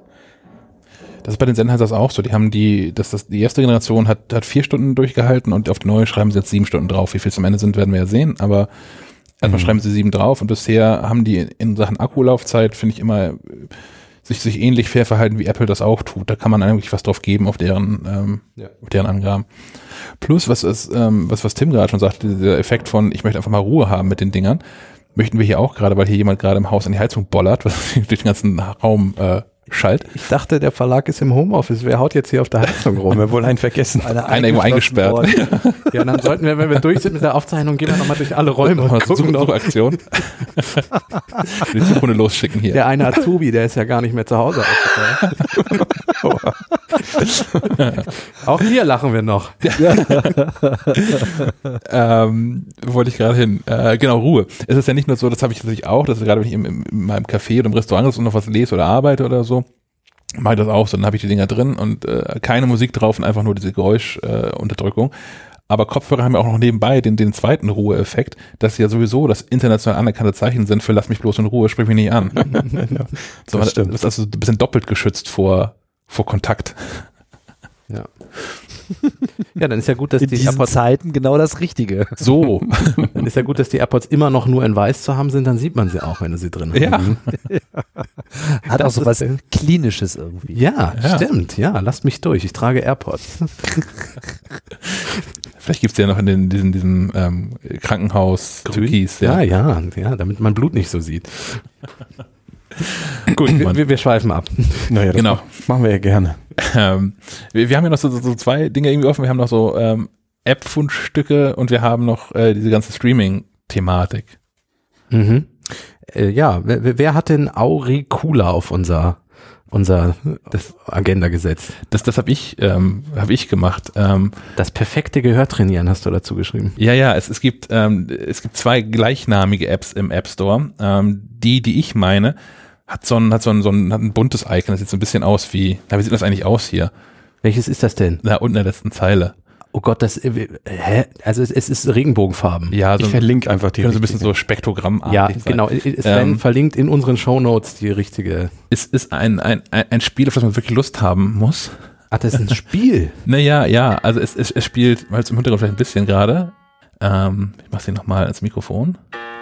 ist bei den Sennheisers auch so. Die haben die erste Generation hat 4 Stunden durchgehalten und auf die neue schreiben sie jetzt 7 Stunden drauf. Wie viel es am Ende sind, werden wir ja sehen, aber erstmal schreiben sie 7 drauf und bisher haben die in Sachen Akkulaufzeit, finde ich, immer sich ähnlich fair verhalten, wie Apple das auch tut. Da kann man eigentlich was drauf geben auf deren Angaben. Plus, was Tim gerade schon sagte, dieser Effekt von, ich möchte einfach mal Ruhe haben mit den Dingern, möchten wir hier auch gerade, weil hier jemand gerade im Haus an die Heizung bollert, was durch den ganzen Raum schallt. Ich dachte, der Verlag ist im Homeoffice. Wer haut jetzt hier auf der Heizung rum? Haben wir wohl einen vergessen. Einer irgendwo eingesperrt. Ja, und dann sollten wir, wenn wir durch sind mit der Aufzeichnung, gehen wir nochmal durch alle Räume und gucken noch. Suchaktion. Die Suchhunde losschicken hier. Der eine Azubi, der ist ja gar nicht mehr zu Hause. Auch hier lachen wir noch. Wollte ich gerade hin. Genau, Ruhe. Es ist ja nicht nur so, das habe ich natürlich auch, dass gerade wenn ich in meinem Café oder im Restaurant ist und noch was lese oder arbeite oder so, mache ich das auch so, dann habe ich die Dinger drin und keine Musik drauf und einfach nur diese Geräuschunterdrückung. Aber Kopfhörer haben ja auch noch nebenbei den zweiten Ruheeffekt, dass sie ja sowieso das international anerkannte Zeichen sind für lass mich bloß in Ruhe, sprich mich nicht an. Ja, das stimmt. Das ist also ein bisschen doppelt geschützt vor Kontakt. Ja. Ja, dann ist ja gut, dass in die diesen AirPods Zeiten genau das Richtige. So. Dann ist ja gut, dass die AirPods immer noch nur in weiß zu haben sind, dann sieht man sie auch, wenn du sie drin hast. Ja. Hat auch so was Klinisches irgendwie. Ja, stimmt. Ja, lasst mich durch. Ich trage AirPods. Vielleicht gibt's ja noch in diesem Krankenhaus Türkis. Ja, damit man Blut nicht so sieht. Gut, wir schweifen ab. Naja, das machen wir ja gerne. Wir haben ja noch so 2 Dinge irgendwie offen. Wir haben noch so App-Fundstücke und wir haben noch diese ganze Streaming-Thematik. Ja, wer hat denn Auricula auf unser unser Agenda-Gesetz. Das habe ich gemacht. Das perfekte Gehör trainieren hast du dazu geschrieben. Ja, es gibt 2 gleichnamige Apps im App Store. Die ich meine, hat ein buntes Icon. Das sieht so ein bisschen aus wie sieht das eigentlich aus hier? Welches ist das denn? Da unten in der letzten Zeile. Oh Gott, also es ist Regenbogenfarben. Ja, Ich verlinke einfach die so ein bisschen so spektrogrammartig Ja, sein. genau. Es werden verlinkt in unseren Shownotes die richtige. Es ist ein Spiel, auf das man wirklich Lust haben muss. Ach, das ist ein Spiel. Naja, ja, also es spielt, weil es im Hintergrund vielleicht ein bisschen gerade, ich mach's hier nochmal ins Mikrofon.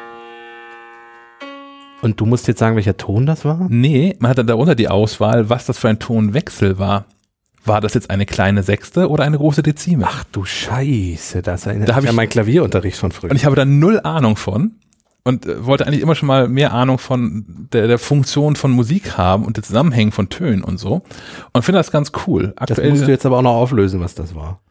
Und du musst jetzt sagen, welcher Ton das war? Nee, man hat dann darunter die Auswahl, was das für ein Tonwechsel war. War das jetzt eine kleine Sechste oder eine große Dezime? Ach du Scheiße, das erinnert Da hab mich ich- an meinen Klavierunterricht von früher. Und ich habe da 0 Ahnung von und wollte eigentlich immer schon mal mehr Ahnung von der Funktion von Musik haben und den Zusammenhängen von Tönen und so. Und finde das ganz cool. Das musst du jetzt aber auch noch auflösen, was das war.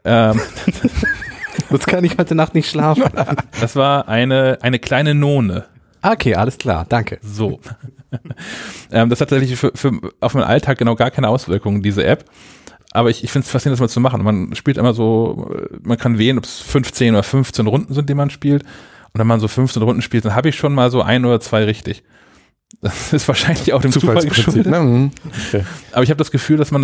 Sonst kann ich heute Nacht nicht schlafen. Das war eine kleine None. Okay, alles klar, danke. So. Das hat tatsächlich für auf meinen Alltag genau gar keine Auswirkungen, diese App. Aber ich finde es faszinierend, das mal zu machen. Man spielt immer so, man kann wählen, ob es 15 oder 15 Runden sind, die man spielt. Und wenn man so 15 Runden spielt, dann habe ich schon mal so 1 oder 2 richtig. Das ist wahrscheinlich auch dem Zufall geschuldet. Ne? Okay. Aber ich habe das Gefühl, dass man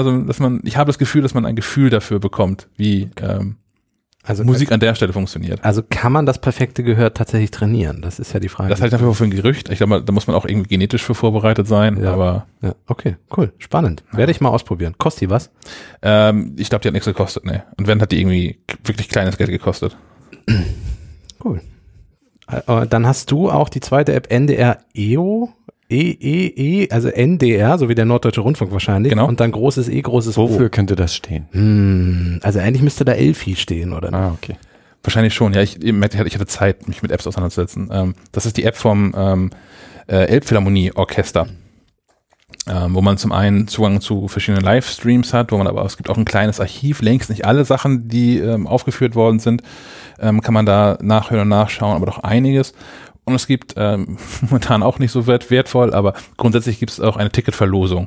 ein Gefühl dafür bekommt, wie Also Musik an der Stelle funktioniert. Also kann man das perfekte Gehör tatsächlich trainieren? Das ist ja die Frage. Das halte ich nach wie vor für ein Gerücht. Ich glaube, da muss man auch irgendwie genetisch für vorbereitet sein. Ja. Aber Ja, okay, cool, spannend. Werde ich mal ausprobieren. Kostet die was? ich glaube, die hat nichts gekostet. Ne. Und wenn, hat die irgendwie wirklich kleines Geld gekostet. Cool. Dann hast du auch die zweite App NDR EO, also NDR, so wie der Norddeutsche Rundfunk wahrscheinlich. Genau. Und dann großes E, großes Wofür O. könnte das stehen? Also eigentlich müsste da Elfi stehen, oder? Ah, okay. Wahrscheinlich schon. Ja, ich hatte Zeit, mich mit Apps auseinanderzusetzen. Das ist die App vom Elbphilharmonie-Orchester, wo man zum einen Zugang zu verschiedenen Livestreams hat, es gibt auch ein kleines Archiv, längst nicht alle Sachen, die aufgeführt worden sind, kann man da nachhören und nachschauen, aber doch einiges. Und es gibt momentan auch nicht so wertvoll, aber grundsätzlich gibt es auch eine Ticketverlosung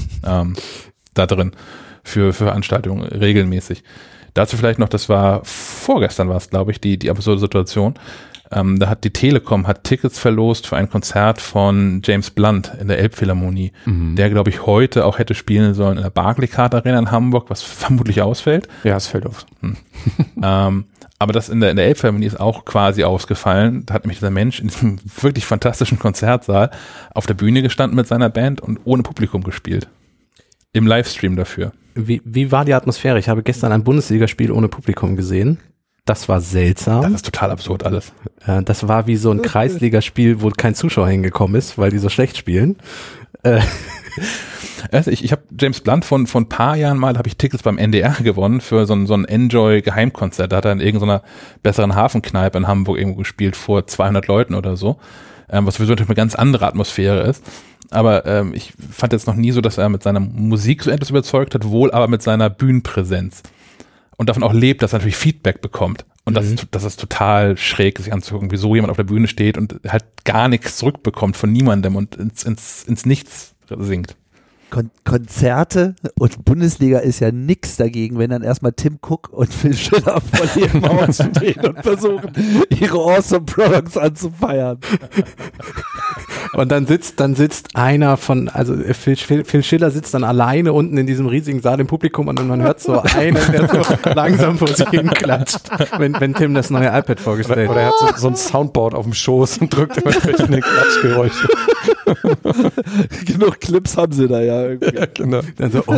da drin für Veranstaltungen regelmäßig. Dazu vielleicht noch, das war vorgestern, war es, glaube ich, die absurde Situation. Da hat die Telekom Tickets verlost für ein Konzert von James Blunt in der Elbphilharmonie, der, glaube ich, heute auch hätte spielen sollen in der Barclaycard Arena in Hamburg, was vermutlich ausfällt. Ja, es fällt auf. Aber das in der Elbphilharmonie ist auch quasi ausgefallen. Da hat nämlich dieser Mensch in diesem wirklich fantastischen Konzertsaal auf der Bühne gestanden mit seiner Band und ohne Publikum gespielt. Im Livestream dafür. Wie war die Atmosphäre? Ich habe gestern ein Bundesligaspiel ohne Publikum gesehen. Das war seltsam. Das ist total absurd alles. Das war wie so ein Kreisligaspiel, wo kein Zuschauer hingekommen ist, weil die so schlecht spielen. Also ich habe James Blunt von ein paar Jahren mal, habe ich Tickets beim NDR gewonnen für so ein Enjoy-Geheimkonzert. Da hat er in irgendeiner besseren Hafenkneipe in Hamburg irgendwo gespielt vor 200 Leuten oder so. Was sowieso natürlich eine ganz andere Atmosphäre ist. Aber ich fand jetzt noch nie so, dass er mit seiner Musik so etwas überzeugt hat, wohl aber mit seiner Bühnenpräsenz. Und davon auch lebt, dass er natürlich Feedback bekommt. Und das ist total schräg, sich anzugucken, wie so jemand auf der Bühne steht und halt gar nichts zurückbekommt von niemandem und ins Nichts singt. Konzerte und Bundesliga ist ja nix dagegen, wenn dann erstmal Tim Cook und Phil Schiller vor ihrem Haus stehen und versuchen, ihre Awesome Products anzufeiern. Und dann sitzt einer also Phil Schiller sitzt dann alleine unten in diesem riesigen Saal im Publikum und man hört so einen, der so langsam vor sich hin klatscht, wenn Tim das neue iPad vorgestellt hat. Oder er hat so ein Soundboard auf dem Schoß und drückt immer verschiedene Klatschgeräusche. Genug Clips haben sie da ja irgendwie. Ja, genau. Dann so,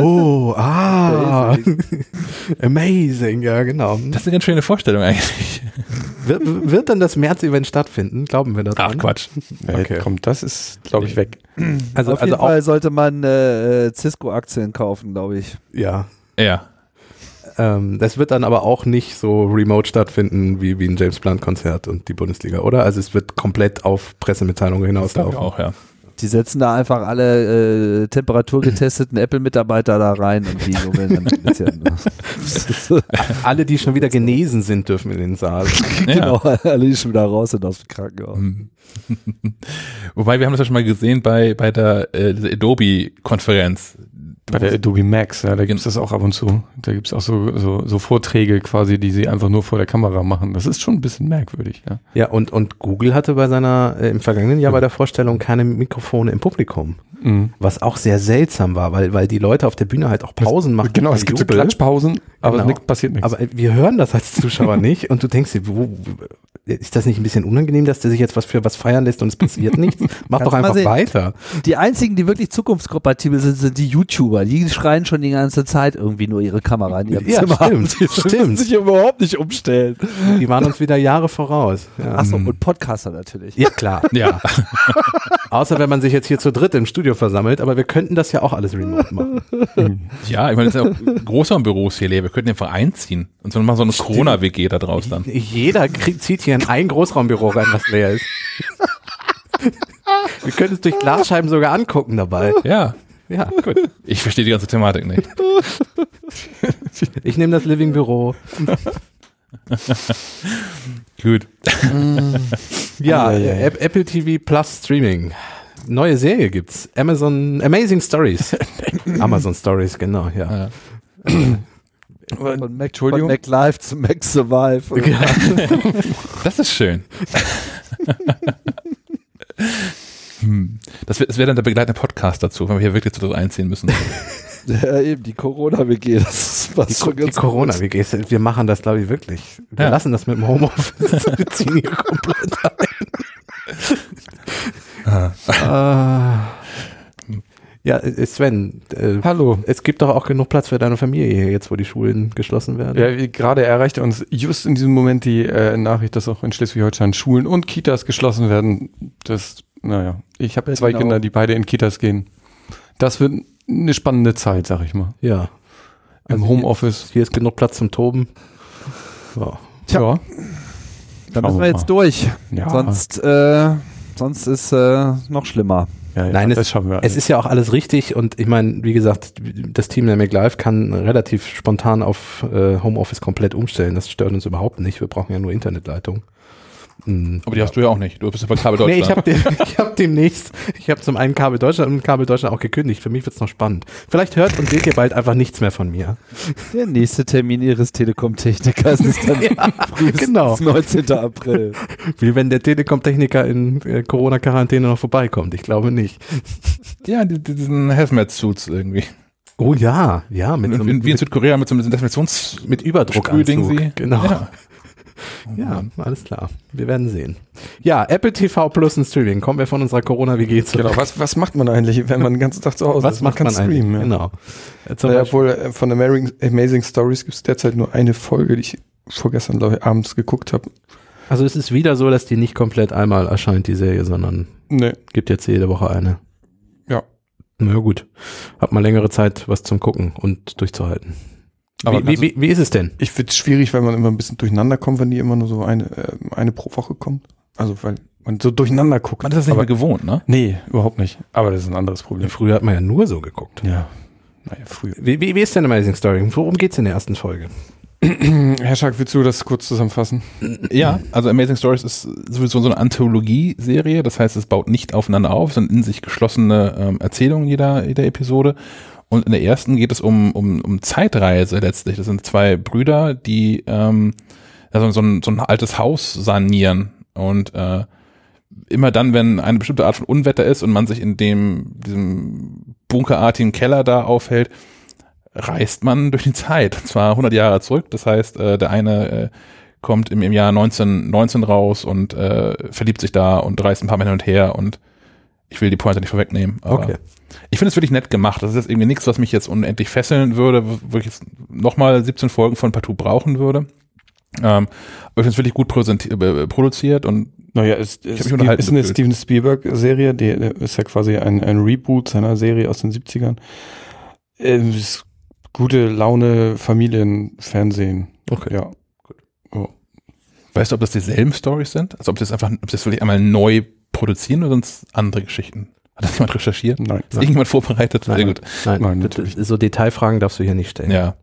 amazing, ja genau. Das ist eine ganz schöne Vorstellung eigentlich. Wird dann das März-Event stattfinden? Glauben wir daran? Ach Quatsch. Okay. Komm, das ist, glaube ich, weg. Also Auf jeden auch, Fall sollte man Cisco-Aktien kaufen, glaube ich. ja. Ja. Das wird dann aber auch nicht so remote stattfinden wie ein James Blunt-Konzert und die Bundesliga, oder? Also es wird komplett auf Pressemitteilungen Das glaube hinauslaufen. ich auch, ja. Die setzen da einfach alle temperaturgetesteten Apple-Mitarbeiter da rein und die jubeln dann ein bisschen. Alle, die schon wieder genesen sind, dürfen in den Saal. Genau, alle, die schon wieder raus sind aus dem Krankenhaus. Wobei, wir haben das ja schon mal gesehen bei der Adobe-Konferenz. Bei der Adobe Max, ja, da gibt es das auch ab und zu. Da gibt es auch so Vorträge quasi, die sie einfach nur vor der Kamera machen. Das ist schon ein bisschen merkwürdig, ja. Ja, und Google hatte bei seiner, im vergangenen Jahr bei der Vorstellung keine Mikrofone im Publikum. Was auch sehr seltsam war, weil die Leute auf der Bühne halt auch Pausen machen. Genau, es gibt so Klatschpausen, aber passiert nichts. Aber wir hören das als Zuschauer nicht und du denkst dir, ist das nicht ein bisschen unangenehm, dass der sich jetzt für was feiern lässt und es passiert nichts? Mach doch einfach weiter. Die einzigen, die wirklich zukunftskompatibel sind die YouTuber. Die schreien schon die ganze Zeit irgendwie nur ihre Kamera in ihrem Zimmer. Stimmt, stimmt. Sich überhaupt nicht umstellen. Die waren uns wieder Jahre voraus. Ja. Achso, und Podcaster natürlich. Ja, klar. Ja. Außer wenn man sich jetzt hier zu dritt im Studio versammelt, aber wir könnten das ja auch alles remote machen. Ja, ich meine, das ist ja auch größere Büros hier leer. Wir könnten einfach einziehen und so machen so eine Corona-WG da draus dann. Jeder zieht hier in ein Großraumbüro rein, was leer ist. Wir können es durch Glasscheiben sogar angucken dabei. Ja. Ja, gut. Ich verstehe die ganze Thematik nicht. Ich nehme das Living-Büro. Gut. Ja, Apple TV Plus Streaming. Neue Serie gibt's. Amazing Stories. Amazon Stories, genau, ja. Von Mac Live zu Mac Survive. Ja. Das ist schön. Das wäre dann der begleitende Podcast dazu, wenn wir hier wirklich so einziehen müssen. Ja, eben, die Corona-WG, das ist was schon ganz Die Corona-WG, wir machen das, glaube ich, wirklich. Wir lassen das mit dem Homeoffice. Wir ziehen hier komplett ein. Ja, Sven. Hallo. Es gibt doch auch genug Platz für deine Familie hier, jetzt wo die Schulen geschlossen werden. Ja, gerade erreichte uns just in diesem Moment die Nachricht, dass auch in Schleswig-Holstein Schulen und Kitas geschlossen werden. Ich habe 2 Kinder, die beide in Kitas gehen. Das wird eine spannende Zeit, sag ich mal. Ja. Im Homeoffice. Hier ist genug Platz zum Toben. Ja. Tja. Dann müssen wir jetzt durch. Ja. Sonst ist noch schlimmer. Ja, nein, das schaffen wir. Es ist ja auch alles richtig und ich meine, wie gesagt, das Team der MacLive kann relativ spontan auf Homeoffice komplett umstellen. Das stört uns überhaupt nicht. Wir brauchen ja nur Internetleitung. Aber die hast du ja auch nicht. Du bist ja bei Kabel Deutschland. Nee, ich habe zum einen Kabel Deutschland und Kabel Deutschland auch gekündigt. Für mich wird's noch spannend. Vielleicht hört und seht ihr bald einfach nichts mehr von mir. Der nächste Termin ihres Telekom-Technikers ist dann genau. 19. April. Wie wenn der Telekom-Techniker in Corona-Quarantäne noch vorbeikommt. Ich glaube nicht. Ja, diesen Hazmat-Suits irgendwie. Oh ja, wie in Südkorea mit so einem Desinfektions... Mit Überdruck. Genau. Ja. Ja, alles klar. Wir werden sehen. Ja, Apple TV Plus und Streaming. Kommen wir von unserer Corona-WG zurück. Genau, was macht man eigentlich, wenn man den ganzen Tag zu Hause ist? Was macht man streamen? Ja. Genau. Obwohl von Amazing Stories gibt es derzeit nur eine Folge, die ich vorgestern, glaube ich, abends geguckt habe. Also es ist wieder so, dass die nicht komplett einmal erscheint, die Serie, sondern gibt jetzt jede Woche eine. Ja. Na gut. Hat mal längere Zeit, was zum Gucken und durchzuhalten. Aber wie ist es denn? Ich finde es schwierig, weil man immer ein bisschen durcheinander kommt, wenn die immer nur so eine pro Woche kommt. Also weil man so durcheinander guckt. Man ist das nicht mehr gewohnt, ne? Nee, überhaupt nicht. Aber das ist ein anderes Problem. Früher hat man ja nur so geguckt. Ja. Naja, früher. Wie ist denn Amazing Story? Worum geht's in der ersten Folge? Herr Schack, willst du das kurz zusammenfassen? Ja, also Amazing Stories ist sowieso so eine Anthologie-Serie. Das heißt, es baut nicht aufeinander auf, es sind in sich geschlossene Erzählungen jeder Episode. Und in der ersten geht es um Zeitreise letztlich. Das sind 2 Brüder, die so ein altes Haus sanieren. Und immer dann, wenn eine bestimmte Art von Unwetter ist und man sich in diesem bunkerartigen Keller da aufhält, reist man durch die Zeit. Und zwar 100 Jahre zurück. Das heißt, der eine kommt im Jahr 1919 raus und verliebt sich da und reist ein paar Mal hin und her. Und ich will die Pointe nicht vorwegnehmen. Aber okay. Ich finde es wirklich nett gemacht. Das ist jetzt irgendwie nichts, was mich jetzt unendlich fesseln würde, wo ich jetzt nochmal 17 Folgen von Partout brauchen würde. Aber ich finde es wirklich gut produziert und naja, ist eine Steven Spielberg-Serie, die ist ja quasi ein Reboot seiner Serie aus den 70ern. Ist gute Laune Familienfernsehen. Okay. Ja. Gut. Oh. Weißt du, ob das dieselben Stories sind? Also ob das wirklich einmal neu produzieren oder sind es andere Geschichten? Hat das jemand recherchiert? Nein. Ist irgendjemand vorbereitet? Sehr gut. Nein, natürlich. So Detailfragen darfst du hier nicht stellen. Ja.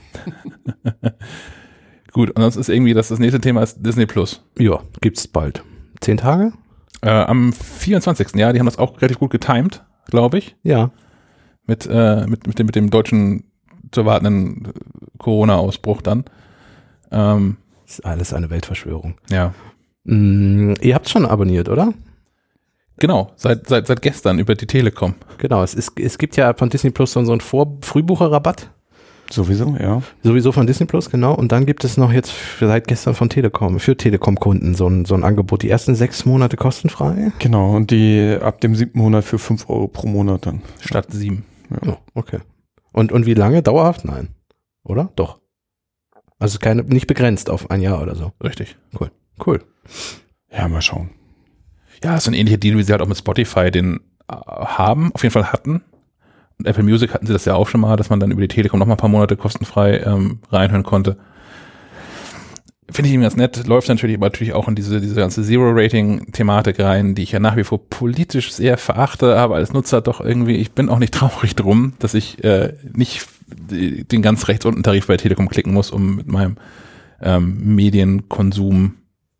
Gut, und sonst ist irgendwie das nächste Thema ist Disney Plus. Ja, gibt's bald. 10 Tage? Am 24. Ja, die haben das auch relativ gut getimed, glaube ich. Ja. Mit dem deutschen zu erwartenden Corona-Ausbruch dann. Ist alles eine Weltverschwörung. Ja. Ihr habt's schon abonniert, oder? Genau, seit gestern über die Telekom. Genau, es gibt ja von Disney Plus so einen Frühbucherrabatt. Sowieso, ja. Sowieso von Disney Plus, genau. Und dann gibt es noch jetzt seit gestern von Telekom, für Telekom-Kunden so ein Angebot. Die ersten 6 Monate kostenfrei. Genau, und die ab dem 7. Monat für 5 Euro pro Monat dann. Statt 7. Ja. Oh, okay. Und wie lange? Dauerhaft? Nein. Oder? Doch. Also nicht begrenzt auf ein Jahr oder so. Richtig. Cool. Ja, mal schauen. Ja, ist so ein ähnlicher Deal, wie sie halt auch mit Spotify den haben, auf jeden Fall hatten. Und Apple Music hatten sie das ja auch schon mal, dass man dann über die Telekom noch mal ein paar Monate kostenfrei reinhören konnte. Finde ich eben ganz nett. Läuft natürlich auch in diese ganze Zero-Rating-Thematik rein, die ich ja nach wie vor politisch sehr verachte, aber als Nutzer doch irgendwie, ich bin auch nicht traurig drum, dass ich nicht den ganz rechts unten Tarif bei Telekom klicken muss, um mit meinem Medienkonsum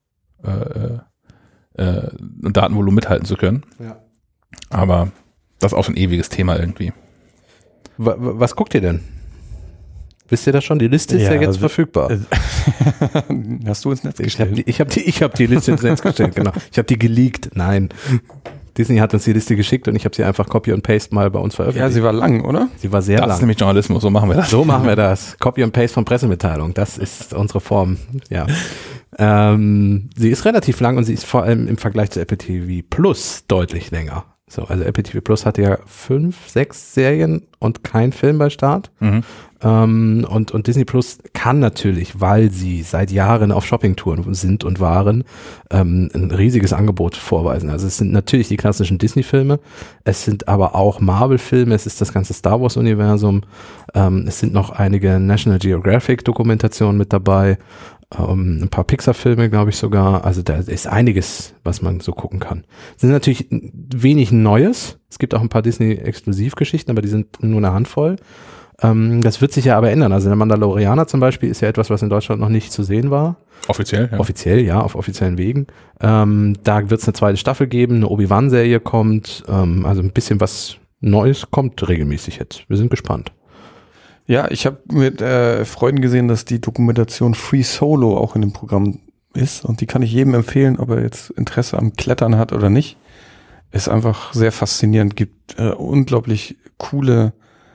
und Datenvolumen mithalten zu können. Ja. Aber das ist auch so ein ewiges Thema irgendwie. Was guckt ihr denn? Wisst ihr das schon? Die Liste ist ja jetzt verfügbar. Hast du ins Netz gestellt? Ich hab die Liste ins Netz gestellt, genau. Ich habe die geleakt. Nein. Disney hat uns die Liste geschickt und ich habe sie einfach Copy und Paste mal bei uns veröffentlicht. Ja, sie war lang, oder? Sie war sehr lang. Das ist nämlich Journalismus, so machen wir das. So machen wir das. Copy und Paste von Pressemitteilung. Das ist unsere Form. Ja. Sie ist relativ lang und sie ist vor allem im Vergleich zu Apple TV Plus deutlich länger. So, also Apple TV Plus hatte ja 5, 6 Serien und kein Film bei Start. Mhm. Und Disney Plus kann natürlich, weil sie seit Jahren auf Shoppingtouren sind und waren, ein riesiges Angebot vorweisen. Also es sind natürlich die klassischen Disney-Filme, es sind aber auch Marvel-Filme, es ist das ganze Star Wars-Universum, es sind noch einige National Geographic-Dokumentationen mit dabei, ein paar Pixar-Filme, glaube ich sogar. Also da ist einiges, was man so gucken kann. Es sind natürlich wenig Neues. Es gibt auch ein paar Disney-Exklusivgeschichten, aber die sind nur eine Handvoll. Das wird sich ja aber ändern. Also der Mandalorianer zum Beispiel ist ja etwas, was in Deutschland noch nicht zu sehen war. Offiziell, ja. Offiziell, ja, auf offiziellen Wegen. Da wird es eine zweite Staffel geben, eine Obi-Wan-Serie kommt. Also ein bisschen was Neues kommt regelmäßig jetzt. Wir sind gespannt. Ja, ich habe mit Freunden gesehen, dass die Dokumentation Free Solo auch in dem Programm ist und die kann ich jedem empfehlen, ob er jetzt Interesse am Klettern hat oder nicht. Ist einfach sehr faszinierend, gibt unglaublich coole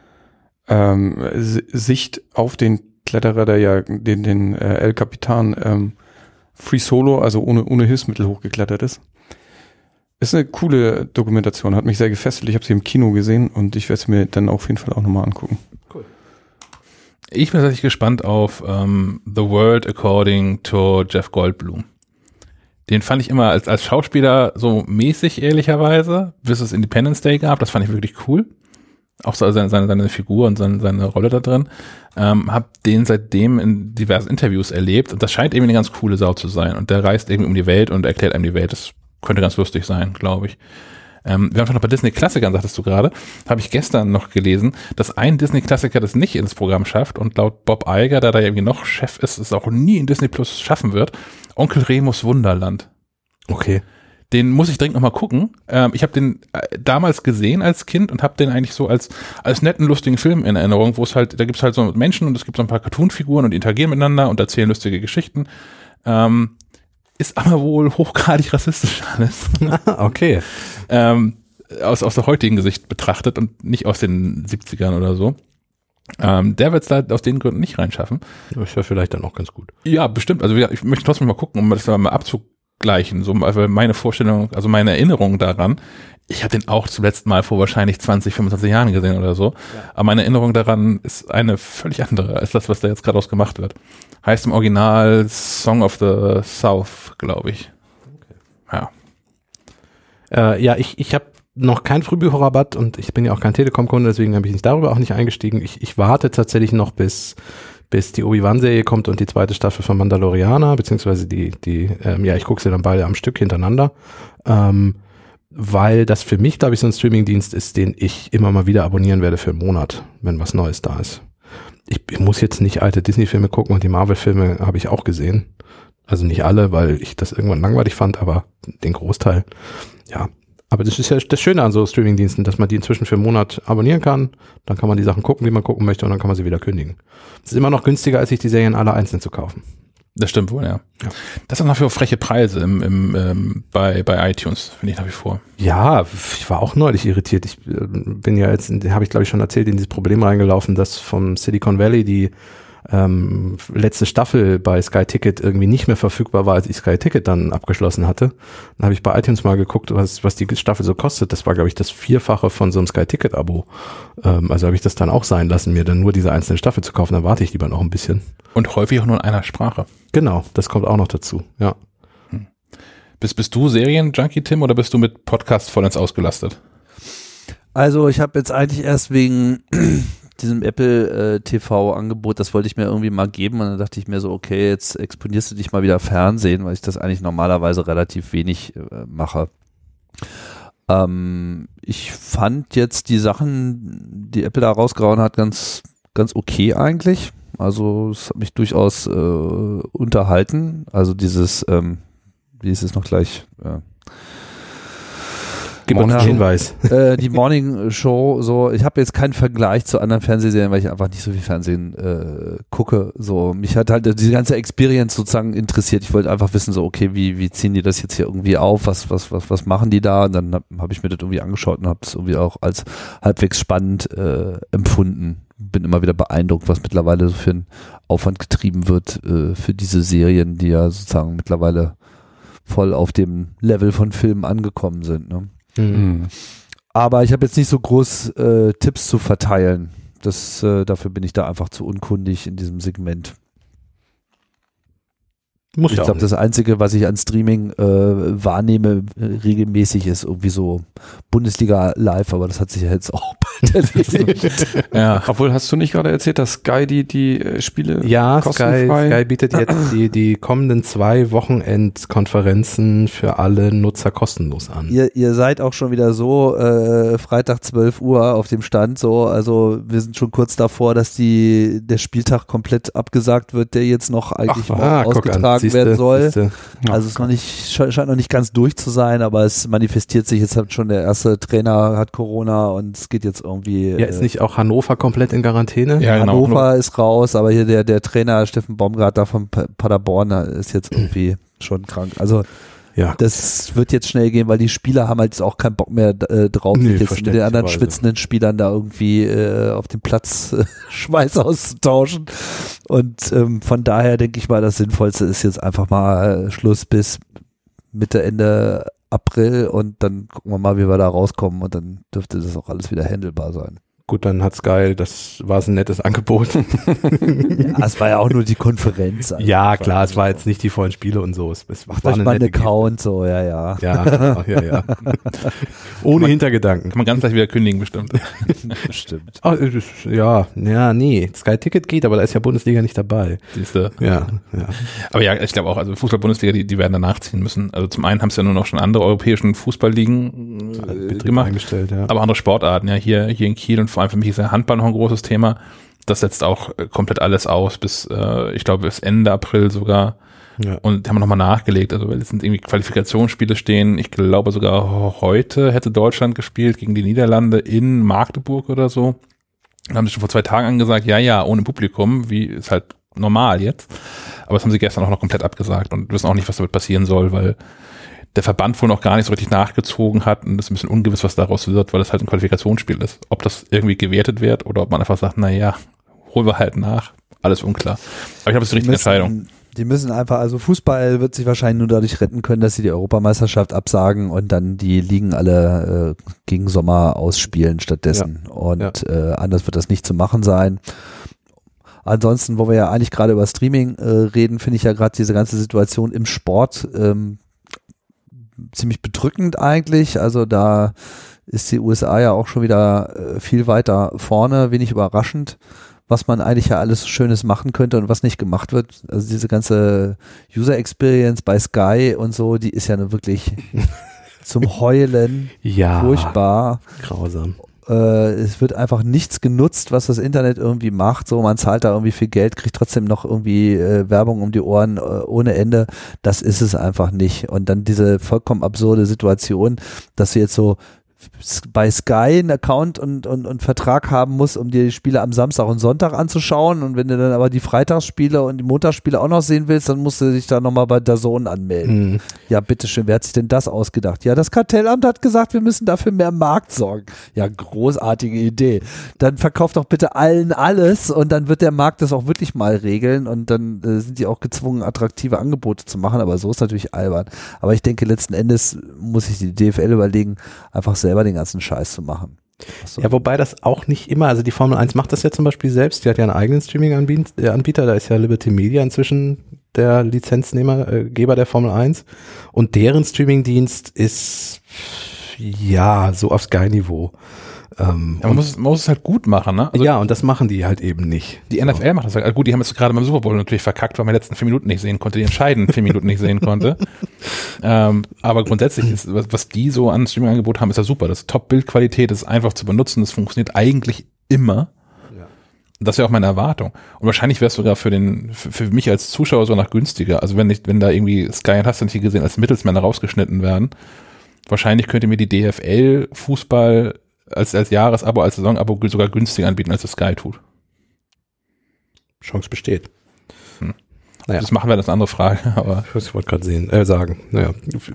Sicht auf den Kletterer, der ja den El Capitan Free Solo, also ohne Hilfsmittel hochgeklettert ist. Ist eine coole Dokumentation, hat mich sehr gefesselt. Ich habe sie im Kino gesehen und ich werde sie mir dann auf jeden Fall auch nochmal angucken. Cool. Ich bin tatsächlich gespannt auf The World According to Jeff Goldblum. Den fand ich immer als Schauspieler so mäßig, ehrlicherweise, bis es Independence Day gab. Das fand ich wirklich cool. Auch so seine Figur und seine Rolle da drin. Hab den seitdem in diversen Interviews erlebt und das scheint irgendwie eine ganz coole Sau zu sein. Und der reist irgendwie um die Welt und erklärt einem die Welt. Das könnte ganz lustig sein, glaube ich. Wir haben schon noch bei Disney-Klassikern, sagtest du gerade, habe ich gestern noch gelesen, dass ein Disney-Klassiker das nicht ins Programm schafft und laut Bob Iger, der da irgendwie noch Chef ist, es auch nie in Disney Plus schaffen wird. Onkel Remus Wunderland. Okay. Den muss ich dringend noch mal gucken. Ich habe den damals gesehen als Kind und habe den eigentlich so als netten, lustigen Film in Erinnerung, wo es halt, da gibt's halt so Menschen und es gibt so ein paar Cartoon-Figuren und die interagieren miteinander und erzählen lustige Geschichten. Ist aber wohl hochgradig rassistisch alles. Okay. Aus der heutigen Sicht betrachtet und nicht aus den 70ern oder so. Der wird es da aus den Gründen nicht reinschaffen. Das ist ja vielleicht dann auch ganz gut. Ja, bestimmt. Also ich möchte trotzdem mal gucken, um das mal abzugleichen. So, weil meine Vorstellung, also meine Erinnerung daran, ich habe den auch zuletzt mal vor wahrscheinlich 20, 25 Jahren gesehen oder so. Ja. Aber meine Erinnerung daran ist eine völlig andere als das, was da jetzt gerade aus gemacht wird. Heißt im Original Song of the South, glaube ich. Okay. Ja. Ja, ich habe noch keinen Frühbucherrabatt und ich bin ja auch kein Telekom-Kunde, deswegen habe ich nicht darüber auch nicht eingestiegen. Ich warte tatsächlich noch, bis die Obi-Wan-Serie kommt und die zweite Staffel von Mandalorianer, beziehungsweise ich gucke sie dann beide am Stück hintereinander. weil das für mich, glaube ich, so ein Streamingdienst ist, den ich immer mal wieder abonnieren werde für einen Monat, wenn was Neues da ist. Ich muss jetzt nicht alte Disney-Filme gucken und die Marvel-Filme habe ich auch gesehen. Also nicht alle, weil ich das irgendwann langweilig fand, aber den Großteil, ja. Aber das ist ja das Schöne an so Streamingdiensten, dass man die inzwischen für einen Monat abonnieren kann. Dann kann man die Sachen gucken, die man gucken möchte, und dann kann man sie wieder kündigen. Es ist immer noch günstiger, als sich die Serien alle einzeln zu kaufen. Das stimmt wohl, ja. Das sind nach wie vor freche Preise bei iTunes, finde ich nach wie vor. Ja, ich war auch neulich irritiert. Ich bin ja jetzt, habe ich glaube ich schon erzählt, in dieses Problem reingelaufen, dass vom Silicon Valley die letzte Staffel bei Sky Ticket irgendwie nicht mehr verfügbar war, als ich Sky Ticket dann abgeschlossen hatte. Dann habe ich bei iTunes mal geguckt, was die Staffel so kostet. Das war, glaube ich, das Vierfache von so einem Sky Ticket Abo. Also habe ich das dann auch sein lassen, mir dann nur diese einzelne Staffel zu kaufen. Dann warte ich lieber noch ein bisschen. Und häufig auch nur in einer Sprache. Genau, das kommt auch noch dazu, ja. Bist du Serien-Junkie, Tim, oder bist du mit Podcasts vollends ausgelastet? Also ich habe jetzt eigentlich erst wegen diesem Apple TV-Angebot, das wollte ich mir irgendwie mal geben, und dann dachte ich mir so, okay, jetzt exponierst du dich mal wieder Fernsehen, weil ich das eigentlich normalerweise relativ wenig mache. Ich fand jetzt die Sachen, die Apple da rausgehauen hat, ganz okay eigentlich. Also es hat mich durchaus unterhalten. Also dieses, wie ist es noch gleich? Gib uns einen Hinweis. Die Morning Show, so, ich habe jetzt keinen Vergleich zu anderen Fernsehserien, weil ich einfach nicht so viel Fernsehen gucke. So, mich hat halt diese ganze Experience sozusagen interessiert. Ich wollte einfach wissen, so, okay, wie ziehen die das jetzt hier irgendwie auf? Was machen die da? Und dann habe ich mir das irgendwie angeschaut und habe das irgendwie auch als halbwegs spannend empfunden. Bin immer wieder beeindruckt, was mittlerweile so für ein Aufwand getrieben wird für diese Serien, die ja sozusagen mittlerweile voll auf dem Level von Filmen angekommen sind. Ne? Mhm. Aber ich habe jetzt nicht so groß Tipps zu verteilen. Dafür bin ich da einfach zu unkundig in diesem Segment. Ich glaube, das Einzige, was ich an Streaming wahrnehme, regelmäßig ist irgendwie so Bundesliga live, aber das hat sich ja jetzt auch bald erledigt. Ja. Obwohl, hast du nicht gerade erzählt, dass Sky die Spiele kostenfrei? Sky bietet jetzt die kommenden 2 Wochenendkonferenzen für alle Nutzer kostenlos an. Ihr seid auch schon wieder so Freitag 12 Uhr auf dem Stand, so, also wir sind schon kurz davor, dass der Spieltag komplett abgesagt wird, der jetzt noch eigentlich ausgetragen werden soll. Also es scheint noch nicht ganz durch zu sein, aber es manifestiert sich, jetzt hat schon der erste Trainer hat Corona und es geht jetzt irgendwie. Ja, ist nicht auch Hannover komplett in Quarantäne? Ja, genau. Hannover ist raus, aber hier der Trainer Steffen Baumgart da von Paderborn ist jetzt irgendwie schon krank. Also ja, das wird jetzt schnell gehen, weil die Spieler haben halt jetzt auch keinen Bock mehr drauf, sich jetzt mit den anderen schwitzenden Spielern da irgendwie auf dem Platz Schweiß auszutauschen. Und von daher denke ich mal, das Sinnvollste ist jetzt einfach mal Schluss bis Mitte, Ende April, und dann gucken wir mal, wie wir da rauskommen, und dann dürfte das auch alles wieder handelbar sein. Gut, dann hat Sky, das war ein nettes Angebot. Ja, es war ja auch nur die Konferenz. Also ja, klar, es war jetzt nicht die vollen Spiele und so. Es macht euch mal einen Account, so, ja. Ja. Ohne Hintergedanken. Kann man ganz gleich wieder kündigen, bestimmt. Bestimmt. Nee. Sky Ticket geht, aber da ist ja Bundesliga nicht dabei. Siehste. Ja. Aber ja, ich glaube auch, also Fußball-Bundesliga, die werden danach ziehen müssen. Also zum einen haben es ja nur noch schon andere europäischen Fußballligen gemacht, eingestellt, ja. Aber andere Sportarten, ja, hier in Kiel, und vor allem für mich ist ja Handball noch ein großes Thema. Das setzt auch komplett alles aus bis, ich glaube, bis Ende April sogar. Ja. Und haben wir nochmal nachgelegt. Also, weil es sind irgendwie Qualifikationsspiele stehen. Ich glaube, sogar heute hätte Deutschland gespielt gegen die Niederlande in Magdeburg oder so. Da haben sie schon vor 2 Tagen angesagt, ja, ohne Publikum, wie ist halt normal jetzt. Aber das haben sie gestern auch noch komplett abgesagt und wissen auch nicht, was damit passieren soll, weil der Verband wohl noch gar nicht so richtig nachgezogen hat, und es ist ein bisschen ungewiss, was daraus wird, weil es halt ein Qualifikationsspiel ist. Ob das irgendwie gewertet wird oder ob man einfach sagt, naja, holen wir halt nach. Alles unklar. Aber ich glaube, das ist die richtige Entscheidung. Die müssen einfach, also Fußball wird sich wahrscheinlich nur dadurch retten können, dass sie die Europameisterschaft absagen und dann die Ligen alle gegen Sommer ausspielen stattdessen. Ja. Und anders wird das nicht zu machen sein. Ansonsten, wo wir ja eigentlich gerade über Streaming reden, finde ich ja gerade diese ganze Situation im Sport ziemlich bedrückend eigentlich. Also da ist die USA ja auch schon wieder viel weiter vorne, wenig überraschend, was man eigentlich ja alles Schönes machen könnte und was nicht gemacht wird. Also diese ganze User Experience bei Sky und so, die ist ja nur wirklich zum Heulen. Ja. Furchtbar. Grausam. Es wird einfach nichts genutzt, was das Internet irgendwie macht. So, man zahlt da irgendwie viel Geld, kriegt trotzdem noch irgendwie Werbung um die Ohren ohne Ende. Das ist es einfach nicht. Und dann diese vollkommen absurde Situation, dass du jetzt so bei Sky einen Account und Vertrag haben musst, um dir die Spiele am Samstag und Sonntag anzuschauen, und wenn du dann aber die Freitagsspiele und die Montagsspiele auch noch sehen willst, dann musst du dich da nochmal bei DAZN anmelden. Ja, bitteschön, wer hat sich denn das ausgedacht? Ja, das Kartellamt hat gesagt, wir müssen dafür mehr Markt sorgen. Ja, großartige Idee. Dann verkauft doch bitte allen alles, und dann wird der Markt das auch wirklich mal regeln, und dann sind die auch gezwungen, attraktive Angebote zu machen, aber so ist natürlich albern. Aber ich denke, letzten Endes muss sich die DFL überlegen, einfach selber den ganzen Scheiß zu machen. So. Ja, wobei das auch nicht immer, also die Formel 1 macht das ja zum Beispiel selbst, die hat ja einen eigenen Streaming-Anbieter, da ist ja Liberty Media inzwischen der Geber der Formel 1, und deren Streamingdienst ist ja so auf Sky-Niveau. Man muss es halt gut machen, ne? Also, ja, und das machen die halt eben nicht. Die NFL macht das halt. Also gut, die haben jetzt gerade beim Super Bowl natürlich verkackt, weil man die letzten 4 Minuten nicht sehen konnte, die entscheidenden 4 Minuten nicht sehen konnte. Aber grundsätzlich ist, was die so an Streaming-Angebot haben, ist ja super. Das ist Top-Bildqualität, das ist einfach zu benutzen, das funktioniert eigentlich immer. Ja. Das wäre auch meine Erwartung. Und wahrscheinlich wäre es sogar für mich als Zuschauer so noch günstiger. Also wenn da irgendwie Sky und hast du nicht gesehen, als Mittelsmänner rausgeschnitten werden, wahrscheinlich könnte mir die DFL Fußball als Jahresabo, als Saisonabo sogar günstiger anbieten, als das Sky tut. Chance besteht. Naja. Das machen wir, das ist eine andere Frage. Aber ich wollte gerade sagen. Naja.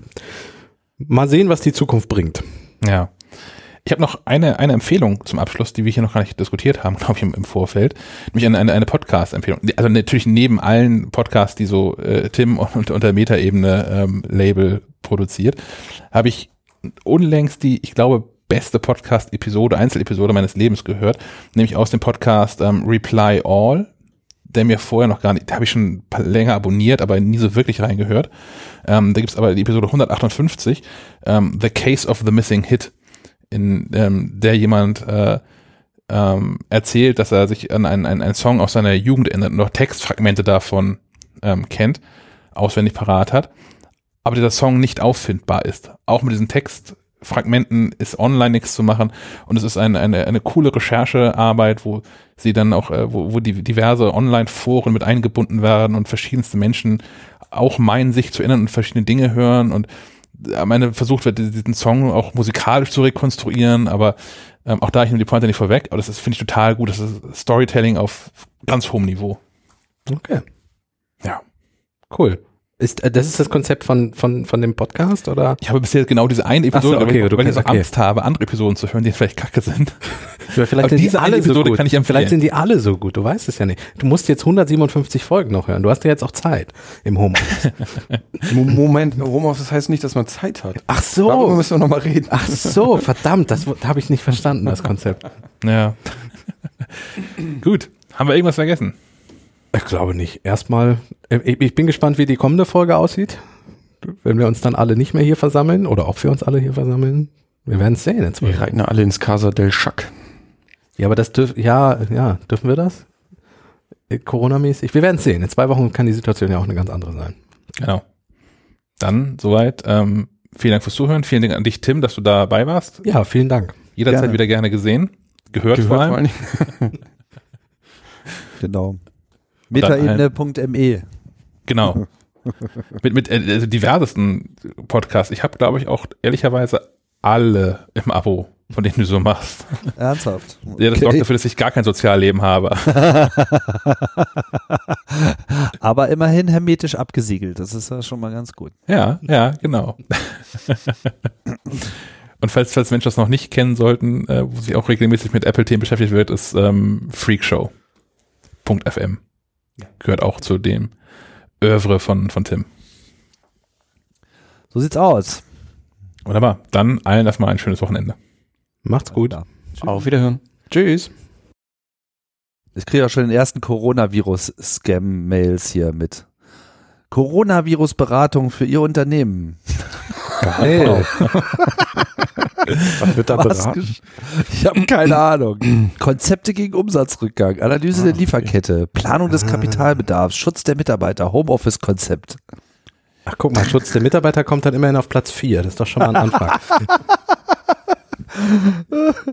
Mal sehen, was die Zukunft bringt. Ja. Ich habe noch eine Empfehlung zum Abschluss, die wir hier noch gar nicht diskutiert haben, glaube ich, im Vorfeld. Nämlich eine Podcast-Empfehlung. Also natürlich neben allen Podcasts, die so Tim unter der Meta-Ebene Label produziert, habe ich unlängst die, ich glaube, beste Einzelepisode meines Lebens gehört, nämlich aus dem Podcast Reply All, der mir vorher noch gar nicht, da habe ich schon länger abonniert, aber nie so wirklich reingehört. Da gibt es aber die Episode 158, The Case of the Missing Hit, in der jemand erzählt, dass er sich an einen Song aus seiner Jugend erinnert und noch Textfragmente davon kennt, auswendig parat hat, aber dieser Song nicht auffindbar ist. Auch mit diesen Textfragmenten ist online nichts zu machen, und es ist eine coole Recherchearbeit, wo sie dann auch, wo die diverse Online-Foren mit eingebunden werden und verschiedenste Menschen auch meinen, sich zu erinnern und verschiedene Dinge hören, und am Ende versucht wird, diesen Song auch musikalisch zu rekonstruieren, aber auch da, ich nehme die Pointe nicht vorweg, aber das finde ich total gut, das ist Storytelling auf ganz hohem Niveau. Okay. Ja. Cool. Das ist das Konzept von dem Podcast, oder? Ich habe bisher genau diese eine Episode, weil ich so Angst habe, andere Episoden zu hören, die vielleicht kacke sind. Ja, vielleicht sind diese alle Episode so gut. Kann ich empfehlen. Vielleicht sind die alle so gut, du weißt es ja nicht. Du musst jetzt 157 Folgen noch hören. Du hast ja jetzt auch Zeit im Homeoffice. Moment, Homeoffice heißt nicht, dass man Zeit hat. Ach so. Darüber müssen wir nochmal reden. Ach so, verdammt, das habe ich nicht verstanden, das Konzept. Ja. Gut, haben wir irgendwas vergessen? Ich glaube nicht. Erstmal, ich bin gespannt, wie die kommende Folge aussieht. Wenn wir uns dann alle nicht mehr hier versammeln, oder ob wir uns alle hier versammeln. Wir werden es sehen. Wir reiten alle ins Casa del Chac. Ja, aber das dürfen wir das? Corona-mäßig? Wir werden es sehen. In 2 Wochen kann die Situation ja auch eine ganz andere sein. Genau. Dann soweit. Vielen Dank fürs Zuhören. Vielen Dank an dich, Tim, dass du dabei warst. Ja, vielen Dank. Jederzeit wieder gerne gesehen. Gehört vor allem. Genau. Metaebene.me. Genau. mit diversesten Podcasts. Ich habe, glaube ich, auch ehrlicherweise alle im Abo, von denen du so machst. Ernsthaft? Ja, das sorgt dafür, dass ich gar kein Sozialleben habe. Aber immerhin hermetisch abgesiegelt. Das ist ja schon mal ganz gut. Ja, genau. Und falls Menschen das noch nicht kennen sollten, wo sich auch regelmäßig mit Apple-Themen beschäftigt wird, ist freakshow.fm. Gehört auch zu dem Oeuvre von Tim. So sieht's aus. Wunderbar. Dann allen erstmal ein schönes Wochenende. Macht's gut. Ja. Auf Wiederhören. Tschüss. Ich kriege auch schon den ersten Coronavirus-Scam-Mails hier mit. Coronavirus-Beratung für Ihr Unternehmen. Geil. Was wird da beraten? Ich habe keine Ahnung. Konzepte gegen Umsatzrückgang, Analyse der Lieferkette, Planung des Kapitalbedarfs, Schutz der Mitarbeiter, Homeoffice-Konzept. Ach, guck mal, Schutz der Mitarbeiter kommt dann immerhin auf Platz 4. Das ist doch schon mal ein Anfang.